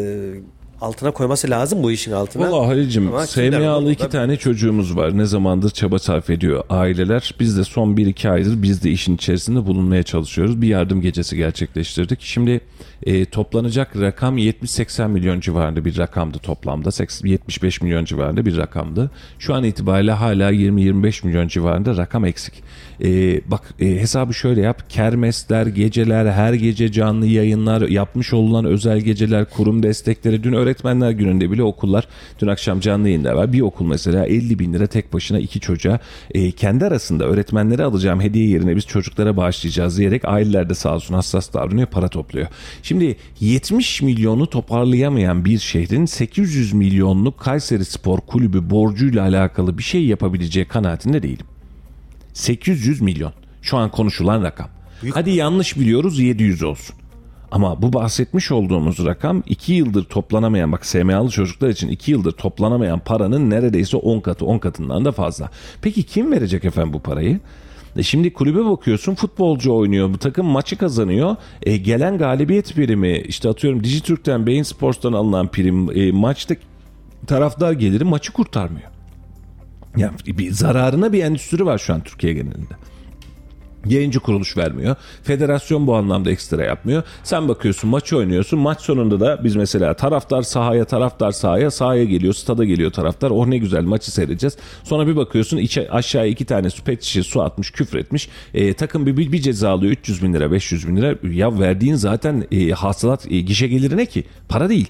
altına koyması lazım bu işin altına.
Valla Halil'cim S M A'lı iki tane çocuğumuz var. Ne zamandır çaba sarf ediyor aileler. Biz de son bir iki aydır biz de işin içerisinde bulunmaya çalışıyoruz. Bir yardım gecesi gerçekleştirdik. Şimdi e, toplanacak rakam yetmiş seksen milyon civarında bir rakamdı toplamda. yetmiş beş milyon civarında bir rakamdı. Şu an itibariyle hala yirmi yirmi beş milyon civarında rakam eksik. E, bak e, hesabı şöyle yap. Kermesler, geceler, her gece canlı yayınlar, yapmış olunan özel geceler, kurum destekleri. Dün Öğretmenler Günü'nde bile okullar, dün akşam canlı yayınlar var. Bir okul mesela elli bin lira tek başına iki çocuğa e, kendi arasında öğretmenlere alacağım hediye yerine biz çocuklara bağışlayacağız diyerek aileler de sağ olsun hassas davranıyor, para topluyor. Şimdi yetmiş milyonu toparlayamayan bir şehrin sekiz yüz milyonluk Kayserispor Kulübü borcuyla alakalı bir şey yapabileceği kanaatinde değilim. sekiz yüz milyon şu an konuşulan rakam. Büyük. Hadi yanlış biliyoruz, yedi yüz olsun. Ama bu bahsetmiş olduğumuz rakam iki yıldır toplanamayan, bak S M A'lı çocuklar için iki yıldır toplanamayan paranın neredeyse on katı, on katından da fazla. Peki kim verecek efendim bu parayı? E şimdi kulübe bakıyorsun, futbolcu oynuyor, bu takım maçı kazanıyor. E gelen galibiyet primi, işte atıyorum Dijitürk'ten, Bein Sports'tan alınan prim, e, maçta taraftar geliri maçı kurtarmıyor. Ya bir zararına bir endüstri var şu an Türkiye genelinde. Yayıncı kuruluş vermiyor. Federasyon bu anlamda ekstra yapmıyor. Sen bakıyorsun, maçı oynuyorsun. Maç sonunda da biz mesela taraftar sahaya, taraftar sahaya, sahaya geliyor, stada geliyor taraftar. Oh ne güzel, maçı seyredeceğiz. Sonra bir bakıyorsun içe, aşağıya iki tane su pet şişe su atmış, küfür etmiş. E, takım bir, bir, bir ceza alıyor üç yüz bin lira, beş yüz bin lira. Ya verdiğin zaten e, hasılat e, gişe geliri ne ki? Para değil.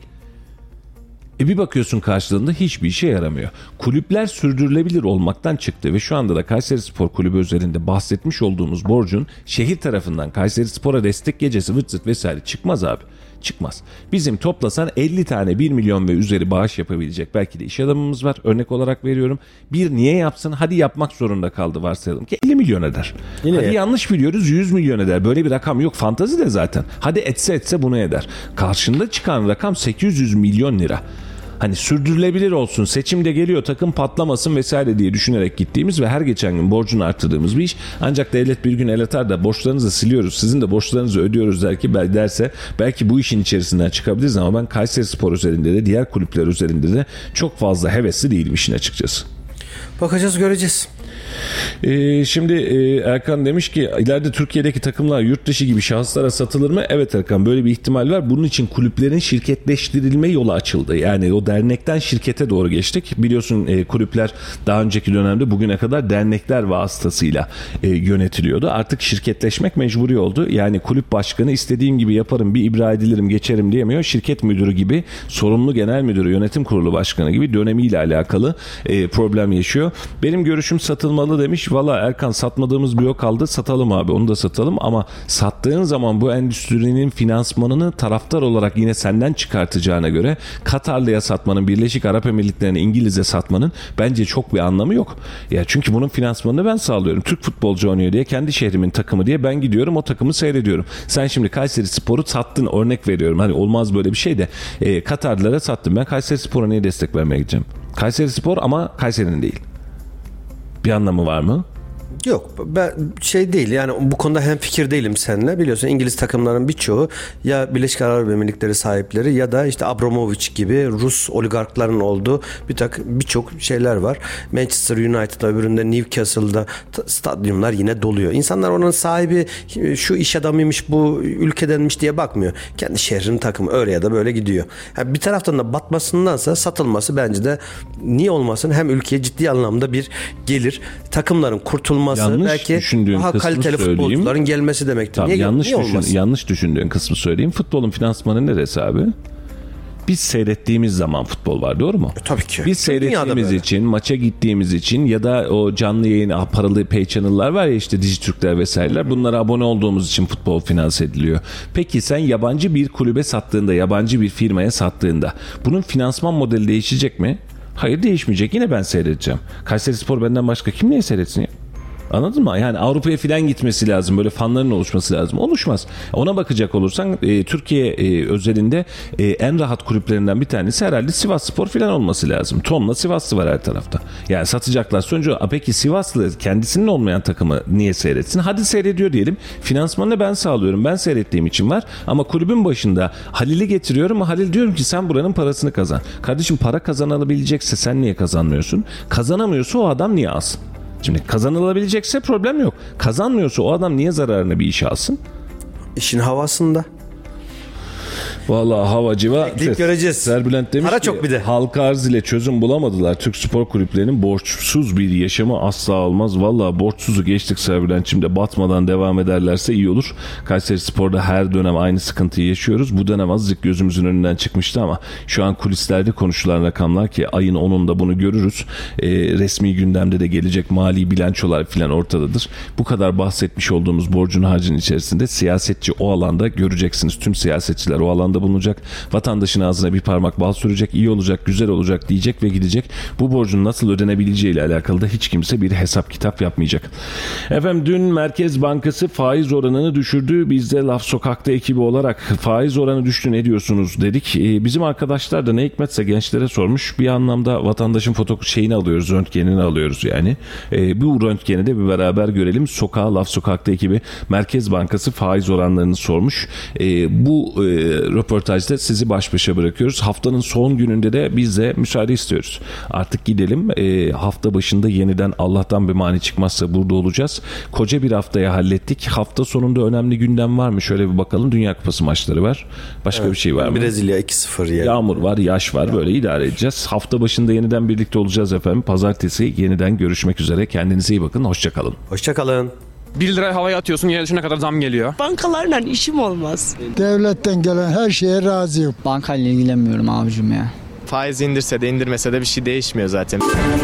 E bir bakıyorsun karşılığında hiçbir işe yaramıyor. Kulüpler sürdürülebilir olmaktan çıktı ve şu anda da Kayserispor Kulübü üzerinde bahsetmiş olduğumuz borcun şehir tarafından Kayserispor'a destek gecesi vırt zırt vesaire çıkmaz abi. Çıkmaz. Bizim toplasan elli tane bir milyon ve üzeri bağış yapabilecek belki de iş adamımız var. Örnek olarak veriyorum. Bir niye yapsın? Hadi yapmak zorunda kaldı varsayalım ki elli milyon eder. Yine Hadi et. Yanlış biliyoruz yüz milyon eder. Böyle bir rakam yok. Fantazi de zaten. Hadi etse etse bunu eder. Karşında çıkan rakam sekiz yüz milyon lira. Hani sürdürülebilir olsun, seçimde geliyor, takım patlamasın vesaire diye düşünerek gittiğimiz ve her geçen gün borcunu arttırdığımız bir iş. Ancak devlet bir gün el atar da borçlarınızı siliyoruz, sizin de borçlarınızı ödüyoruz der ki, derse belki bu işin içerisinden çıkabiliriz ama ben Kayserispor üzerinde de diğer kulüpler üzerinde de çok fazla hevesli değilim işin açıkçası.
Bakacağız, göreceğiz.
Ee, şimdi e, Erkan demiş ki ileride Türkiye'deki takımlar yurt dışı gibi şahıslara satılır mı? Evet Erkan, böyle bir ihtimal var. Bunun için kulüplerin şirketleştirilme yolu açıldı. Yani o dernekten şirkete doğru geçtik. Biliyorsun e, kulüpler daha önceki dönemde bugüne kadar dernekler vasıtasıyla e, yönetiliyordu. Artık şirketleşmek mecburi oldu. Yani kulüp başkanı istediğim gibi yaparım, bir ibra edilirim, geçerim diyemiyor. Şirket müdürü gibi, sorumlu genel müdürü, yönetim kurulu başkanı gibi dönemiyle alakalı e, problem yaşıyor. Benim görüşüm satılmalı demiş. Valla Erkan, satmadığımız bir yok kaldı. Satalım abi, onu da satalım ama sattığın zaman bu endüstrinin finansmanını taraftar olarak yine senden çıkartacağına göre Katarlı'ya satmanın, Birleşik Arap Emirlikleri'ne, İngiliz'e satmanın bence çok bir anlamı yok. Ya çünkü bunun finansmanını ben sağlıyorum. Türk futbolcu oynuyor diye, kendi şehrimin takımı diye ben gidiyorum o takımı seyrediyorum. Sen şimdi Kayserispor'u sattın, örnek veriyorum. Hani olmaz böyle bir şey de e, Katarlılara sattım. Ben Kayserispor'a niye destek vermeye gideceğim? Kayserispor ama Kayseri'nin değil. Bir anlamı var mı?
Yok, ben şey değil yani bu konuda hemfikir değilim seninle. Biliyorsun İngiliz takımların birçoğu ya Birleşik Arap Emirlikleri sahipleri ya da işte Abramovich gibi Rus oligarkların olduğu bir tak birçok şeyler var. Manchester United'da, öbüründe Newcastle'da stadyumlar yine doluyor. İnsanlar onun sahibi şu iş adamıymış, bu ülkedenmiş diye bakmıyor. Kendi şehrinin takımı öyle ya da böyle gidiyor. Yani bir taraftan da batmasındansa satılması bence de niye olmasın, hem ülkeye ciddi anlamda bir gelir, takımların kurtulması,
yanlış
belki daha kaliteli
söyleyeyim.
Futbolcuların gelmesi demektir.
Tamam,
niye,
yanlış,
niye
düşün, yanlış düşündüğün kısmı söyleyeyim. Futbolun finansmanı neresi abi? Biz seyrettiğimiz zaman futbol var, doğru mu?
E, tabii ki.
Biz seyrettiğimiz için, maça gittiğimiz için ya da o canlı yayın paralı pay channel'lar var ya, işte Dijitürkler vesaireler, bunlara abone olduğumuz için futbol finanse ediliyor. Peki sen yabancı bir kulübe sattığında, yabancı bir firmaya sattığında bunun finansman modeli değişecek mi? Hayır, değişmeyecek. Yine ben seyredeceğim. Kayserispor benden başka kim niye seyretsin ya? Anladın mı? Yani Avrupa'ya filan gitmesi lazım. Böyle fanların oluşması lazım. Oluşmaz. Ona bakacak olursan e, Türkiye e, özelinde e, en rahat kulüplerinden bir tanesi herhalde Sivasspor filan olması lazım. Tonla Sivaslı var her tarafta. Yani satacaklar. Sonucu peki Sivaslı kendisinin olmayan takımı niye seyretsin? Hadi seyrediyor diyelim. Finansmanını ben sağlıyorum. Ben seyrettiğim için var. Ama kulübün başında Halil'i getiriyorum. Halil diyorum ki sen buranın parasını kazan. Kardeşim, para kazanabilecekse sen niye kazanmıyorsun? Kazanamıyorsa o adam niye alsın? Şimdi kazanılabilecekse problem yok. Kazanmıyorsa o adam niye zararını bir işe alsın?
İşin havasında.
Vallahi hava civa.
Tek göreceğiz.
Serbülent demiş
para
ki
çok bir de.
Halka arz ile çözüm bulamadılar. Türk spor kulüplerinin borçsuz bir yaşamı asla olmaz. Vallahi borçsuzu geçtik Serbülent'cim de, batmadan devam ederlerse iyi olur. Kayserispor'da her dönem aynı sıkıntıyı yaşıyoruz. Bu dönem azıcık gözümüzün önünden çıkmıştı ama şu an kulislerde konuşulan rakamlar ki ayın onunda bunu görürüz. E, resmi gündemde de gelecek mali bilançolar filan ortadadır. Bu kadar bahsetmiş olduğumuz borcun harcının içerisinde siyasetçi o alanda göreceksiniz. Tüm siyasetçiler o alanda bulunacak. Vatandaşın ağzına bir parmak bal sürecek. İyi olacak, güzel olacak diyecek ve gidecek. Bu borcun nasıl ödenebileceği ile alakalı da hiç kimse bir hesap kitap yapmayacak. Efendim, dün Merkez Bankası faiz oranını düşürdü. Biz de Laf Sokak'ta ekibi olarak faiz oranı düştü, ne diyorsunuz dedik. Ee, bizim arkadaşlar da ne hikmetse gençlere sormuş. Bir anlamda vatandaşın foto şeyini alıyoruz, röntgenini alıyoruz yani. Ee, bu röntgeni de bir beraber görelim. Sokağa Laf Sokak'ta ekibi Merkez Bankası faiz oranlarını sormuş. Ee, bu e, röportajda sizi baş başa bırakıyoruz. Haftanın son gününde de biz de müsaade istiyoruz. Artık gidelim. E, hafta başında yeniden Allah'tan bir mani çıkmazsa burada olacağız. Koca bir haftaya hallettik. Hafta sonunda önemli gündem var mı? Şöyle bir bakalım. Dünya Kupası maçları var. Başka evet, bir şey var mı?
Brezilya iki sıfır yani.
Yağmur var, yaş var. Böyle idare edeceğiz. Hafta başında yeniden birlikte olacağız efendim. Pazartesi yeniden görüşmek üzere. Kendinize iyi bakın. Hoşçakalın.
Hoşçakalın.
bir liraya havaya atıyorsun, yere düşüne kadar zam geliyor.
Bankalarla işim olmaz.
Devletten gelen her şeye razıyım.
Bankayla ilgilenmiyorum abicim ya.
Faiz indirse de indirmese de bir şey değişmiyor zaten.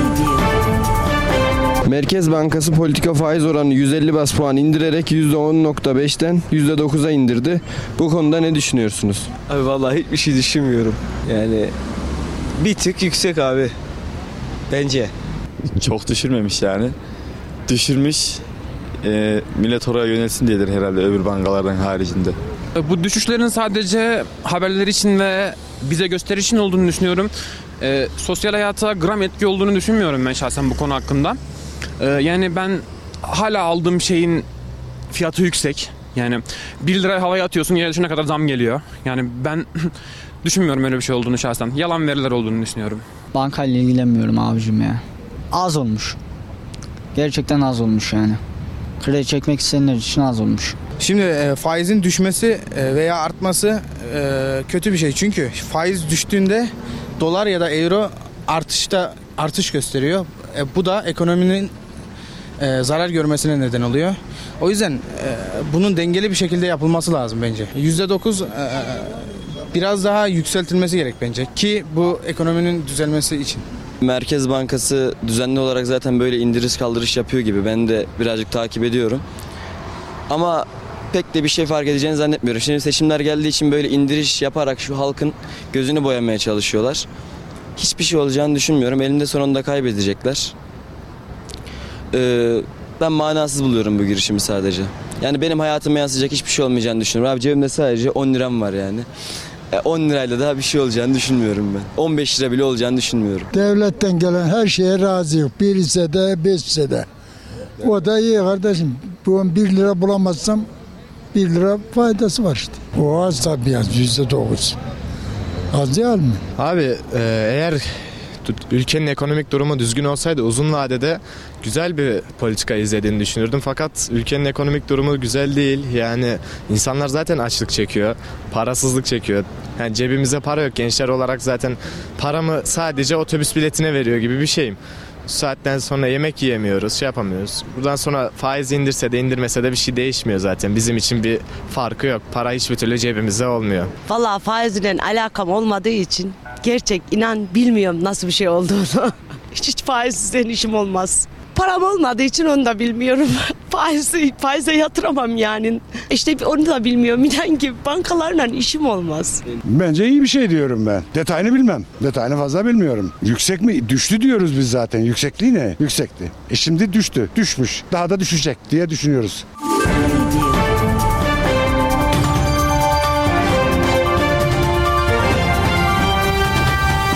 Merkez Bankası politika faiz oranını yüz elli bas puan indirerek yüzde on nokta beşten yüzde dokuza indirdi. Bu konuda ne düşünüyorsunuz?
Abi vallahi hiçbir şey düşünmüyorum. Yani bir tık yüksek abi. Bence.
Çok düşürmemiş yani. Düşürmüş. E, millet oraya yönelsin diyedir herhalde öbür bankalardan haricinde.
Bu düşüşlerin sadece haberler için ve bize gösteriş için olduğunu düşünüyorum. E, sosyal hayata gram etki olduğunu düşünmüyorum ben şahsen bu konu hakkında. E, yani ben hala aldığım şeyin fiyatı yüksek. Yani bir liraya havaya atıyorsun, yere düşüne kadar zam geliyor. Yani ben düşünmüyorum öyle bir şey olduğunu şahsen. Yalan veriler olduğunu düşünüyorum.
Bankayla ilgilenmiyorum abicim ya. Az olmuş. Gerçekten az olmuş yani. Kredi çekmek isteyenler için az olmuş.
Şimdi e, faizin düşmesi e, veya artması e, kötü bir şey. Çünkü faiz düştüğünde dolar ya da euro artışta artış gösteriyor. E, bu da ekonominin e, zarar görmesine neden oluyor. O yüzden e, bunun dengeli bir şekilde yapılması lazım bence. yüzde dokuz e, biraz daha yükseltilmesi gerek bence ki bu ekonominin düzelmesi için.
Merkez Bankası düzenli olarak zaten böyle indiriş kaldırış yapıyor gibi. Ben de birazcık takip ediyorum. Ama pek de bir şey fark edeceğini zannetmiyorum. Şimdi seçimler geldiği için böyle indiriş yaparak şu halkın gözünü boyamaya çalışıyorlar. Hiçbir şey olacağını düşünmüyorum. Elinde sonunda kaybedecekler. Ee, ben manasız buluyorum bu girişimi sadece. Yani benim hayatıma yansıyacak hiçbir şey olmayacağını düşünüyorum. Abi cebimde sadece on liram var yani. on lirayla daha bir şey olacağını düşünmüyorum ben. on beş lira bile olacağını düşünmüyorum.
Devletten gelen her şeye razıyım. Bir ise de beş ise de. O da iyi kardeşim. Bu bir lira bulamazsam bir lira faydası var işte. O az tabii az yüzde dokuz. Az değil mi?
Abi eğer ülkenin ekonomik durumu düzgün olsaydı uzun vadede güzel bir politika izlediğini düşünürdüm. Fakat ülkenin ekonomik durumu güzel değil. Yani insanlar zaten açlık çekiyor, parasızlık çekiyor. Yani cebimize para yok. Gençler olarak zaten paramı sadece otobüs biletine veriyor gibi bir şeyim. Bu saatten sonra yemek yiyemiyoruz, şey yapamıyoruz. Buradan sonra faiz indirse de indirmese de bir şey değişmiyor zaten. Bizim için bir farkı yok. Para hiçbir türlü cebimizde olmuyor.
Vallahi faizle alakam olmadığı için gerçek inan bilmiyorum nasıl bir şey olduğunu. hiç, hiç faizsizden işim olmaz. Param olmadığı için onu da bilmiyorum. Faize, faize yatıramam yani. İşte onu da bilmiyorum. İnan ki bankalarla işim olmaz.
Bence iyi bir şey diyorum ben. Detayını bilmem. Detayını fazla bilmiyorum. Yüksek mi? Düştü diyoruz biz zaten. Yüksekliği ne? Yüksekti. E şimdi düştü. Düşmüş. Daha da düşecek diye düşünüyoruz.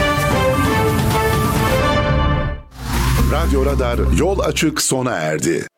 Radyo Radar yol açık sona erdi.